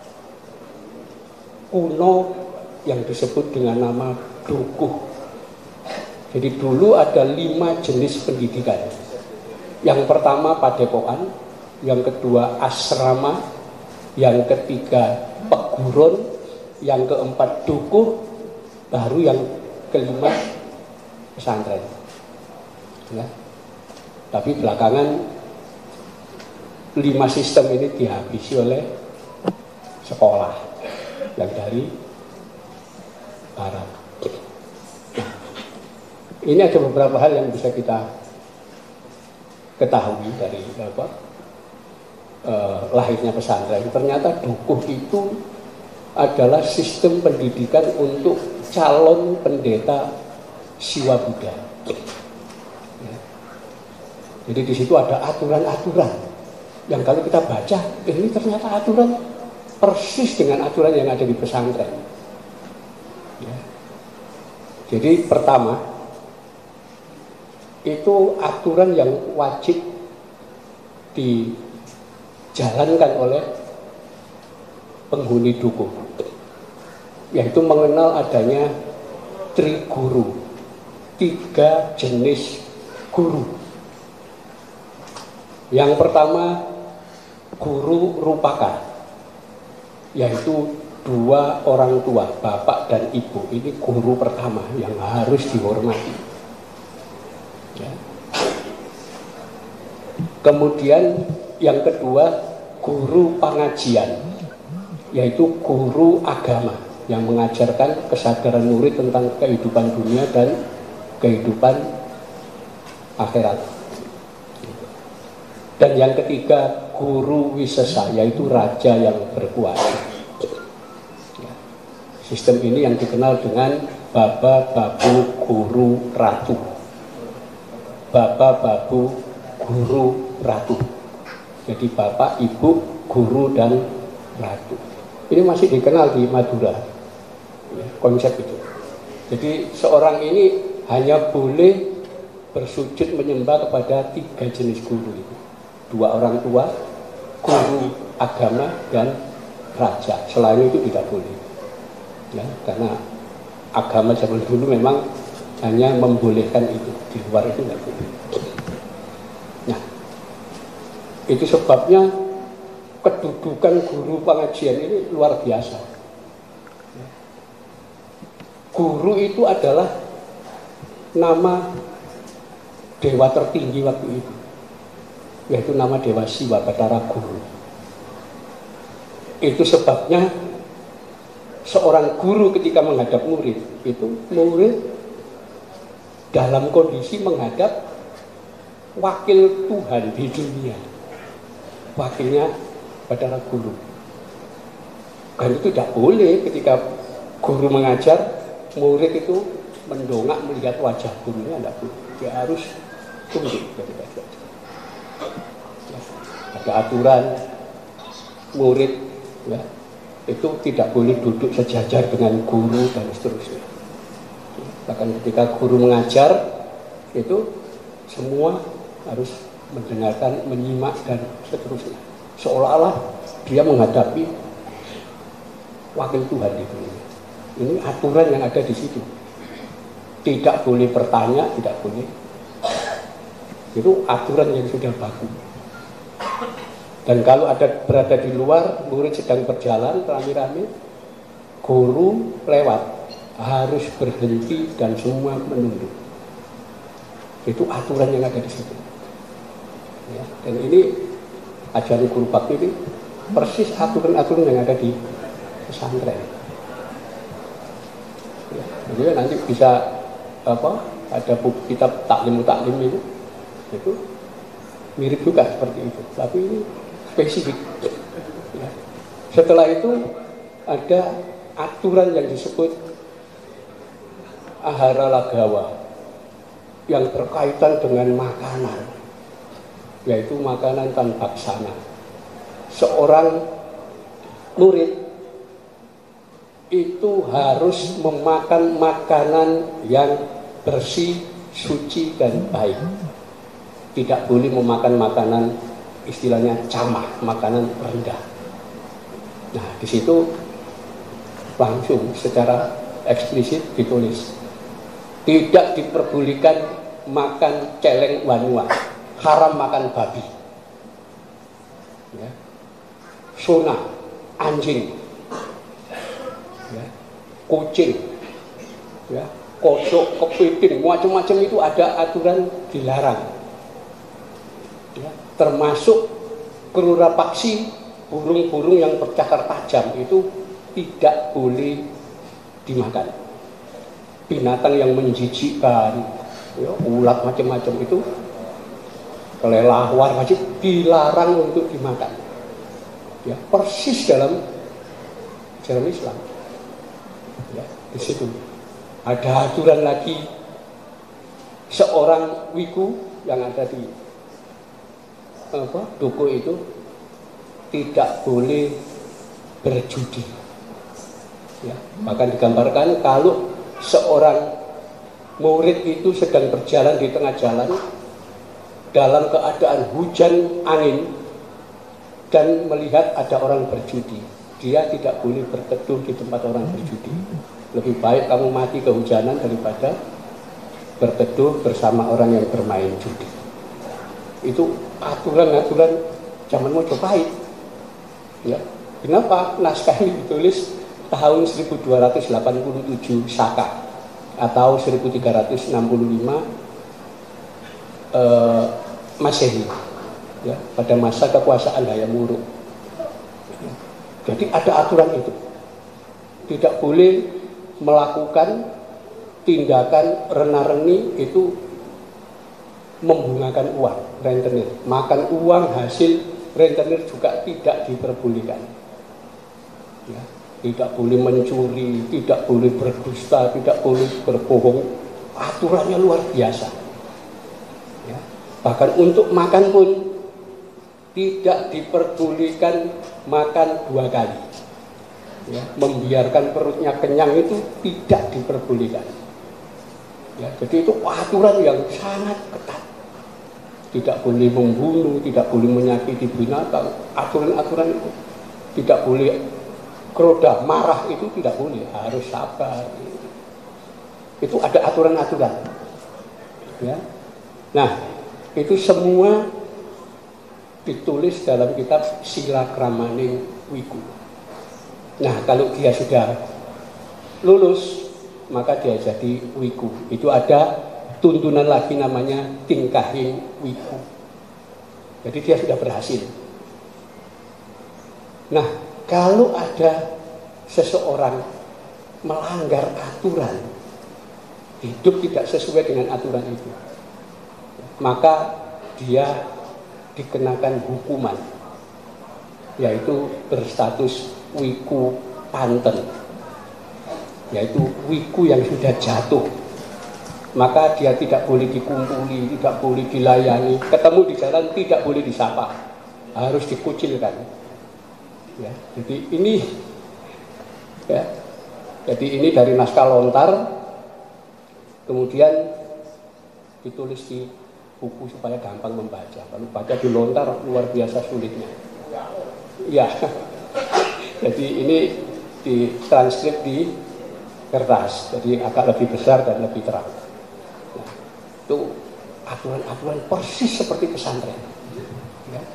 kuno yang disebut dengan nama dukuh. Jadi dulu ada lima jenis pendidikan. Yang pertama padepokan, yang kedua asrama, yang ketiga peguron, yang keempat dukuh, baru yang kelima pesantren. Ya. Tapi belakangan lima sistem ini dihabisi oleh sekolah yang dari barat. Nah, ini ada beberapa hal yang bisa kita ketahui dari apa, eh, lahirnya pesantren. Ternyata dukuh itu adalah sistem pendidikan untuk calon pendeta Siwa Buddha. Ya. Jadi di situ ada aturan-aturan yang kalau kita baca, ini ternyata aturan persis dengan aturan yang ada di pesantren. Ya. Jadi pertama, itu aturan yang wajib dijalankan oleh penghuni dukuh, yaitu mengenal adanya triguru, tiga jenis guru. Yang pertama, guru rupaka, yaitu dua orang tua, bapak dan ibu. Ini guru pertama yang harus dihormati. Ya. Kemudian yang kedua, guru pengajian, yaitu guru agama yang mengajarkan kesadaran murid tentang kehidupan dunia dan kehidupan akhirat. Dan yang ketiga, guru wisesa, yaitu raja yang berkuasa. Ya. Sistem ini yang dikenal dengan Baba, Babu, Guru, Ratu. Baba, Babu, Guru, Ratu. Jadi bapak, ibu, guru, dan ratu. Ini masih dikenal di Madura, ya, konsep itu. Jadi seorang ini hanya boleh bersujud menyembah kepada tiga jenis guru itu. Dua orang tua, guru agama, dan raja. Selain itu tidak boleh. Ya, karena agama zaman dulu memang hanya membolehkan itu, di luar itu tidak boleh. Nah, itu sebabnya kedudukan guru pengajian ini luar biasa. Guru itu adalah nama dewa tertinggi waktu itu, yaitu nama Dewa Siwa, Batara Guru. Itu sebabnya seorang guru ketika menghadap murid, itu murid dalam kondisi menghadap wakil Tuhan di dunia, wakilnya Batara Guru. Dan itu tidak boleh ketika guru mengajar, murid itu mendongak melihat wajah gurunya, tidak boleh. Dia harus tunduk ketika belajar. Ada aturan murid, ya, itu tidak boleh duduk sejajar dengan guru dan seterusnya. Bahkan ketika guru mengajar, itu semua harus mendengarkan, menyimak, dan seterusnya. Seolah-olah dia menghadapi wakil Tuhan di dunia. Ini aturan yang ada di situ. Tidak boleh bertanya, tidak boleh. Itu aturan yang sudah baku. Dan kalau ada berada di luar, murid sedang berjalan rame-rame, guru lewat, harus berhenti dan semua menunduk. Itu aturan yang ada di situ. Ya, dan ini ajaran guru bakti ini persis aturan-aturan yang ada di pesantren. Ya, jadi nanti bisa apa? Ada buku kitab taklim taklim itu, itu mirip juga seperti itu. Tapi ini spesifik. Ya. Setelah itu ada aturan yang disebut ahara lagawa yang berkaitan dengan makanan, yaitu makanan tanpa sana. Seorang murid itu harus memakan makanan yang bersih, suci, dan baik. Tidak boleh memakan makanan istilahnya camah, makanan rendah. Nah, di situ langsung secara eksplisit ditulis, tidak diperbolehkan makan celeng wanua, haram makan babi, ya. Sona, anjing, ya. Kucing, ya. Kodok, kepiting, macam-macam itu ada aturan dilarang, ya. Termasuk kerura paksi, burung-burung yang bercakar tajam itu tidak boleh dimakan. Binatang yang menjijikkan, ya, ulat macam-macam itu, kelelawar wajib dilarang untuk dimakan. Ya, persis dalam ajaran Islam. Ya, di situ ada aturan lagi, seorang wiku yang ada di apa duku itu tidak boleh berjudi. Ya, bahkan digambarkan kalau seorang murid itu sedang berjalan di tengah jalan dalam keadaan hujan angin dan melihat ada orang berjudi, dia tidak boleh berteduh di tempat orang berjudi. Lebih baik kamu mati kehujanan daripada berteduh bersama orang yang bermain judi. Itu aturan-aturan zaman Mojopahit. Ya, kenapa naskah ini ditulis tahun seribu dua ratus delapan puluh tujuh Saka atau seribu tiga ratus enam puluh lima eh, Masehi, ya, pada masa kekuasaan Hayam Wuruk. Jadi ada aturan itu, tidak boleh melakukan tindakan rena-reni itu membungakan uang, rentenir. Makan uang hasil rentenir juga tidak diperbolehkan. Ya. Tidak boleh mencuri, tidak boleh berdusta, tidak boleh berbohong. Aturannya luar biasa. Ya. Bahkan untuk makan pun tidak diperbolehkan makan dua kali. Ya. Membiarkan perutnya kenyang itu tidak diperbolehkan. Ya. Jadi itu aturan yang sangat ketat. Tidak boleh membunuh, tidak boleh menyakiti binatang. Aturan-aturan itu tidak boleh keroda, marah itu tidak boleh, harus sabar. Itu ada aturan-aturan. Ya. Nah, itu semua ditulis dalam kitab Sila Kramaning Wiku. Nah, kalau dia sudah lulus, maka dia jadi wiku. Itu ada tuntunan lagi namanya tingkahing wiku. Jadi dia sudah berhasil. Nah, kalau ada seseorang melanggar aturan, hidup tidak sesuai dengan aturan itu, maka dia dikenakan hukuman, yaitu berstatus wiku panten, yaitu wiku yang sudah jatuh. Maka dia tidak boleh dikumpuli, tidak boleh dilayani, ketemu di jalan tidak boleh disapa, harus dikucilkan. Ya, jadi ini, ya, jadi ini dari naskah lontar, kemudian ditulis di buku supaya gampang membaca. Kalau baca di lontar luar biasa sulitnya. Ya, jadi ini ditranskrip di kertas, jadi agak lebih besar dan lebih terang. Nah, itu aturan-aturan persis seperti pesantren. Ya.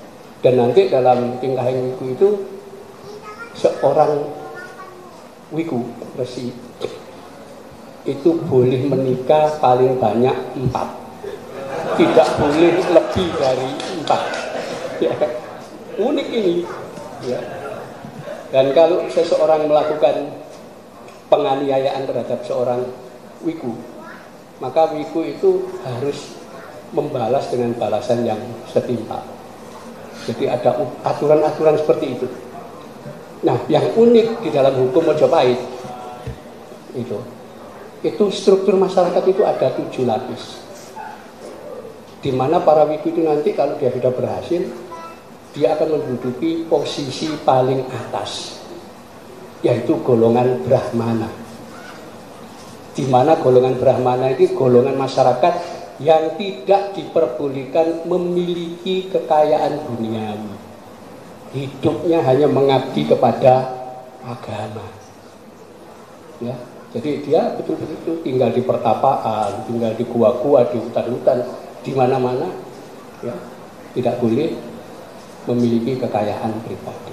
Dan nanti dalam tingkahing wiku itu seorang wiku resi itu boleh menikah paling banyak empat, tidak boleh lebih dari empat. Ya. Unik ini. Ya. Dan kalau seseorang melakukan penganiayaan terhadap seorang wiku, maka wiku itu harus membalas dengan balasan yang setimpal. Jadi ada aturan-aturan seperti itu. Nah, yang unik di dalam hukum Mojopahit itu, itu struktur masyarakat itu ada tujuh lapis. Di mana para wiku itu nanti kalau dia sudah berhasil, dia akan menduduki posisi paling atas, yaitu golongan Brahmana. Di mana golongan Brahmana itu golongan masyarakat yang tidak diperbolehkan memiliki kekayaan duniawi. Hidupnya hanya mengabdi kepada agama. Ya, jadi dia betul-betul tinggal di pertapaan, tinggal di gua-gua, di hutan-hutan, di mana-mana, ya, tidak boleh memiliki kekayaan pribadi.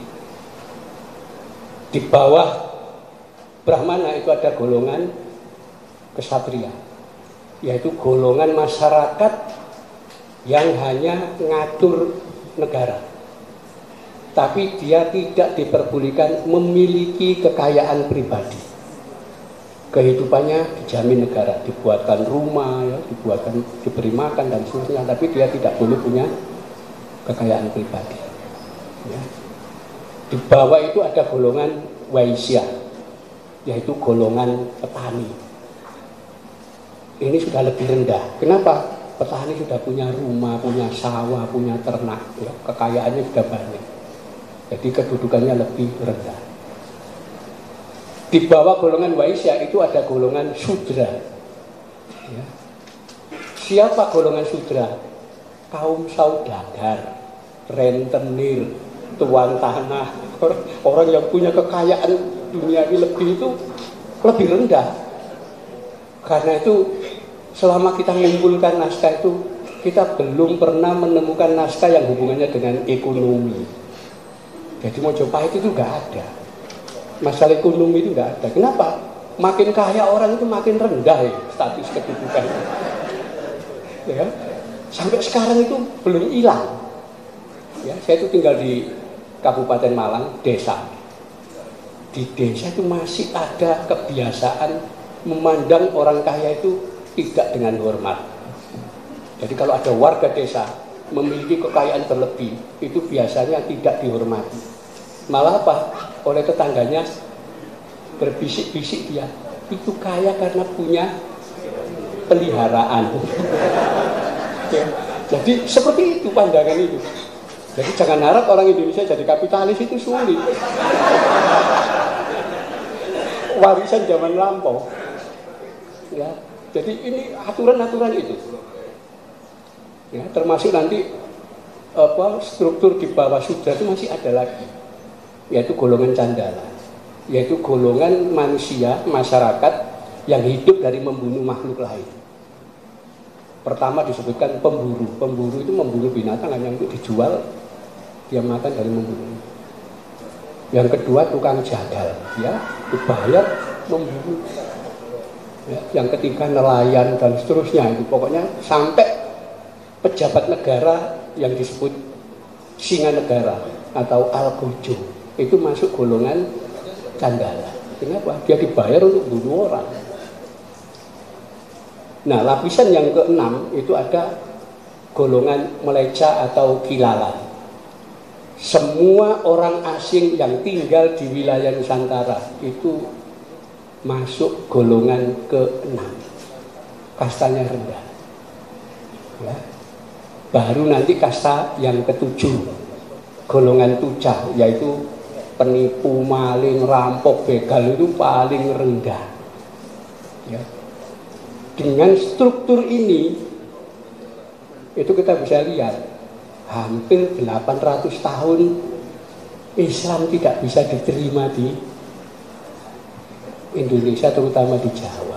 Di bawah Brahmana itu ada golongan kesatria, yaitu golongan masyarakat yang hanya ngatur negara, tapi dia tidak diperbolehkan memiliki kekayaan pribadi. Kehidupannya dijamin negara, dibuatkan rumah, ya, dibuatkan, diberi makan dan seterusnya, tapi dia tidak boleh punya kekayaan pribadi. Ya. Di bawah itu ada golongan Waisya, yaitu golongan petani. Ini sudah lebih rendah. Kenapa? Petani sudah punya rumah, punya sawah, punya ternak, ya. Kekayaannya sudah banyak. Jadi kedudukannya lebih rendah. Di bawah golongan Waisya itu ada golongan Sudra. Ya. Siapa golongan Sudra? Kaum saudagar, rentenir, tuan tanah, orang yang punya kekayaan duniawi lebih itu lebih rendah. Karena itu selama kita mengumpulkan naskah itu, kita belum pernah menemukan naskah yang hubungannya dengan ekonomi. Jadi Mojopahit itu nggak ada. Masalah ekonomi itu nggak ada. Kenapa? Makin kaya orang itu makin rendah ya status kedudukan. Ya. Sampai sekarang itu belum hilang. Ya, saya itu tinggal di Kabupaten Malang, desa. Di desa itu masih ada kebiasaan memandang orang kaya itu tidak dengan hormat. Jadi kalau ada warga desa memiliki kekayaan berlebih, itu biasanya tidak dihormati. Malah apa? Oleh tetangganya berbisik-bisik dia, itu kaya karena punya peliharaan. Ya. Jadi seperti itu pandangan itu. Jadi jangan harap orang Indonesia jadi kapitalis, itu sulit. Warisan zaman lampau. Ya, jadi ini aturan-aturan itu. Ya, termasuk nanti apa struktur di bawah Sudra itu masih ada lagi, yaitu golongan Candala, yaitu golongan manusia masyarakat yang hidup dari membunuh makhluk lain. Pertama disebutkan pemburu. Pemburu itu memburu binatang hanya untuk dijual, dia makan dari membunuh. Yang kedua tukang jagal, ya, dibayar memburu. Ya, yang ketiga nelayan dan seterusnya, itu pokoknya sampai pejabat negara yang disebut singa negara atau algojo itu masuk golongan Candala. Kenapa? Dia dibayar untuk bunuh orang. Nah, lapisan yang keenam itu ada golongan Meleca atau Kilalan. Semua orang asing yang tinggal di wilayah Nusantara itu masuk golongan keenam. Kastanya rendah. Ya. Baru nanti kasta yang ketujuh, golongan Tuca, yaitu penipu, maling, rampok, begal, itu paling rendah. Ya. Dengan struktur ini, itu kita bisa lihat hampir delapan ratus tahun Islam tidak bisa diterima di Indonesia, terutama di Jawa.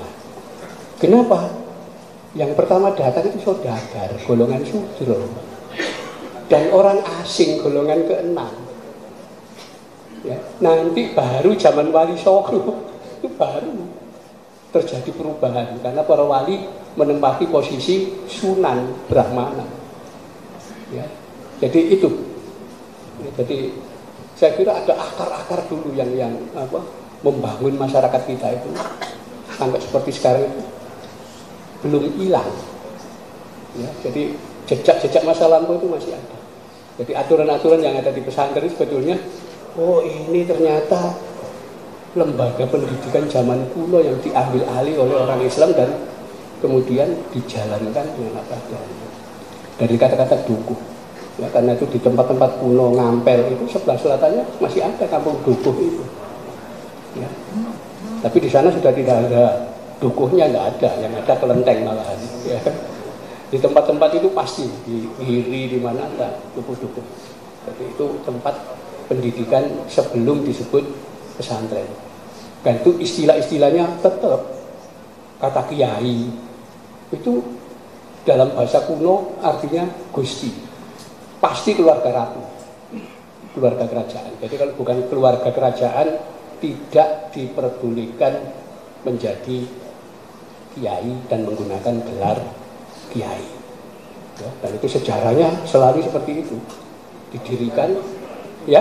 Kenapa? Yang pertama datang itu saudagar, golongan Sudra. Dan orang asing golongan keenam. Ya, nanti baru zaman Wali Songo itu baru terjadi perubahan karena para wali menempati posisi Sunan Brahmana. Ya, jadi itu. Ya, jadi saya kira ada akar-akar dulu yang yang apa membangun masyarakat kita itu sampai seperti sekarang itu belum hilang. Ya, jadi jejak-jejak masa lampau itu masih ada. Jadi aturan-aturan yang ada di pesantren sebetulnya, oh ini ternyata lembaga pendidikan zaman kuno yang diambil alih oleh orang Islam dan kemudian dijalankan dengan apa adanya. Dari kata-kata dukuh, ya, karena itu di tempat-tempat kuno Ngampel itu sebelah selatannya masih ada kampung dukuh itu. Ya. Tapi di sana sudah tidak ada dukuhnya, nggak ada, yang ada kelenteng malahan. Ya. Di tempat-tempat itu pasti di Giri di mana ada dukuh-dukuh. Jadi itu tempat pendidikan sebelum disebut pesantren. Dan itu istilah-istilahnya tetap kata kiai itu dalam bahasa kuno artinya gusti, pasti keluarga ratu, keluarga kerajaan. Jadi kalau bukan keluarga kerajaan tidak diperbolehkan menjadi kiai dan menggunakan gelar kiai. Ya, dan itu sejarahnya selalu seperti itu, didirikan ya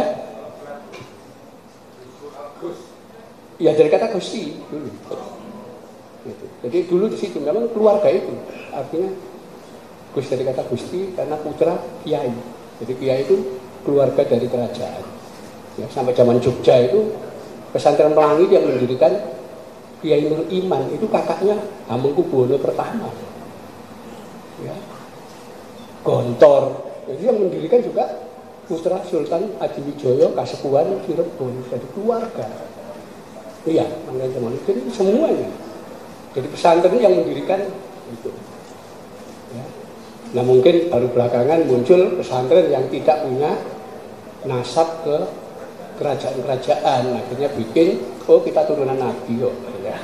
ya dari kata gusti dulu. Gitu. Jadi dulu di situ memang keluarga itu artinya gus dari kata gusti karena putra kiai. Jadi kiai itu keluarga dari kerajaan. Ya, sampai zaman Jogja itu pesantren Pelangi yang mendirikan Kiai Nur Iman itu kakaknya Hamengkubuwono pertama. Ya. Gontor itu yang mendirikan juga putra Sultan Adiwijoyo Kasepuhan Cirebon, jadi keluarga. Iya, makanya teman itu semuanya. Jadi pesantren yang mendirikan itu. Ya. Nah mungkin baru belakangan muncul pesantren yang tidak punya nasab ke kerajaan-kerajaan, akhirnya bikin, oh kita turunan Nabi kok. Ya.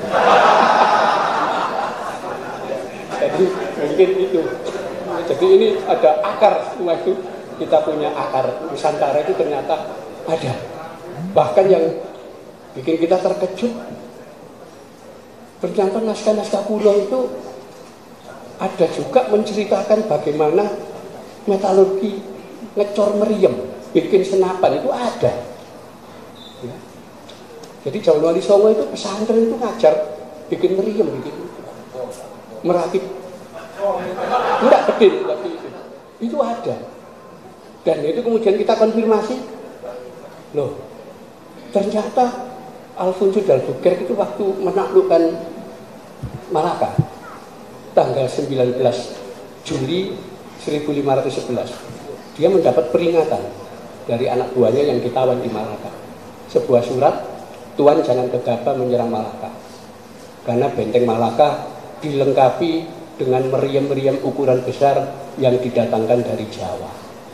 Jadi mungkin itu. Jadi ini ada akar semua itu, kita punya akar Nusantara itu ternyata ada. Bahkan yang bikin kita terkejut, ternyata naskah-naskah kuno itu ada juga menceritakan bagaimana metalurgi ngecor meriam, bikin senapan itu ada. Ya. Jadi zaman Wali Songo itu pesantren itu ngajar bikin meriam, bikin merakit. Enggak bedil tapi itu. Itu ada. Dan itu kemudian kita konfirmasi, loh, ternyata Alfonso D'Albuquerque itu waktu menaklukkan Malaka tanggal sembilan belas Juli seribu lima ratus sebelas, dia mendapat peringatan dari anak buahnya yang ditawan di Malaka. Sebuah surat, Tuan jangan gegabah menyerang Malaka, karena benteng Malaka dilengkapi dengan meriam-meriam ukuran besar yang didatangkan dari Jawa.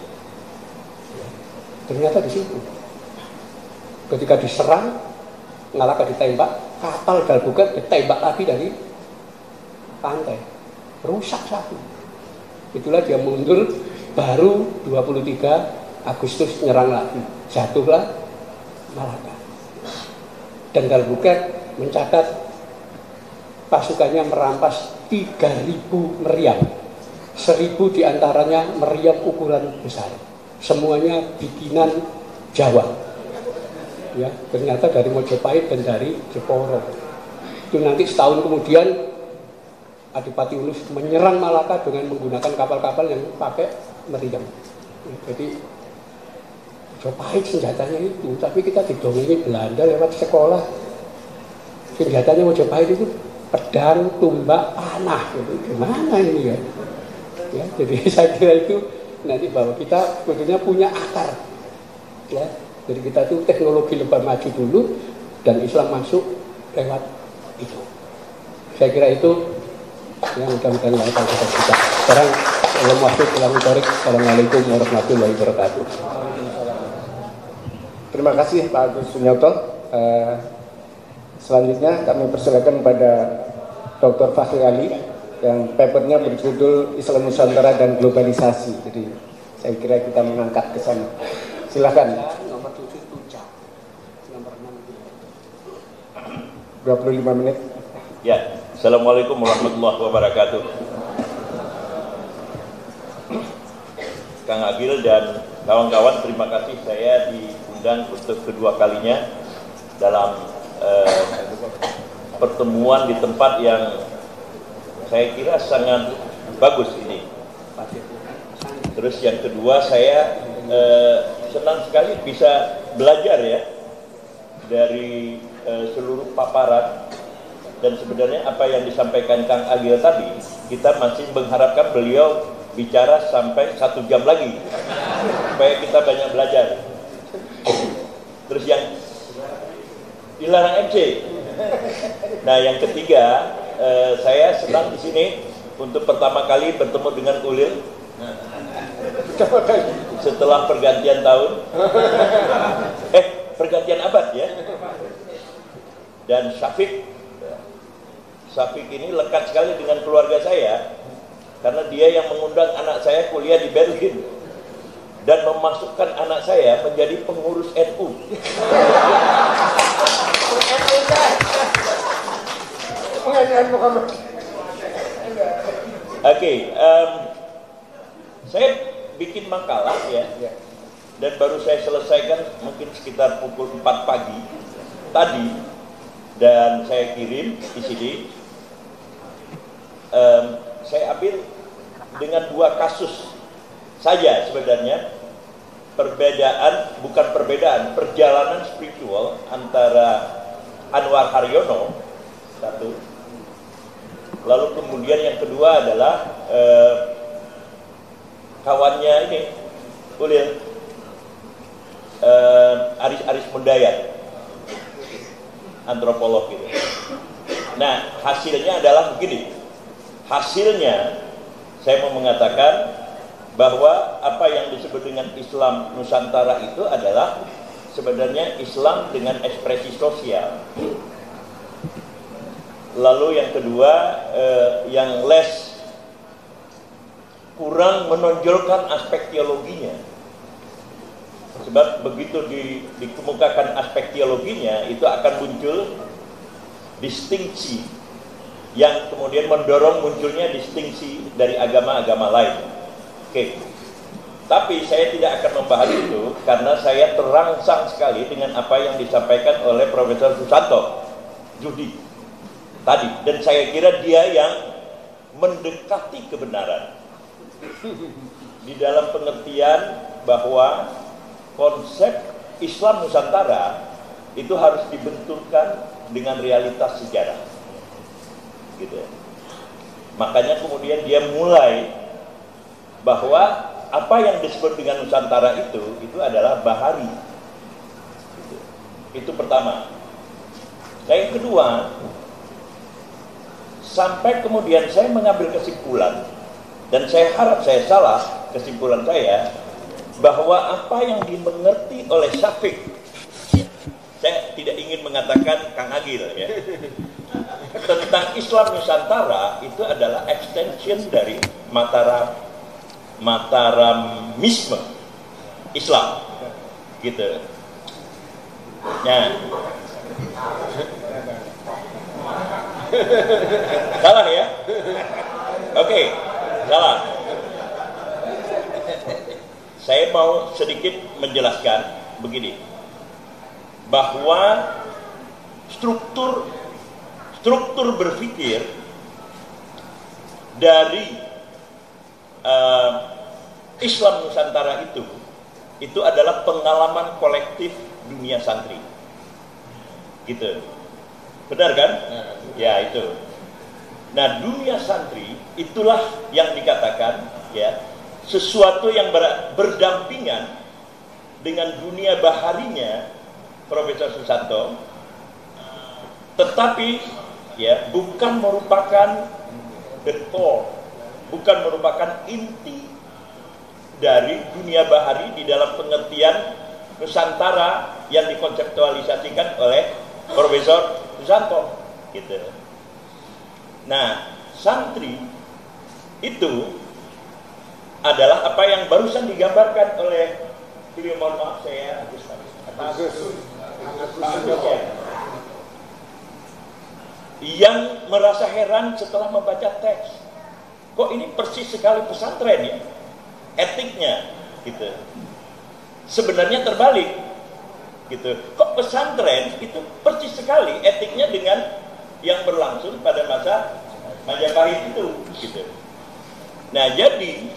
Ternyata di situ, ketika diserang, Malaka ditembak, kapal D'Albuquerque ditembak lagi dari pantai, rusak satu. Itulah dia mundur, baru dua puluh tiga Agustus nyerang lagi, jatuhlah Malaka. Dan D'Albuquerque mencatat pasukannya merampas tiga ribu meriam, seribu diantaranya meriam ukuran besar, semuanya bikinan Jawa. Ya, ternyata dari Mojopahit dan dari Jeporo. Itu nanti setahun kemudian Adipati Ulus menyerang Malaka dengan menggunakan kapal-kapal yang pakai meriam. Ya, jadi Mojopahit senjatanya itu, tapi kita didongeni Belanda lewat sekolah. Senjatanya Mojopahit itu pedang, tumbak, panah. Gitu. Gimana ini ya? Ya, jadi saya kira itu nanti bahwa kita sebetulnya punya akar. Ya. Jadi kita itu teknologi lebih maju dulu dan Islam masuk lewat itu. Saya kira itu yang mudah-mudahan kita kita. Sekarang dalam waktu pulang tarik. Assalamualaikum warahmatullahi wabarakatuh. Terima kasih Pak Agus Sunyoto. Uh, selanjutnya kami persilakan pada Doktor Fahri Ali yang papernya berjudul Islam Nusantara dan Globalisasi. Jadi Saya kira kita mengangkat ke sana. Silakan. Nomor tujuh Tuncak. Nomor enam. dua puluh lima menit. Ya, Assalamualaikum warahmatullahi wabarakatuh. Kang Agil dan kawan-kawan, terima kasih saya diundang untuk kedua kalinya dalam eh, pertemuan di tempat yang saya kira sangat bagus ini. Terus yang kedua, saya eh, senang sekali bisa belajar ya dari eh, seluruh paparan, dan sebenarnya apa yang disampaikan Kang Agil tadi, kita masih mengharapkan beliau bicara sampai satu jam lagi supaya kita banyak belajar. Terus yang dilarang M C. Nah, yang ketiga, eh, saya senang di sini untuk pertama kali bertemu dengan Ulil setelah pergantian tahun. Eh, pergantian abad ya. Dan Syafiq, Syafiq ini lekat sekali dengan keluarga saya karena dia yang mengundang anak saya kuliah di Berlin dan memasukkan anak saya menjadi pengurus N U. Oke, okay, um, saya bikin makalah ya, dan baru saya selesaikan mungkin sekitar pukul empat pagi tadi, dan saya kirim di sini. Um, saya ambil dengan dua kasus saja sebenarnya, perbedaan, bukan perbedaan, perjalanan spiritual antara Anwar Haryono satu, lalu kemudian yang kedua adalah eh, kawannya ini Ulil, eh, Aris Aris Mundayat, antropolog gitu. Nah, hasilnya adalah begini. Hasilnya, saya mau mengatakan bahwa apa yang disebut dengan Islam Nusantara itu adalah sebenarnya Islam dengan ekspresi sosial. Lalu yang kedua, eh, yang less kurang menonjolkan aspek teologinya. Sebab begitu di, dikemukakan aspek teologinya, itu akan muncul distingsi yang kemudian mendorong munculnya distingsi dari agama-agama lain. Oke, tapi saya tidak akan membahas itu karena saya terangsang sekali dengan apa yang disampaikan oleh Profesor Susanto Judi tadi, dan saya kira dia yang mendekati kebenaran di dalam pengertian bahwa konsep Islam Nusantara itu harus dibenturkan dengan realitas sejarah. Gitu. Makanya kemudian dia mulai bahwa apa yang disebut dengan Nusantara itu itu adalah bahari. Gitu. Itu pertama. Nah, yang kedua, sampai kemudian saya mengambil kesimpulan, dan saya harap saya salah kesimpulan saya, bahwa apa yang dimengerti oleh Syafiq, saya tidak ingin mengatakan Kang Agil ya, tentang Islam Nusantara itu adalah extension dari Mataram Mataramisme Islam, gitu. Nah, salah ya? Oke, okay, salah. Saya mau sedikit menjelaskan begini, bahwa struktur struktur berpikir dari uh, Islam Nusantara itu itu adalah pengalaman kolektif dunia santri, gitu. Benar kan? Ya, itu. Nah, dunia santri itulah yang dikatakan ya sesuatu yang ber, berdampingan dengan dunia baharinya Profesor Susanto, tetapi ya bukan merupakan the core, bukan merupakan inti dari dunia bahari di dalam pengertian Nusantara yang dikonseptualisasikan oleh Profesor Susanto, gitu. Nah, santri itu adalah apa yang barusan digambarkan oleh beliau, mohon maaf saya Agus Agus yang merasa heran setelah membaca teks, kok ini persis sekali pesantren ya etiknya gitu. Sebenarnya terbalik gitu, kok pesantren itu persis sekali etiknya dengan yang berlangsung pada masa Majapahit itu gitu. Nah, jadi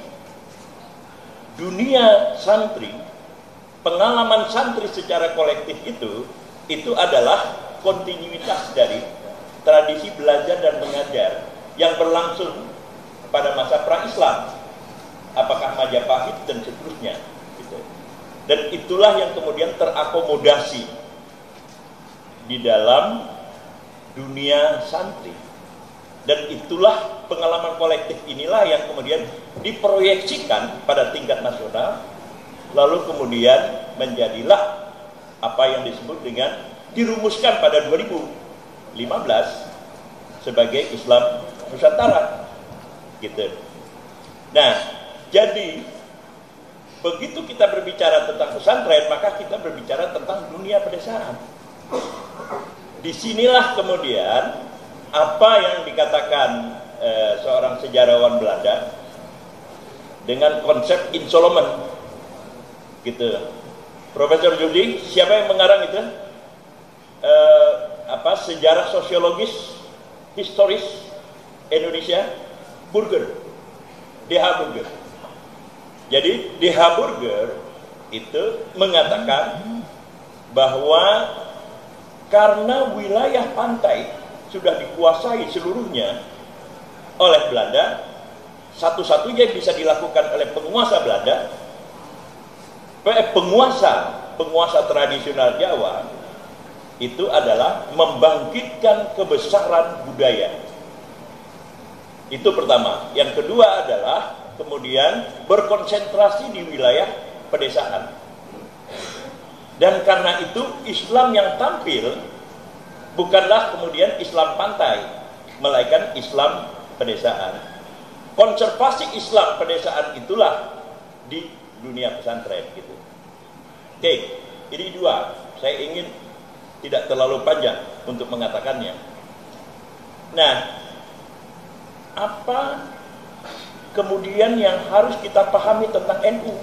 dunia santri, pengalaman santri secara kolektif itu itu adalah kontinuitas dari tradisi belajar dan mengajar yang berlangsung pada masa pra-Islam, apakah Majapahit dan seterusnya gitu. Dan itulah yang kemudian terakomodasi di dalam dunia santri, dan itulah pengalaman kolektif inilah yang kemudian diproyeksikan pada tingkat nasional, lalu kemudian menjadilah apa yang disebut dengan dirumuskan pada dua ribu lima belas sebagai Islam Nusantara gitu. Nah, jadi begitu kita berbicara tentang pesantren, maka kita berbicara tentang dunia pedesaan. Disinilah kemudian apa yang dikatakan eh, seorang sejarawan Belanda dengan konsep insolament gitu. Profesor Juli, siapa yang mengarang itu? Eh, apa sejarah sosiologis historis Indonesia? Burger, D H Burger. Jadi D H Burger itu mengatakan bahwa karena wilayah pantai sudah dikuasai seluruhnya oleh Belanda, satu-satunya yang bisa dilakukan oleh penguasa Belanda, penguasa penguasa tradisional Jawa, itu adalah membangkitkan kebesaran budaya. Itu pertama. Yang kedua adalah kemudian berkonsentrasi di wilayah pedesaan. Dan karena itu Islam yang tampil bukanlah kemudian Islam pantai, melainkan Islam pedesaan. Konservasi Islam pedesaan itulah di dunia pesantren gitu. Oke, ini dua. Saya ingin tidak terlalu panjang untuk mengatakannya. Nah, apa kemudian yang harus kita pahami tentang N U?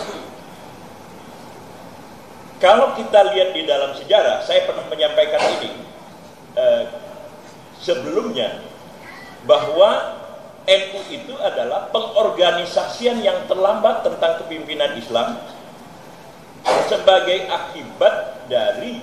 Kalau kita lihat di dalam sejarah, saya pernah menyampaikan ini eh, sebelumnya, bahwa N U itu adalah pengorganisasian yang terlambat tentang kepimpinan Islam sebagai akibat dari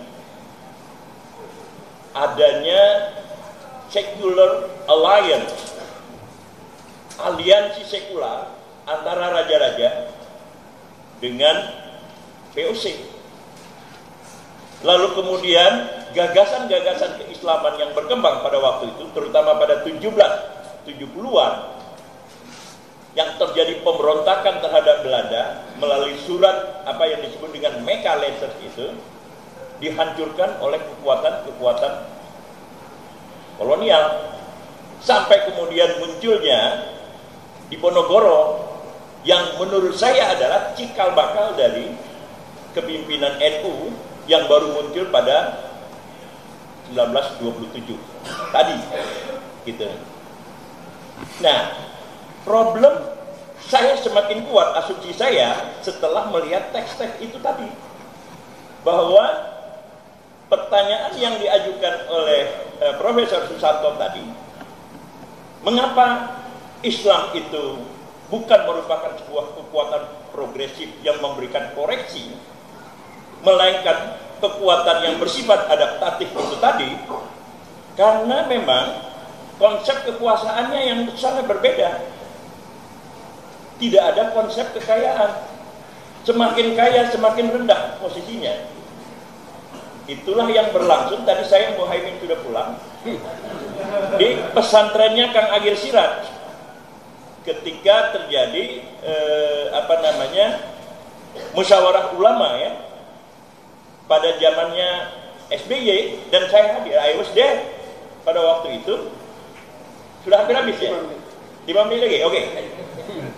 adanya secular alliance, aliansi sekular antara raja-raja dengan V O C. Lalu kemudian gagasan-gagasan keislaman yang berkembang pada waktu itu, terutama pada tujuh belas tujuh puluhan, yang terjadi pemberontakan terhadap Belanda melalui surat apa yang disebut dengan Mecca Letters itu, dihancurkan oleh kekuatan-kekuatan kolonial, sampai kemudian munculnya Diponegoro yang menurut saya adalah cikal bakal dari kepimpinan N U yang baru muncul pada seribu sembilan ratus dua puluh tujuh tadi gitu. Nah, problem saya semakin kuat, asumsi saya setelah melihat teks-teks itu tadi, bahwa pertanyaan yang diajukan oleh eh, Profesor Susanto tadi, mengapa Islam itu bukan merupakan sebuah kekuatan progresif yang memberikan koreksi, melainkan kekuatan yang bersifat adaptatif itu tadi, karena memang konsep kekuasaannya yang sangat berbeda. Tidak ada konsep kekayaan, semakin kaya semakin rendah posisinya. Itulah yang berlangsung. Tadi saya Muhaimin sudah pulang di pesantrennya Kang Agil Siraj ketika terjadi eh, apa namanya musyawarah ulama ya pada zamannya S B Y, dan saya hadir, I was there pada waktu itu. Sudah hampir habis ya? lima menit lagi? Oke. Okay.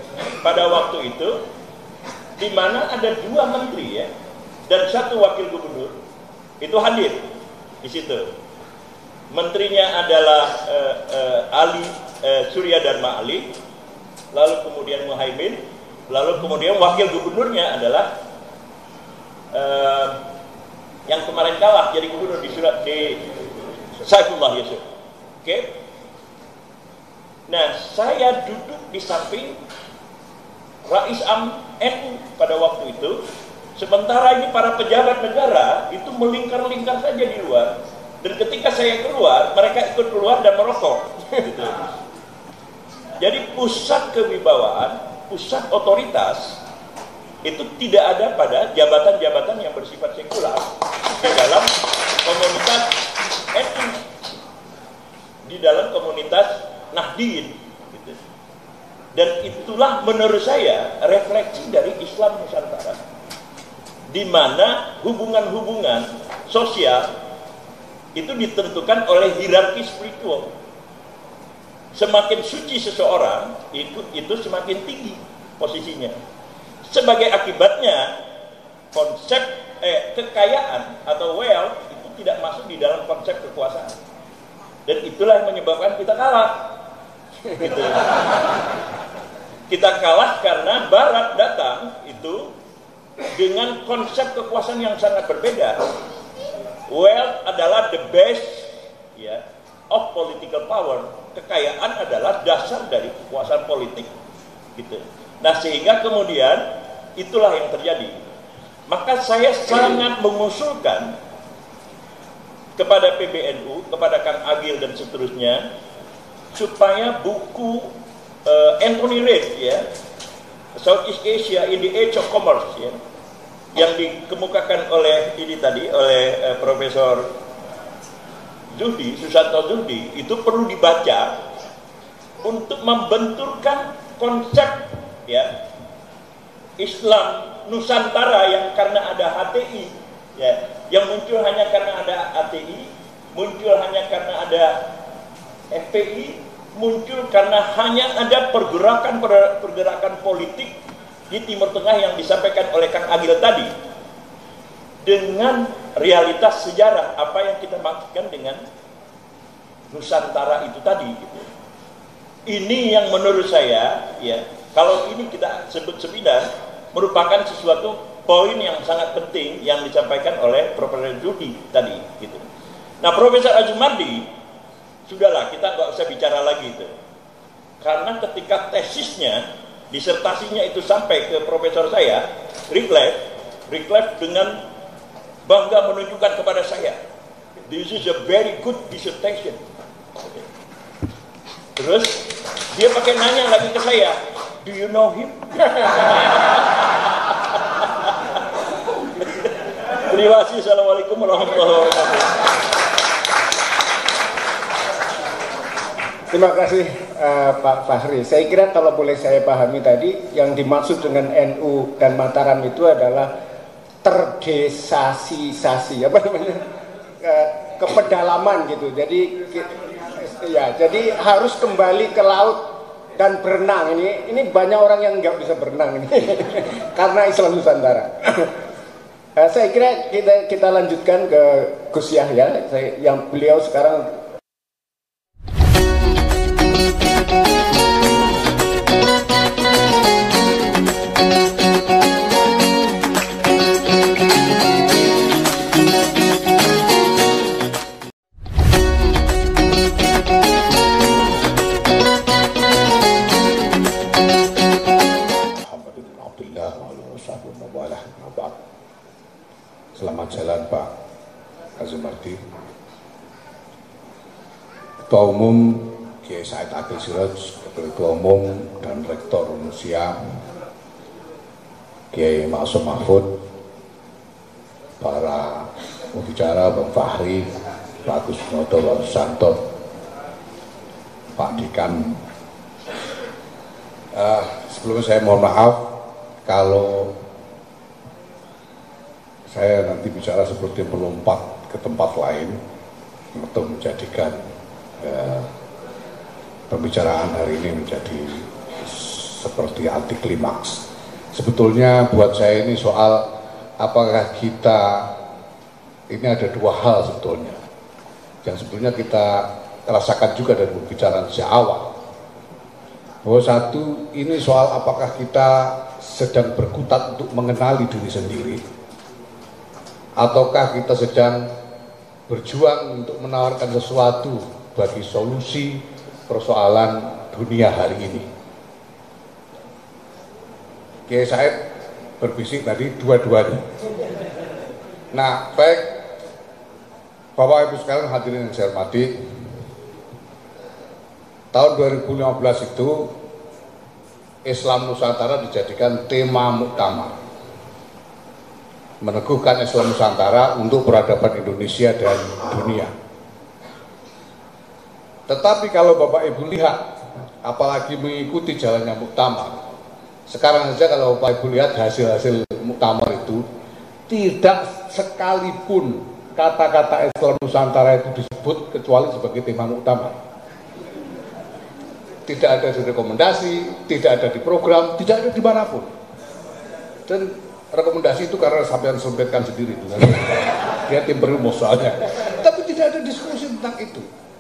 pada waktu itu, di mana ada dua menteri ya dan satu wakil gubernur itu hadir di situ. Menterinya adalah uh, uh, Ali uh, Surya Dharma Ali, lalu kemudian Muhaimin, lalu kemudian wakil gubernurnya adalah uh, yang kemarin kalah jadi gubernur di surat di Saifullah Yusuf. Oke. Okay? Nah, saya duduk di samping Rais Am N U pada waktu itu, sementara ini para pejabat negara itu melingkar-lingkar saja di luar, dan ketika saya keluar, mereka ikut keluar dan merokok. Gitu. Jadi pusat kewibawaan, pusat otoritas itu tidak ada pada jabatan-jabatan yang bersifat sekular di dalam komunitas N U, di dalam komunitas Nahdien, gitu. Dan itulah menurut saya refleksi dari Islam Nusantara, di mana hubungan-hubungan sosial itu ditentukan oleh hierarki spiritual. Semakin suci seseorang itu itu semakin tinggi posisinya. Sebagai akibatnya konsep eh, kekayaan atau wealth itu tidak masuk di dalam konsep kekuasaan, dan itulah yang menyebabkan kita kalah. Gitu. Kita kalah karena Barat datang itu dengan konsep kekuasaan yang sangat berbeda. Wealth adalah the base ya, of political power. Kekayaan adalah dasar dari kekuasaan politik, gitu. Nah, sehingga kemudian itulah yang terjadi. Maka saya sangat mengusulkan kepada P B N U, kepada Kang Agil dan seterusnya, supaya buku uh, Anthony Reid ya, Southeast Asia in the Age of Commerce ya, yang dikemukakan oleh ini tadi oleh uh, Profesor Zuhdi, Susanto Zuhdi, itu perlu dibaca untuk membenturkan konsep ya Islam Nusantara yang karena ada H T I ya, yang muncul hanya karena ada H T I, muncul hanya karena ada F P I, muncul karena hanya ada pergerakan pergerakan politik di Timur Tengah yang disampaikan oleh Kang Agil tadi, dengan realitas sejarah apa yang kita maksudkan dengan Nusantara itu tadi, gitu. Ini yang menurut saya ya, kalau ini kita sebut sepindah, merupakan sesuatu poin yang sangat penting yang disampaikan oleh Profesor Zuhdi tadi, gitu. Nah, Profesor Azumardi, sudahlah, kita nggak usah bicara lagi itu, karena ketika tesisnya, disertasinya itu sampai ke profesor saya, Rickleff, Rickleff dengan bangga menunjukkan kepada saya, this is a very good dissertation. Terus dia pakai nanya lagi ke saya, do you know him? Terima kasih. Assalamualaikum warahmatullahi wabarakatuh. Terima kasih uh, Pak Fahri. Saya kira kalau boleh saya pahami tadi, yang dimaksud dengan N U dan Mataram itu adalah terdesasisasi, apa namanya, uh, ke pedalaman gitu. Jadi ya, jadi harus kembali ke laut dan berenang. Ini ini banyak orang yang nggak bisa berenang ini karena Islam Nusantara. uh, saya kira kita kita lanjutkan ke Gus Yahya, saya, yang beliau sekarang. Selamat jalan Pak Azumardi. Ketua Umum Kiai Said Akil Siraj, Ketua Umum dan Rektor Unusia Kiai Ma'asum Mahfud, para pembicara Bang Fahri, Pak Agus Noto, Pak Susanto, Pak Dekan. Uh, sebelumnya saya mohon maaf kalau saya nanti bicara seperti melompat ke tempat lain untuk menjadikan ya, pembicaraan hari ini menjadi seperti anti klimaks. Sebetulnya buat saya ini soal apakah kita, ini ada dua hal sebetulnya yang sebetulnya kita rasakan juga dari pembicaraan sejak awal. Bahwa satu, ini soal apakah kita sedang berkutat untuk mengenali diri sendiri, ataukah kita sedang berjuang untuk menawarkan sesuatu bagi solusi persoalan dunia hari ini. Kiai Said berbisik tadi dua-duanya. Nah, baik Bapak Ibu sekalian hadirin yang saya hormati, tahun dua ribu lima belas itu Islam Nusantara dijadikan tema muktamar, meneguhkan Islam Nusantara untuk peradaban Indonesia dan dunia. Tetapi kalau Bapak Ibu lihat, apalagi mengikuti jalannya muktamar, sekarang saja kalau Bapak Ibu lihat hasil-hasil muktamar itu, tidak sekalipun kata-kata Islam Nusantara itu disebut kecuali sebagai tema muktamar. Tidak ada di rekomendasi, tidak ada di program, tidak ada dimanapun. Dan rekomendasi itu karena sampai sempitkan sendiri, dia tim berumus soalnya. Tapi tidak ada diskusi tentang itu.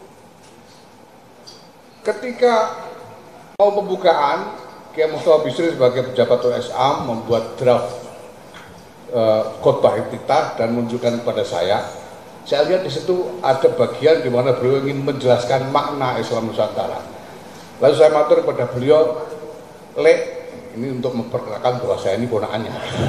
Ketika mau pembukaan, Kiai Mustafa Bisri sebagai pejabat O S A membuat draft uh, khotbah iftitah dan menunjukkan kepada saya. Saya lihat di situ ada bagian di mana beliau ingin menjelaskan makna Islam Nusantara. Lalu saya matur kepada beliau, Lek, ini untuk memperkenalkan bahwa saya ini ponakannya.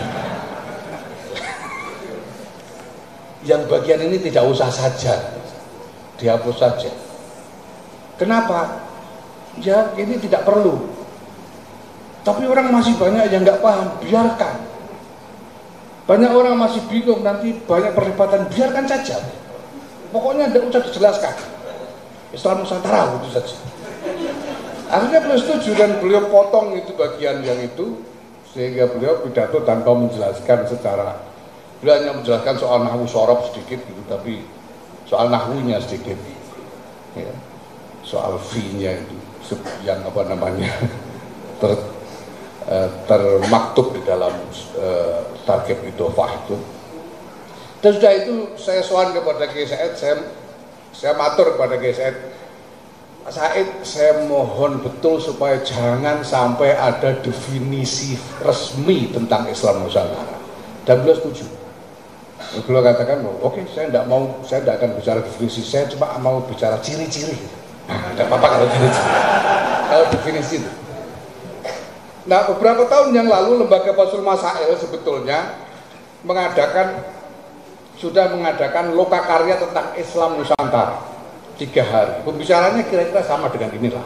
Yang bagian ini tidak usah saja, dihapus saja. Kenapa? Ya ini tidak perlu. Tapi orang masih banyak yang nggak paham, biarkan. Banyak orang masih bingung, nanti banyak perdebatan, biarkan saja. Pokoknya tidak usah dijelaskan. Islam Nusantara itu saja. Akhirnya beliau setuju dan beliau potong itu bagian yang itu, sehingga beliau pidato tanpa menjelaskan secara, beliau hanya menjelaskan soal nahwu sorob sedikit gitu, tapi soal nahwunya sedikit, ya. Soal V-nya itu, yang apa namanya, ter, eh, termaktub di dalam eh, target idofah itu. Dan sudah itu saya soal kepada Kiai Said, saya, saya matur kepada Kiai Said, Said, saya mohon betul supaya jangan sampai ada definisi resmi tentang Islam Nusantara. Dan beliau setuju. Beliau katakan, oke, okay, saya tidak mau, saya tidak akan bicara definisi, saya cuma mau bicara ciri-ciri. Nah, tidak apa-apa kalau ciri-ciri. Kalau definisi itu. Nah, beberapa tahun yang lalu Lembaga Fathul Masail sebetulnya mengadakan, sudah mengadakan lokakarya tentang Islam Nusantara. Tiga hari, pembicaranya kira-kira sama dengan inilah.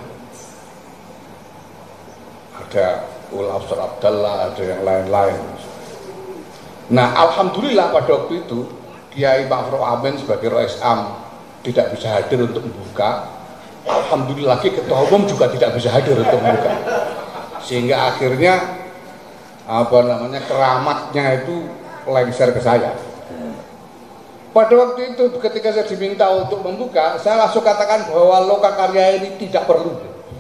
Ada Ul Afsar Abdallah, ada yang lain-lain. Nah, alhamdulillah pada waktu itu Kiai Ma'ruf Amin sebagai Rais Am tidak bisa hadir untuk membuka. Alhamdulillah lagi Ketua Umum juga tidak bisa hadir untuk membuka. Sehingga akhirnya apa namanya keramatnya itu lengser ke saya. Pada waktu itu ketika saya diminta untuk membuka, saya langsung katakan bahwa lokakarya ini tidak perlu.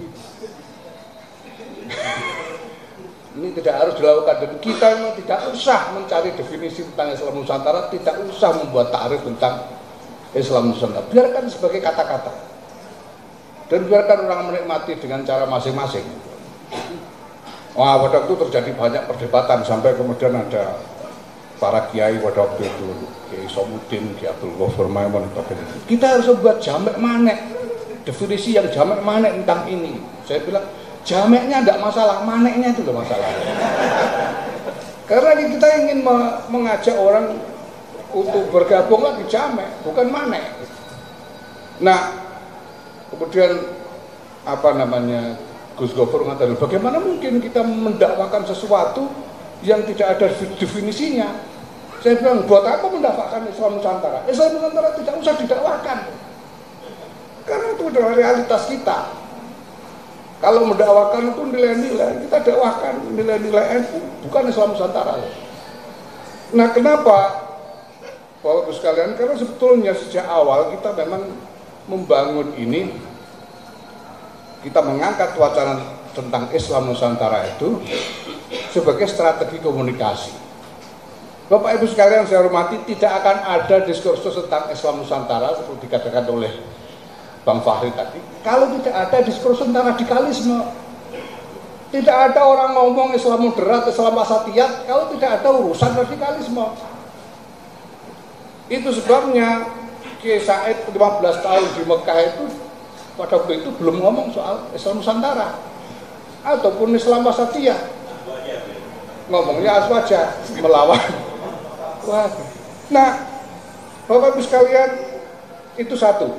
Ini tidak harus dilakukan, dan kita memang tidak usah mencari definisi tentang Islam Nusantara, tidak usah membuat takrif tentang Islam Nusantara. Biarkan sebagai kata-kata, dan biarkan orang menikmati dengan cara masing-masing. Wah, pada waktu itu terjadi banyak perdebatan sampai kemudian ada para kiai pada waktu itu, Kiai Somudin, Kiai Abdul Ghafur Maimun, kita harus membuat jamek manek, definisi yang jamek manek tentang ini. Saya bilang jameknya tidak masalah, maneknya itu loh masalah. Karena kita ingin mengajak orang untuk bergabung lagi jamek, bukan manek. Nah, kemudian apa namanya Gus Ghafur mengatakan, bagaimana mungkin kita mendakwakan sesuatu yang tidak ada definisinya? Saya bilang, buat apa mendakwakan Islam Nusantara? Islam Nusantara tidak usah didakwakan, karena itu adalah realitas kita. Kalau mendakwakan itu nilai-nilai, kita dakwakan nilai-nilai N U, bukan Islam Nusantara. Nah, kenapa Bapak Ibu sekalian? Karena sebetulnya sejak awal kita memang membangun ini, kita mengangkat wacana tentang Islam Nusantara itu sebagai strategi komunikasi. Bapak Ibu sekalian saya hormati, tidak akan ada diskursus tentang Islam Nusantara seperti dikatakan oleh Bang Fahri tadi kalau tidak ada diskursus tentang radikalisme. Tidak ada orang ngomong Islam moderat, Islam wasatiyat kalau tidak ada urusan radikalisme. Itu sebabnya Kiai Said lima belas tahun di Mekah itu pada waktu itu belum ngomong soal Islam Nusantara ataupun Islam wasatiyah. Ngomongnya aswaja, melawan. Wah. Nah, Bapak Ibu sekalian, itu satu.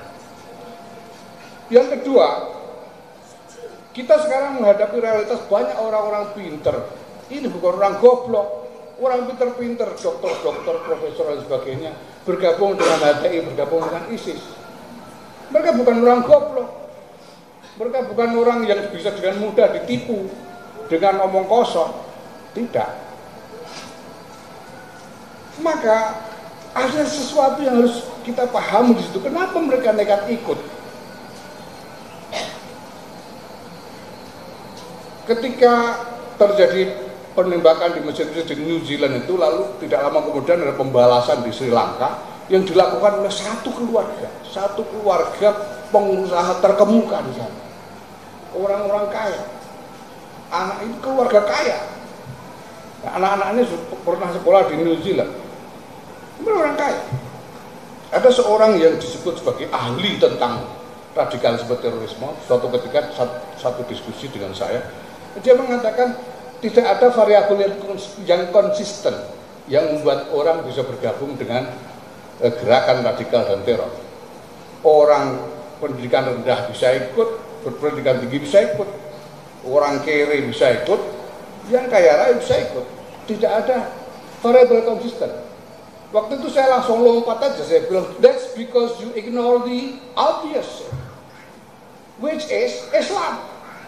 Yang kedua, kita sekarang menghadapi realitas banyak orang-orang pinter. Ini bukan orang goblok, orang pinter-pinter, dokter-dokter, profesor dan sebagainya bergabung dengan H T I, bergabung dengan ISIS. Mereka bukan orang goblok, mereka bukan orang yang bisa dengan mudah ditipu dengan omong kosong. Tidak. Maka ada sesuatu yang harus kita pahami di situ. Kenapa mereka nekat ikut? Ketika terjadi penembakan di masjid-masjid di New Zealand itu, lalu tidak lama kemudian ada pembalasan di Sri Lanka yang dilakukan oleh satu keluarga, satu keluarga pengusaha terkemuka di sana, orang-orang kaya, anak itu keluarga kaya, anak-anaknya pernah sekolah di New Zealand, mereka orang kaya. Ada seorang yang disebut sebagai ahli tentang radikalisme terorisme, suatu ketika satu diskusi dengan saya. Dia mengatakan tidak ada variabel yang konsisten yang membuat orang bisa bergabung dengan eh, gerakan radikal dan teror. Orang pendidikan rendah bisa ikut, berpendidikan tinggi bisa ikut, orang kere bisa ikut, yang kaya raya bisa ikut. Tidak ada variabel konsisten. Waktu itu saya langsung lompat aja, saya bilang, that's because you ignore the obvious, which is Islam.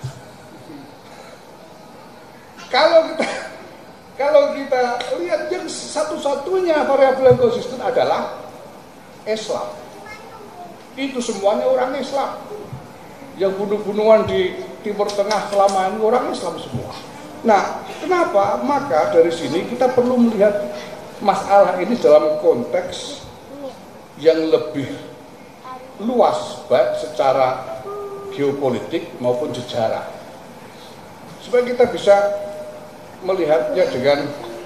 Kalau kita kalau kita lihat yang satu-satunya variabel yang konsisten adalah Islam. Itu semuanya orang Islam. Yang bunuh-bunuhan di Timur Tengah selama ini orang Islam semua. Nah, kenapa? Maka dari sini kita perlu melihat masalah ini dalam konteks yang lebih luas, baik secara geopolitik maupun sejarah, supaya kita bisa melihatnya dengan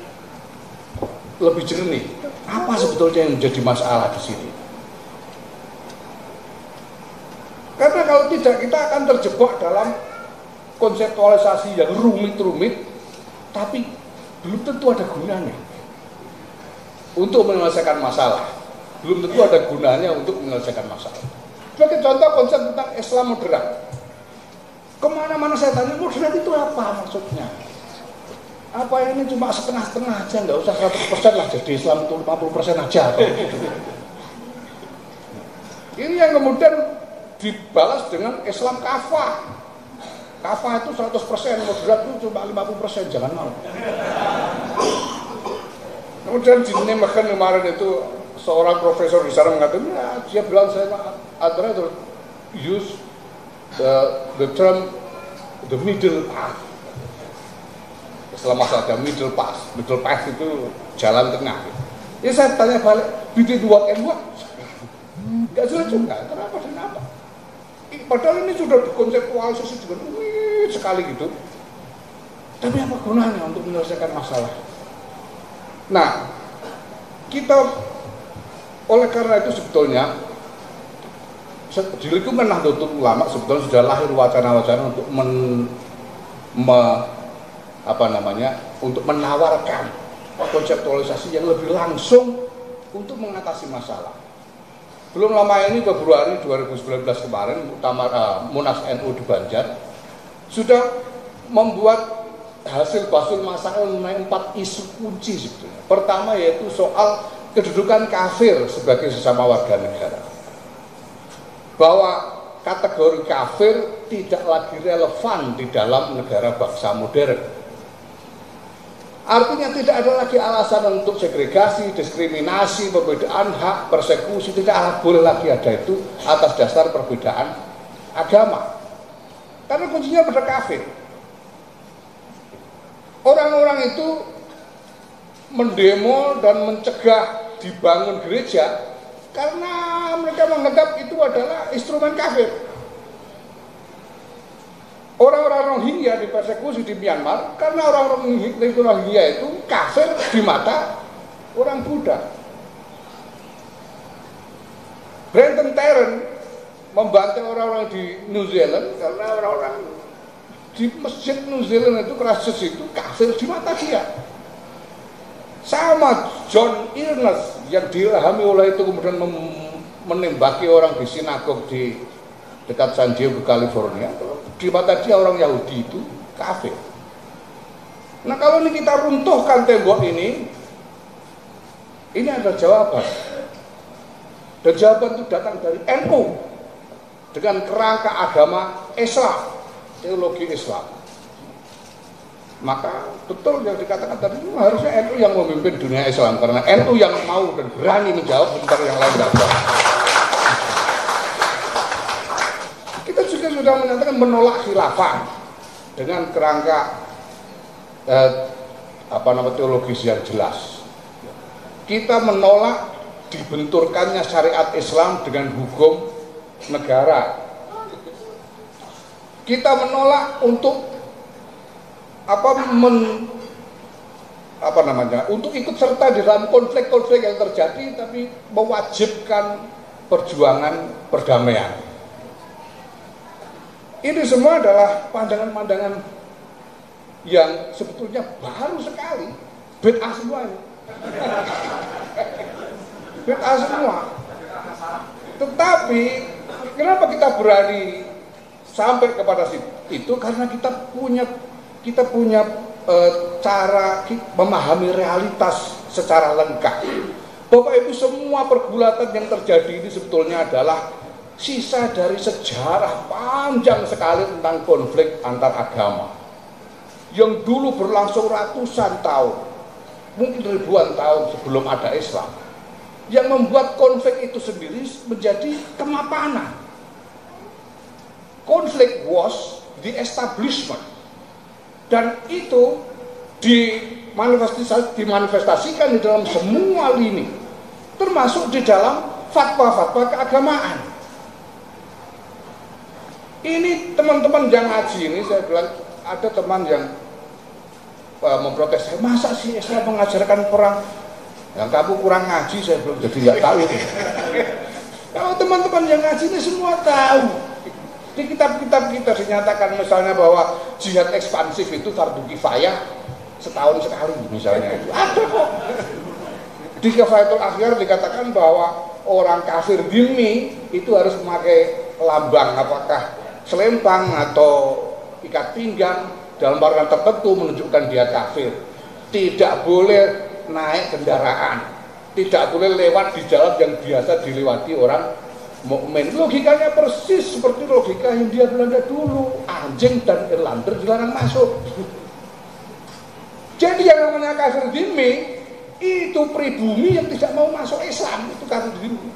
lebih jernih. Apa sebetulnya yang menjadi masalah di sini? Karena kalau tidak, kita akan terjebak dalam konseptualisasi yang rumit-rumit, tapi belum tentu ada gunanya untuk menyelesaikan masalah. Belum tentu ada gunanya untuk menyelesaikan masalah. Sebagai contoh konsep tentang Islam moderat. Kemana-mana saya tanya, moderat itu apa maksudnya? Apa ini cuma setengah-setengah aja, nggak usah seratus persen lah, jadi Islam itu lima puluh persen aja. Gitu. Ini yang kemudian dibalas dengan Islam kafah. Kafah itu seratus persen, moderat itu cuma lima puluh persen, jangan mau. Kemudian di Nijmegen kemarin itu seorang profesor di sana mengatakan, ya, dia bilang saya I'd rather use the, the term the middle path. Selama saja middle path, middle path itu jalan tengah. Ya saya tanya balik, between what and what? Gak jelas juga, kenapa dan apa? Padahal ini sudah dikonseptualisasi dengan wih sekali gitu. Tapi apa gunanya untuk menyelesaikan masalah? Nah, kita oleh karena itu sebetulnya di lingkungan Nahdlatul Ulama sebetulnya sudah lahir wacana-wacana untuk men, me, apa namanya, untuk menawarkan konseptualisasi yang lebih langsung untuk mengatasi masalah. Belum lama ini Februari dua ribu sembilan belas kemarin Muktamar uh, Munas N U di Banjar sudah membuat hasil basul masalah mengenai empat isu kunci sebetulnya. Pertama yaitu soal kedudukan kafir sebagai sesama warga negara. Bahwa kategori kafir tidak lagi relevan di dalam negara bangsa modern. Artinya tidak ada lagi alasan untuk segregasi, diskriminasi, perbedaan hak, persekusi, tidak boleh lagi ada itu atas dasar perbedaan agama. Karena kuncinya pada kafir. Orang-orang itu mendemo dan mencegah dibangun gereja karena mereka menganggap itu adalah instrumen kafir. Orang-orang Rohingya dipersekusi di Myanmar karena orang-orang Rohingya itu kafir di mata orang Buddha. Brenton Tarrant membantai orang-orang di New Zealand karena orang-orang di masjid New Zealand itu Christchurch itu kafir di mata dia. Sama John Earnest yang diilhami oleh itu kemudian menembaki orang di sinagog di dekat San Diego, California. Di mata dia orang Yahudi itu kafir. Nah kalau ini kita runtuhkan tembok ini, ini adalah jawaban. Dan jawaban itu datang dari N U dengan kerangka agama Islam, teologi Islam. Maka betul yang dikatakan tadi itu harusnya N U yang memimpin dunia Islam, karena N U yang mau dan berani menjawab sementara yang lain tidak jawab. Kita juga sudah menyatakan menolak khilafah dengan kerangka eh, apa nama teologis yang jelas. Kita menolak dibenturkannya syariat Islam dengan hukum negara. Kita menolak untuk apa men apa namanya untuk ikut serta di dalam konflik-konflik yang terjadi, tapi mewajibkan perjuangan perdamaian. Ini semua adalah pandangan-pandangan yang sebetulnya baru sekali, bid'ah semua ini. Bid'ah semua. Tetapi kenapa kita berani sampai kepada situ? Itu karena kita punya kita punya e, cara memahami realitas secara lengkap. Bapak Ibu, semua pergulatan yang terjadi ini sebetulnya adalah sisa dari sejarah panjang sekali tentang konflik antar agama yang dulu berlangsung ratusan tahun, mungkin ribuan tahun sebelum ada Islam, yang membuat konflik itu sendiri menjadi kemapanan. Konflik was the establishment, dan itu dimanifestasikan, dimanifestasikan di dalam semua lini, termasuk di dalam fatwa-fatwa keagamaan. Ini teman-teman yang ngaji ini, saya bilang ada teman yang uh, memprotes saya, masa sih Islam mengajarkan perang? Yang kamu kurang ngaji, saya belum jadi nggak tahu itu. Kalau teman-teman yang ngaji ini semua tahu. Di kitab-kitab kita dinyatakan misalnya bahwa jihad ekspansif itu fardu kifayah setahun sekali misalnya. Itu ada kok. Di Kifayatul Akhyar dikatakan bahwa orang kafir dhimmi itu harus memakai lambang apakah selempang atau ikat pinggang dalam warna tertentu menunjukkan dia kafir. Tidak boleh naik kendaraan, tidak boleh lewat di jalan yang biasa dilewati orang mukmin. Logikanya persis seperti logika Hindia Belanda dulu, anjing dan Irlander dilarang masuk. Jadi yang namanya kafir dhimmi itu pribumi yang tidak mau masuk Islam, itu kafir dhimmi.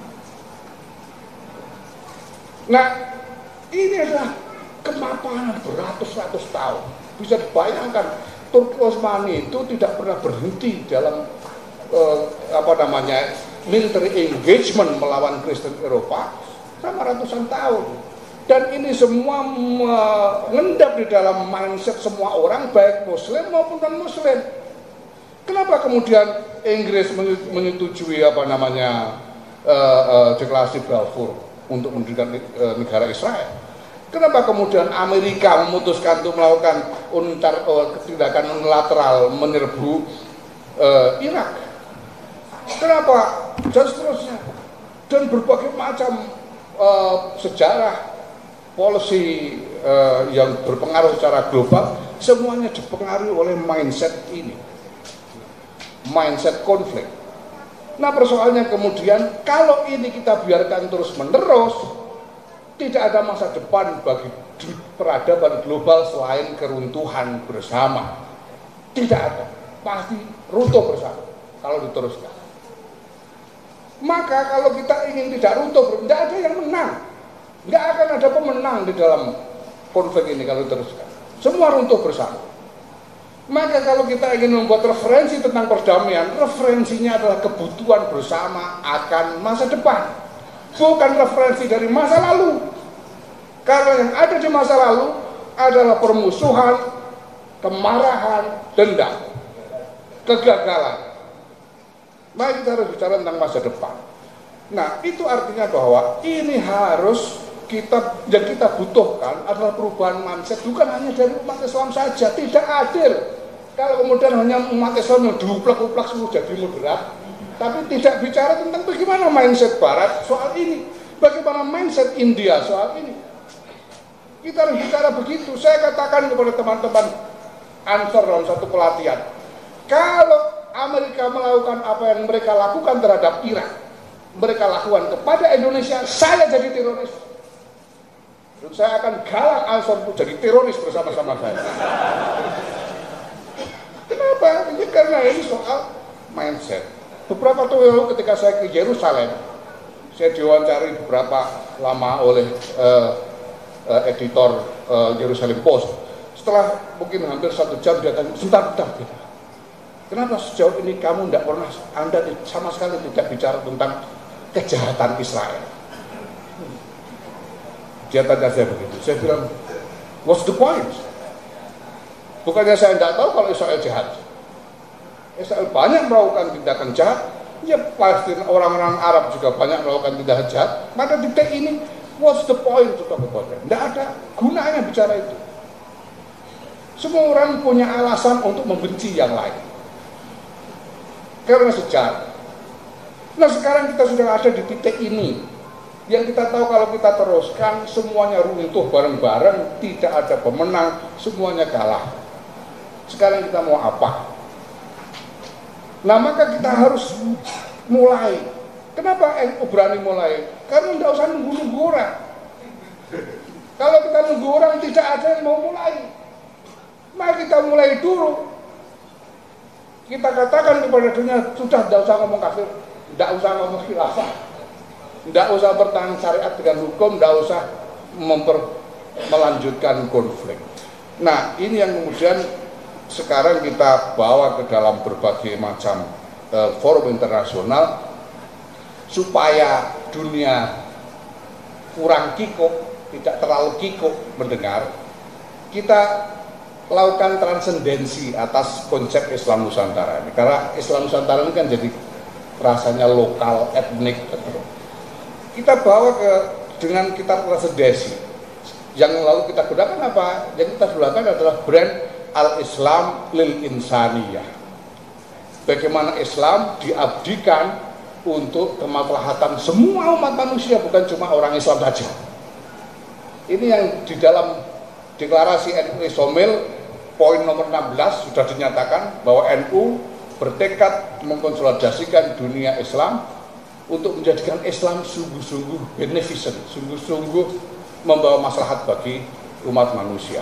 Nah, ini adalah kemapanan beratus-ratus tahun. Bisa dibayangkan Turki Utsmani itu tidak pernah berhenti dalam eh, apa namanya military engagement melawan Kristen Eropa selama ratusan tahun. Dan ini semua mengendap di dalam mindset semua orang, baik Muslim maupun non-Muslim. Kenapa kemudian Inggris menyetujui apa namanya eh, eh, deklarasi Balfour untuk mendirikan eh, negara Israel? Kenapa kemudian Amerika memutuskan untuk melakukan untar, uh, tindakan unilateral menyerbu uh, Irak? Kenapa? Dan seterusnya. Dan berbagai macam uh, sejarah, policy uh, yang berpengaruh secara global, semuanya dipengaruhi oleh mindset ini. Mindset konflik. Nah persoalannya kemudian, kalau ini kita biarkan terus menerus, tidak ada masa depan bagi peradaban global selain keruntuhan bersama. Tidak ada, pasti runtuh bersama kalau diteruskan. Maka kalau kita ingin tidak runtuh, tidak ada yang menang, nggak akan ada pemenang di dalam konflik ini kalau diteruskan. Semua runtuh bersama. Maka kalau kita ingin membuat referensi tentang perdamaian, referensinya adalah kebutuhan bersama akan masa depan, bukan referensi dari masa lalu. Karena yang ada di masa lalu adalah permusuhan, kemarahan, dendam, kegagalan. Mari kita harus bicara tentang masa depan. Nah, itu artinya bahwa ini harus kita, yang kita butuhkan adalah perubahan mindset, bukan hanya dari umat Islam saja. Tidak adil kalau kemudian hanya umat Islam yang diuplak-uplak semua jadi moderat, tapi tidak bicara tentang bagaimana mindset Barat soal ini, bagaimana mindset India soal ini. Kita harus bicara begitu. Saya katakan kepada teman-teman Ansor dalam satu pelatihan, kalau Amerika melakukan apa yang mereka lakukan terhadap Irak, mereka lakukan kepada Indonesia, saya jadi teroris. Dan saya akan galak Ansor itu jadi teroris bersama-sama saya. Kenapa? Ini karena ini soal mindset. Beberapa tahun lalu ketika saya ke Yerusalem, saya diwawancari beberapa lama oleh uh, uh, editor uh, Jerusalem Post. Setelah mungkin hampir satu jam dia tanya, sebentar, sebentar. Kenapa sejauh ini kamu tidak pernah, Anda sama sekali tidak bicara tentang kejahatan Israel? Dia tanya saya begitu. Saya bilang, what's the point? Bukannya saya tidak tahu kalau Israel jahat. Israel banyak melakukan tindakan jahat. Ya pasti orang-orang Arab juga banyak melakukan tindakan jahat. Maka titik ini, what's the point to talk about it? Tidak ada gunanya bicara itu. Semua orang punya alasan untuk membenci yang lain. Karena sejarah. Nah sekarang kita sudah ada di titik ini. Yang kita tahu kalau kita teruskan, semuanya runtuh bareng-bareng, tidak ada pemenang, semuanya kalah. Sekarang kita mau apa? Nah maka kita harus mulai. Kenapa N U berani mulai? Karena tidak usah nunggu-nunggu orang. Kalau kita nunggu orang, tidak ada yang mau mulai. Mari kita mulai dulu. Kita katakan kepada dunia, sudah tidak usah ngomong kafir, tidak usah ngomong khilafah, tidak usah bertahan syariat dengan hukum, tidak usah memper, melanjutkan konflik. Nah ini yang kemudian sekarang kita bawa ke dalam berbagai macam uh, forum internasional supaya dunia kurang kikuk, tidak terlalu kikuk mendengar. Kita lakukan transendensi atas konsep Islam Nusantara ini, karena Islam Nusantara ini kan jadi rasanya lokal, etnik. Kita bawa ke dengan kita transendensi. Yang lalu kita gunakan apa? Yang kita gunakan adalah brand Al-Islam lil Insaniyah. Bagaimana Islam diabdikan untuk kemaslahatan semua umat manusia, bukan cuma orang Islam saja. Ini yang di dalam deklarasi N U Somil poin nomor enam belas sudah dinyatakan bahwa N U bertekad mengkonsolidasikan dunia Islam untuk menjadikan Islam sungguh-sungguh beneficent, sungguh-sungguh membawa maslahat bagi umat manusia.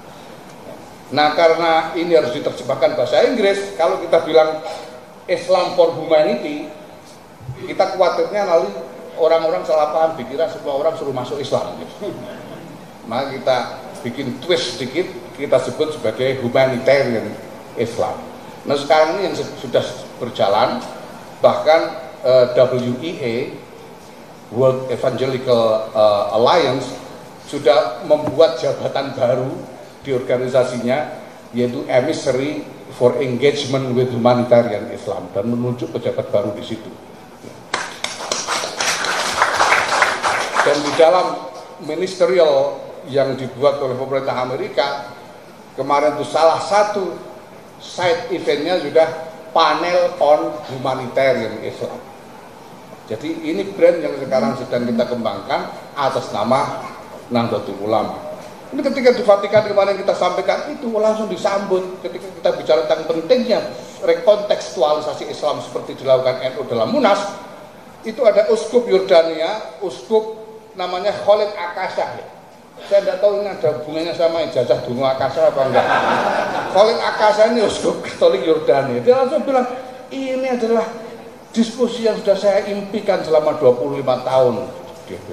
Nah karena ini harus diterjemahkan bahasa Inggris, kalau kita bilang Islam for Humanity, kita khawatirnya nanti orang-orang salah paham, dikira semua orang suruh masuk Islam. Maka kita bikin twist sedikit, kita sebut sebagai humanitarian Islam. Nah sekarang ini yang sudah berjalan, bahkan uh, W E A, World Evangelical uh, Alliance, sudah membuat jabatan baru di organisasinya, yaitu Emissary for Engagement with Humanitarian Islam, dan menunjuk pejabat baru di situ. Dan di dalam ministerial yang dibuat oleh pemerintah Amerika kemarin itu salah satu side eventnya sudah panel on humanitarian Islam. Jadi ini brand yang sekarang sedang kita kembangkan atas nama Nahdlatul Ulama. Ini ketika di Vatikan kemarin kita sampaikan itu langsung disambut ketika kita bicara tentang pentingnya rekontekstualisasi Islam seperti dilakukan N U dalam Munas. Itu ada uskup Yordania, uskup namanya Khalid Akasha. Saya tidak tahu ini ada hubungannya sama ijazah Dungo Akasha apa enggak. Khalid Akasha ini uskup Katolik Yordania. Dia langsung bilang ini adalah diskusi yang sudah saya impikan selama dua puluh lima tahun. Dia bilang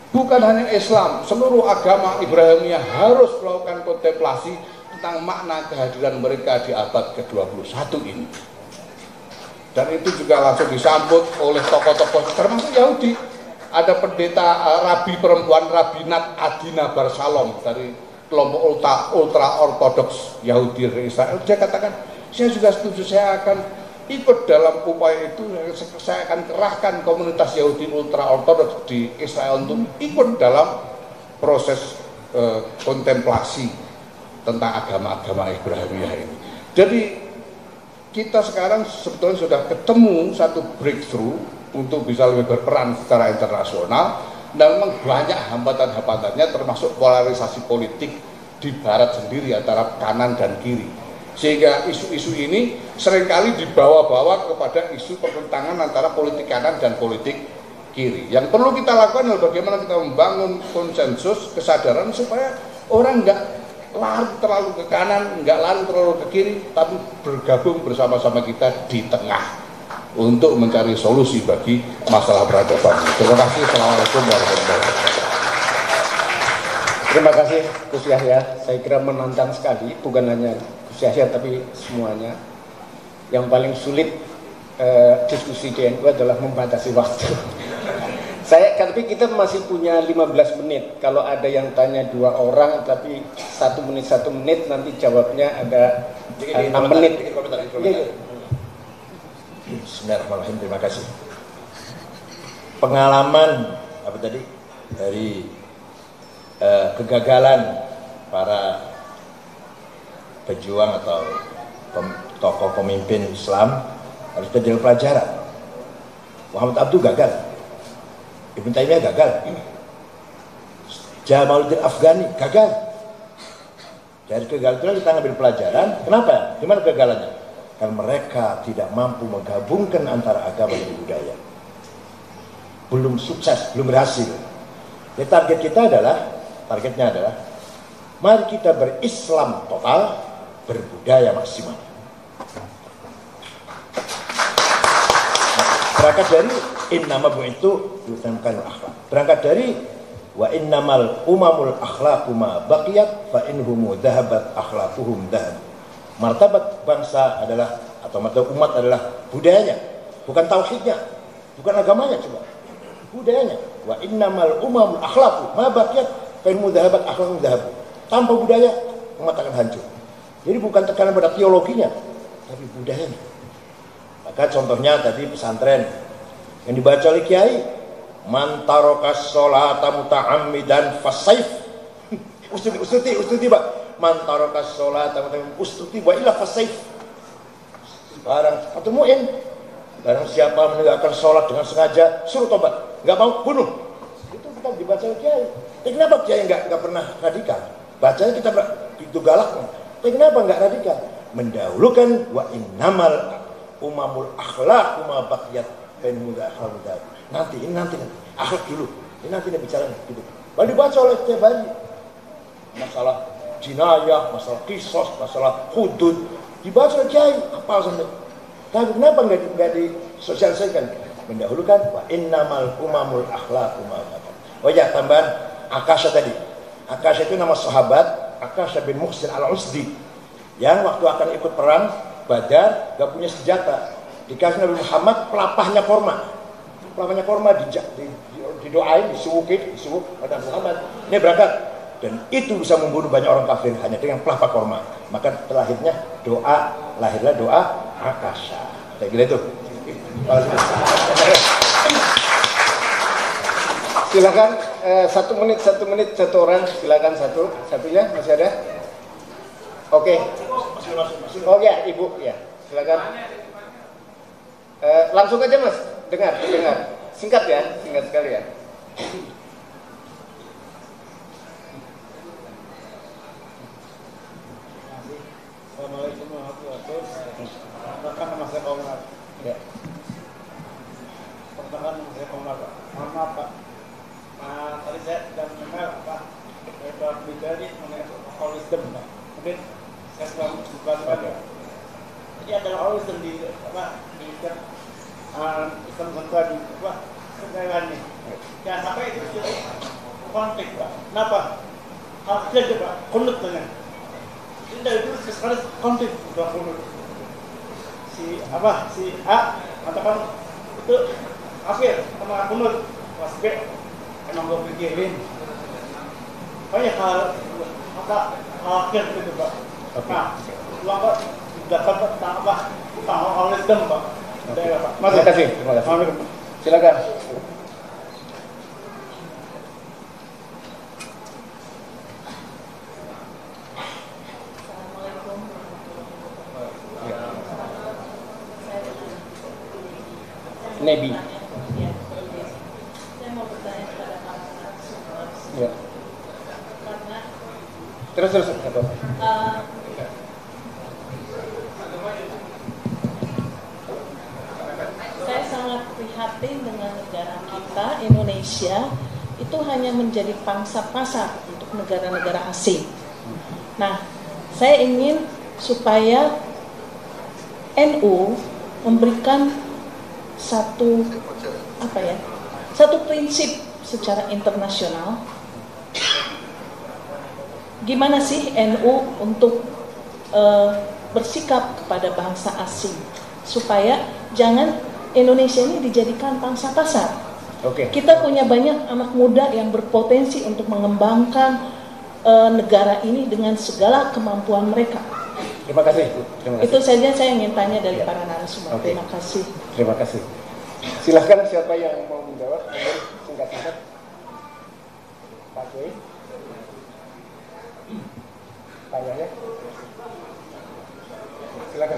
Bukan hanya Islam, seluruh agama Ibrahimiyah harus melakukan kontemplasi tentang makna kehadiran mereka di abad ke dua puluh satu ini. Dan itu juga langsung disambut oleh tokoh-tokoh termasuk Yahudi. Ada pendeta uh, rabi perempuan Rabi Nat Adina Barsalom dari kelompok ultra, ultra ortodoks Yahudi dari Israel. Dia katakan, saya juga setuju, saya akan ikut dalam upaya itu. Saya akan kerahkan komunitas Yahudi ultra ortodoks di Israel untuk ikut dalam proses uh, kontemplasi tentang agama-agama Ibrahimiyah ini. Jadi kita sekarang sebetulnya sudah ketemu satu breakthrough untuk bisa lebih berperan secara internasional, dan memang banyak hambatan-hambatannya termasuk polarisasi politik di barat sendiri antara kanan dan kiri, sehingga isu-isu ini seringkali dibawa-bawa kepada isu pertentangan antara politik kanan dan politik kiri. Yang perlu kita lakukan adalah bagaimana kita membangun konsensus, kesadaran supaya orang nggak lari terlalu ke kanan, nggak lari terlalu ke kiri, tapi bergabung bersama-sama kita di tengah untuk mencari solusi bagi masalah peradaban. Terima kasih. Assalamualaikum warahmatullahi wabarakatuh. Terima kasih Gus Yahya. Saya kira menantang sekali, bukan hanya Gus Yahya tapi semuanya. Yang paling sulit eh, diskusi di N U adalah membatasi waktu. Saya, tapi kita masih punya lima belas menit. Kalau ada yang tanya dua orang, tapi satu menit satu menit, nanti jawabnya ada enam menit. Dikit komentar, dikit komentar. Bismillahirrahmanirrahim. Terima kasih. Pengalaman apa tadi dari uh, kegagalan para pejuang atau pem, tokoh pemimpin Islam harus menjadi pelajaran. Muhammad Abduh gagal, Ibn Taimiyah gagal, Jamaluddin Afghani gagal. Dari kegagalan kita ambil pelajaran. Kenapa? Di mana kegagalannya? Karena mereka tidak mampu menggabungkan antara agama dan budaya. Belum sukses, belum berhasil. Jadi target kita adalah, targetnya adalah, mari kita berislam total, berbudaya maksimal. Berangkat dari innama bu'ithu liutammimal akhlaq. Berangkat dari wa innamal umamul akhlaqu ma baqiyat fa inhum dhahabat akhlaquhum dhahab. Martabat bangsa adalah, atau martabat umat adalah budayanya, bukan tauhidnya, bukan agamanya, coba budayanya. Wa innamal umamul akhlaqu ma baqiyat fa inhum dhahabat akhlaquhum dhahab. Tanpa budaya umat akan hancur. Jadi bukan tekanan pada teologinya, tapi budayanya. Maka contohnya tadi pesantren yang dibaca oleh kiai, man tarokas sholata muta'ammidan fasayf. Ustuti, ustuti, ustuti, Pak. Man tarokas sholata muta'ammidan ustuti wa illa fasayf. Sekarang atau mu'in, barang siapa menegakkan sholat dengan sengaja, suruh tobat, nggak mau bunuh. Itu kita dibaca oleh kiai. Tapi kenapa kiai nggak nggak pernah radikal? Bacanya kita itu galak. Tapi kenapa nggak radikal? Mendahulukan wa innamal umamul akhlaq ma baqiyat bain muda akhlaq muda. Nanti ini nanti nanti akhlak dulu. Ini nanti kita bicara gitu. Baru dibaca oleh tiap hari. Masalah jinayah, masalah kisos, masalah hudud dibaca oleh kiai apa sampai. Tapi kenapa nggak nggak disosialisasikan? Mendahulukan wa innamal umamul akhlaq ma baqiyat. Oh ya, tambahan Akasha tadi. Akasha itu nama sahabat Akasha bin Muhsin al-Usdi yang waktu akan ikut perang Badar gak punya senjata, dikasih Nabi Muhammad pelapahnya korma, pelapahnya korma di, di, didoain, disuwukin, disuwuk pada Muhammad. Ini berangkat, dan itu bisa membunuh banyak orang kafir hanya dengan pelapah korma. Maka terlahirnya doa, lahirlah doa Akasha. Kayak gitu itu. Silakan eh, satu menit, satu menit, satu orang. Silakan satu, satunya masih ada. Oke. Okay. Oh ya, Ibu, ya. Silakan. Eh, langsung aja Mas, dengar, dengar. Singkat ya, singkat sekali ya. Assalamualaikum warahmatullahi wabarakatuh. Perkenalkan nama saya Komar. Ya. Perkenalkan nama saya Komar, Pak. Mohon maaf, Pak. Nah, tadi saya sudah mendengar Pak dari Pak Bidari mengenai all wisdom, Pak. Mungkin saya sudah membaca ya. Jadi ada all wisdom di apa di uh, Islam Central di apa Sekarang ini. Jangan sampai itu jadi konflik Pak. Kenapa? Akhirnya Pak, kunut dengan. Ini dari dulu sekali konflik udah kunut. Si apa? Si A katakan itu kafir sama kunut. Mas B emang gue pikirin. Banyak hal apa akhir gitu Pak. Nah, Bapak dapat tambah tambah oleh dem Pak. Terima kasih. Terima kasih. Silakan. Nebi. Saya mau bertanya kepada Pak Sumar. Ya. Karena Terus terus. uh, saya sangat prihatin dengan negara kita, Indonesia, itu hanya menjadi pangsa pasar untuk negara-negara asing. Nah, saya ingin supaya N U memberikan satu apa ya, satu prinsip secara internasional. Gimana sih N U untuk uh, bersikap kepada bangsa asing supaya jangan Indonesia ini dijadikan pangsa pasar. Oke. Kita punya banyak anak muda yang berpotensi untuk mengembangkan uh, negara ini dengan segala kemampuan mereka. Terima kasih. Terima kasih. Itu saja saya ingin tanya dari ya. para narasumber. Oke. Terima kasih. Terima kasih. Silahkan siapa yang mau menjawab, singkat-singkat. Pak Kiai. Pak Yahya. Silakan.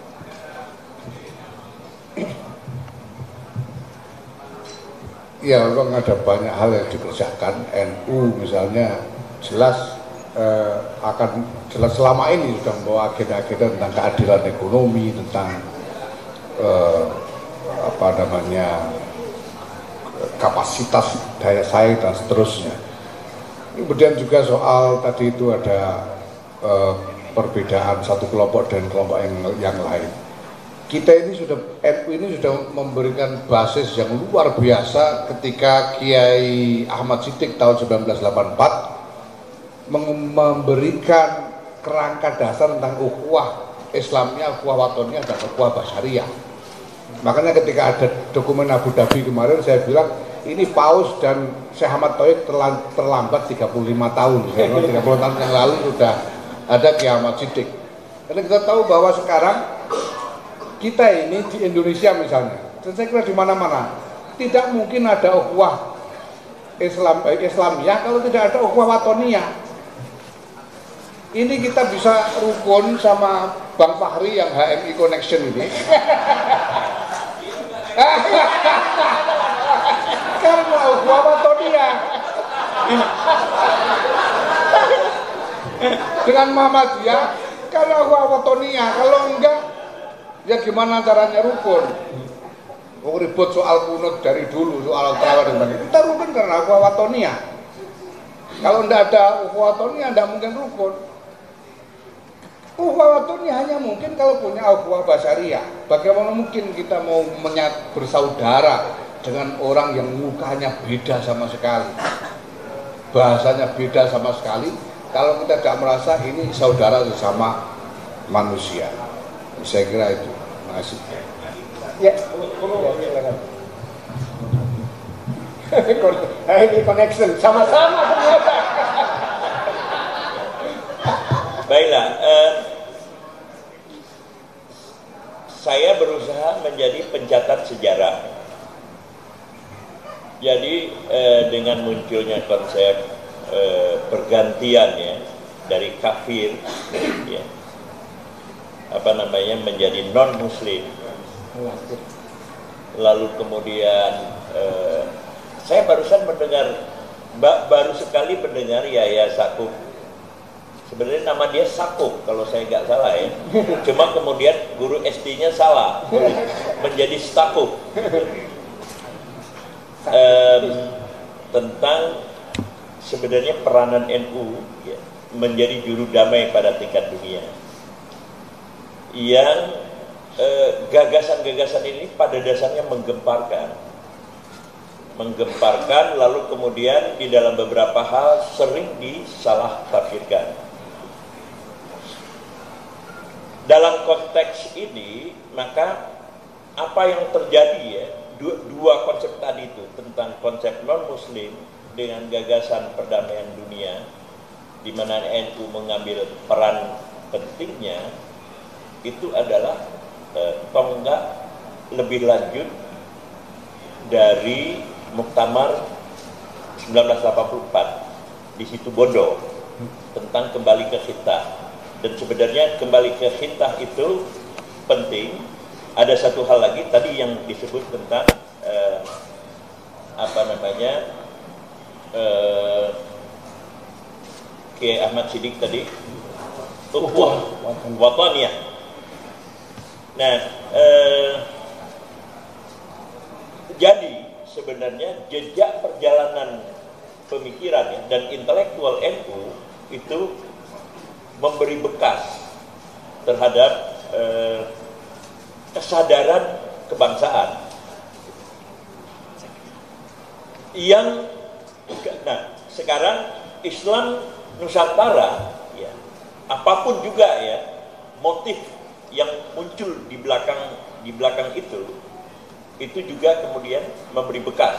Ya, memang ada banyak hal yang dikerjakan. N U misalnya jelas eh, akan jelas selama ini sudah membawa agenda-agenda tentang keadilan ekonomi, tentang eh, apa namanya kapasitas daya saing dan seterusnya. Kemudian juga soal tadi itu ada eh, perbedaan satu kelompok dan kelompok yang, yang lain. Kita ini sudah, N U ini sudah memberikan basis yang luar biasa ketika Kiai Ahmad Siddiq tahun seribu sembilan ratus delapan puluh empat memberikan kerangka dasar tentang ukhuwah Islamnya, ukhuwah watoniyah dan ukhuwah basyariyah. Makanya ketika ada dokumen Abu Dhabi kemarin saya bilang ini Paus dan Syekh Ahmad Thohir terlambat tiga puluh lima tahun. tiga puluh tahun yang lalu sudah ada Kiai Ahmad Siddiq. Karena kita tahu bahwa sekarang kita ini di Indonesia misalnya, dan saya kira di mana-mana tidak mungkin ada ukhuwah Islam eh, Islamiyah kalau tidak ada ukhuwah watoniyah. Ini kita bisa rukun sama Bang Fahri yang H M I Connection ini. Karena ukhuwah watoniyah. Dengan Muhammadiyah karena ukhuwah watoniyah. Kalau enggak, ya gimana caranya rukun? Oh, ribut soal kunut dari dulu, soal terawih dan sebagainya. Kita rukun karena ukhuwah watoniyah. Kalau tidak ada ukhuwah watoniyah, tidak mungkin rukun. Ukhuwah watoniyah hanya mungkin kalau punya ukhuwah basyariyah. Bagaimana mungkin kita mau menyat bersaudara dengan orang yang mukanya beda sama sekali, bahasanya beda sama sekali, kalau kita tidak merasa ini saudara sesama manusia? Saya kira itu. Terima kasih. Ya, ini connection sama-sama ternyata. Baiklah, eh, saya berusaha menjadi pencatat sejarah. Jadi eh, dengan munculnya konsep eh, pergantian ya dari kafir, ya, apa namanya menjadi non muslim, lalu kemudian eh, saya barusan mendengar ba baru sekali mendengar Yahya Sakuf, sebenarnya nama dia Sakuf kalau saya nggak salah ya, cuma kemudian guru S D-nya salah menjadi Stakuf, eh, tentang sebenarnya peranan N U ya, menjadi juru damai pada tingkat dunia. Yang gagasan-gagasan eh, ini pada dasarnya menggemparkan. menggemparkan, lalu kemudian di dalam beberapa hal sering disalah tafsirkan. Dalam konteks ini, maka apa yang terjadi ya, dua, dua konsep tadi itu, tentang konsep non-muslim dengan gagasan perdamaian dunia, di mana N U mengambil peran pentingnya, itu adalah eh, tonggak lebih lanjut dari Muktamar seribu sembilan ratus delapan puluh empat di situ Bondo tentang kembali ke khitah. Dan sebenarnya kembali ke khitah itu penting. Ada satu hal lagi tadi yang disebut tentang eh, apa namanya eh, Kiai Ahmad Siddiq tadi, ukhuwah wataniyah. Nah, eh, jadi sebenarnya jejak perjalanan pemikiran dan intelektual N U itu memberi bekas terhadap eh, kesadaran kebangsaan yang, nah sekarang Islam Nusantara, ya, apapun juga ya motif yang muncul di belakang di belakang itu, itu juga kemudian memberi bekas.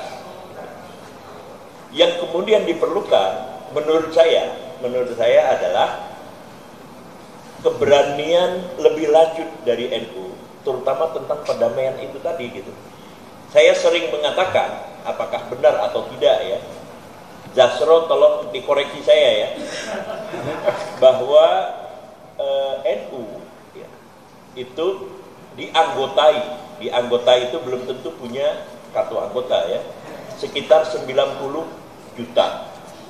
Yang kemudian diperlukan, menurut saya, menurut saya adalah keberanian lebih lanjut dari N U, terutama tentang perdamaian itu tadi gitu. Saya sering mengatakan, apakah benar atau tidak ya, Zasro tolong dikoreksi saya ya, bahwa eh, N U ya, itu dianggotai, dianggotai itu belum tentu punya kartu anggota ya, sekitar sembilan puluh juta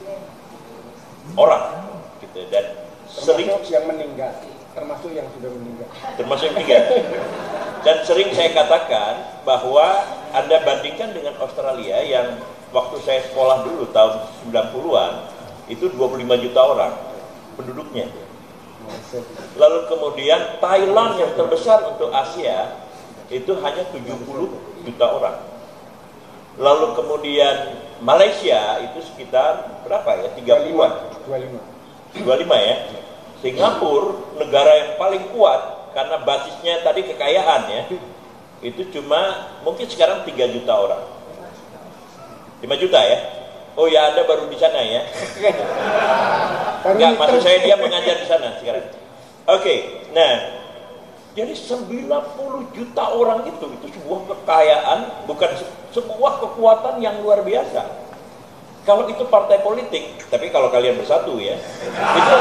orang gitu, dan sering yang meninggal, termasuk yang sudah meninggal, termasuk yang meninggal. Dan sering saya katakan bahwa Anda bandingkan dengan Australia yang waktu saya sekolah dulu tahun sembilan puluhan itu dua puluh lima juta orang penduduknya. Lalu kemudian Thailand yang terbesar untuk Asia itu hanya tujuh puluh juta orang. Lalu kemudian Malaysia itu sekitar berapa ya? tiga puluhan. dua puluh lima. dua puluh lima ya. Singapura, negara yang paling kuat karena basisnya tadi kekayaan ya, itu cuma mungkin sekarang tiga juta orang. lima juta ya? Oh ya, Anda baru di sana ya? Enggak, maksud saya dia mengajar di sana sekarang. Oke, okay, nah jadi sembilan puluh juta orang itu, itu sebuah kekayaan, bukan sebuah kekuatan yang luar biasa. Kalau itu partai politik, tapi kalau kalian bersatu ya, itu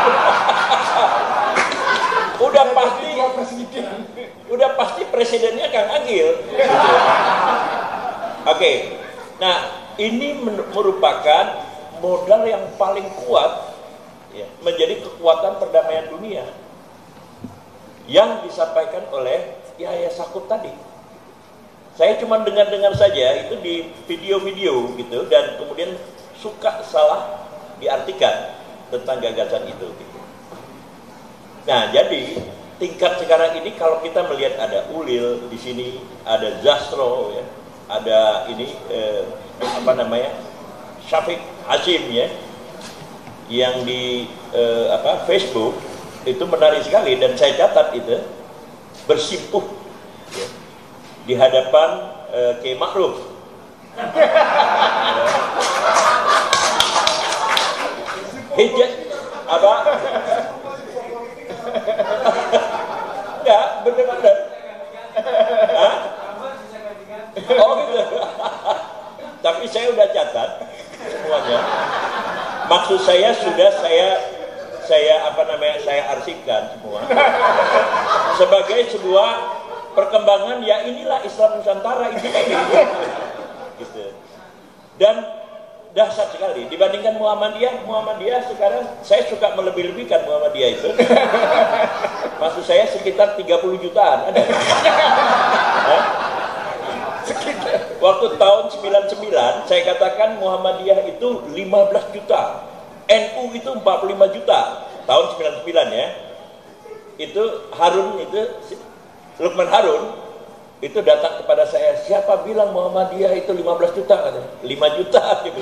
udah pasti, udah pasti presidennya Kang Agil. Gitu. Oke, okay. Nah ini merupakan modal yang paling kuat ya, menjadi kekuatan perdamaian dunia yang disampaikan oleh Yahya Sakut tadi. Saya cuma dengar-dengar saja itu di video-video gitu, dan kemudian suka salah diartikan tentang gagasan itu gitu. Nah, jadi tingkat sekarang ini kalau kita melihat ada Ulil di sini, ada Zasro ya, ada ini eh, apa namanya? Syafiq Hashim ya, yang di eh, apa Facebook itu menarik sekali, dan saya catat itu bersimpuh ya, di hadapan uh, Kiai Ma'ruf. Hijab apa? Enggak, benar-benar. Oh gitu. Tapi saya udah catat semuanya. Maksud saya sudah saya saya apa namanya saya arsipkan semua sebagai sebuah perkembangan, ya inilah Islam Nusantara itu tadi gitu. Dan dahsyat sekali dibandingkan Muhammadiyah. Muhammadiyah sekarang saya suka melebih-lebihkan Muhammadiyah itu. Maksud saya sekitar tiga puluh jutaan ada. Waktu tahun sembilan puluh sembilan saya katakan Muhammadiyah itu lima belas juta, N U itu empat puluh lima juta tahun sembilan puluh sembilan ya. Itu Harun itu Lukman Harun itu datang kepada saya, siapa bilang Muhammadiyah itu lima belas juta? Katanya, lima juta gitu.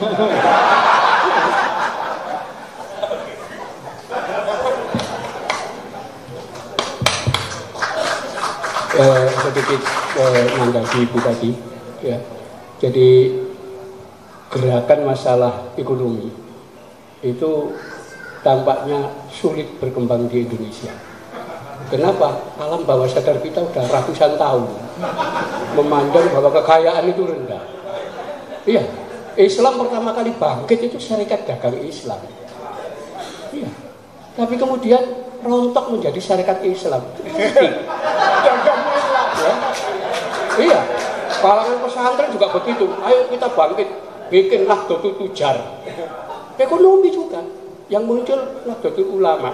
Eh, sedikit eh, menanggapi Ibu tadi, ya. Jadi gerakan masalah ekonomi itu tampaknya sulit berkembang di Indonesia. Kenapa? Alam bawah sadar kita udah ratusan tahun memandang bahwa kekayaan itu rendah. Iya, Islam pertama kali bangkit itu Syarikat Dagang Islam. Iya, tapi kemudian rontok menjadi Syarikat Islam. Dagang Islam, ya. Iya, kalangan pesantren juga begitu. Ayo kita bangkit, bikin Nahdlatul Tujar. Ekonomi juga yang muncul Nahdlatul Ulama.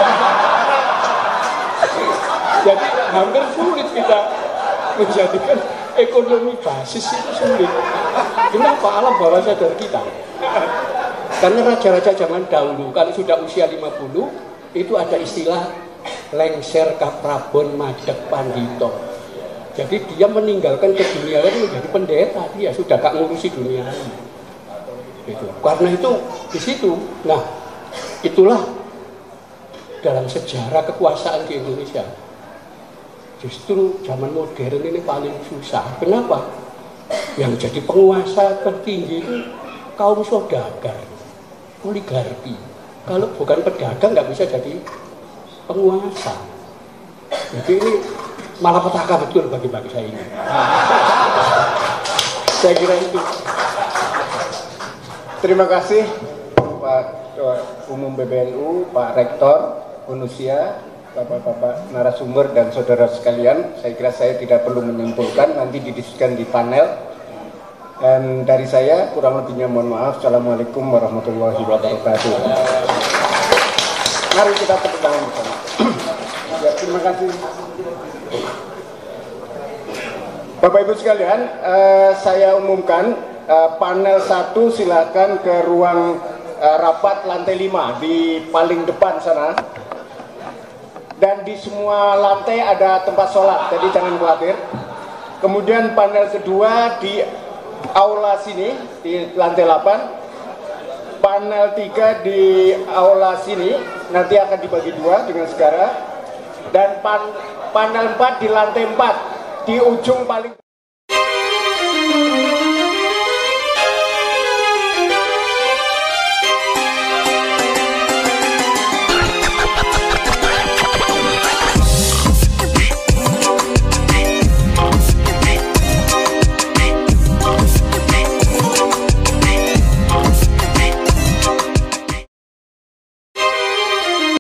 Jadi hampir sulit kita menjadikan ekonomi basis itu sulit. Kenapa? Alam bawah sadar kita. Karena raja-raja zaman dahulu kalau sudah usia lima puluh itu ada istilah lengser kaprabon madeg pandito. Jadi dia meninggalkan keduniaan menjadi pendeta, dia sudah gak ngurusi dunia ini. Gitu. Karena itu di situ, nah itulah dalam sejarah kekuasaan di Indonesia. Justru zaman modern ini paling susah. Kenapa? Yang jadi penguasa tertinggi itu kaum saudagar, oligarki. Kalau bukan pedagang nggak bisa jadi penguasa. Jadi ini malapetaka betul bagi bangsa ini. Saya kira itu. Terima kasih Pak Umum P B N U, Pak Rektor Unusia, Bapak-bapak narasumber dan saudara sekalian. Saya kira saya tidak perlu menyimpulkan, nanti didiskusikan di panel. Dan dari saya kurang lebihnya mohon maaf. Assalamualaikum warahmatullahi wabarakatuh. Mari kita tepuk tangan bersama. Ya, terima kasih. Bapak Ibu sekalian, eh, saya umumkan eh, panel satu silakan ke ruang eh, rapat lantai lima di paling depan sana. Dan di semua lantai ada tempat sholat, jadi jangan khawatir. Kemudian panel kedua di aula sini, di lantai delapan. Panel tiga di aula sini, nanti akan dibagi dua dengan segera. Dan pan, panel empat di lantai empat, di ujung paling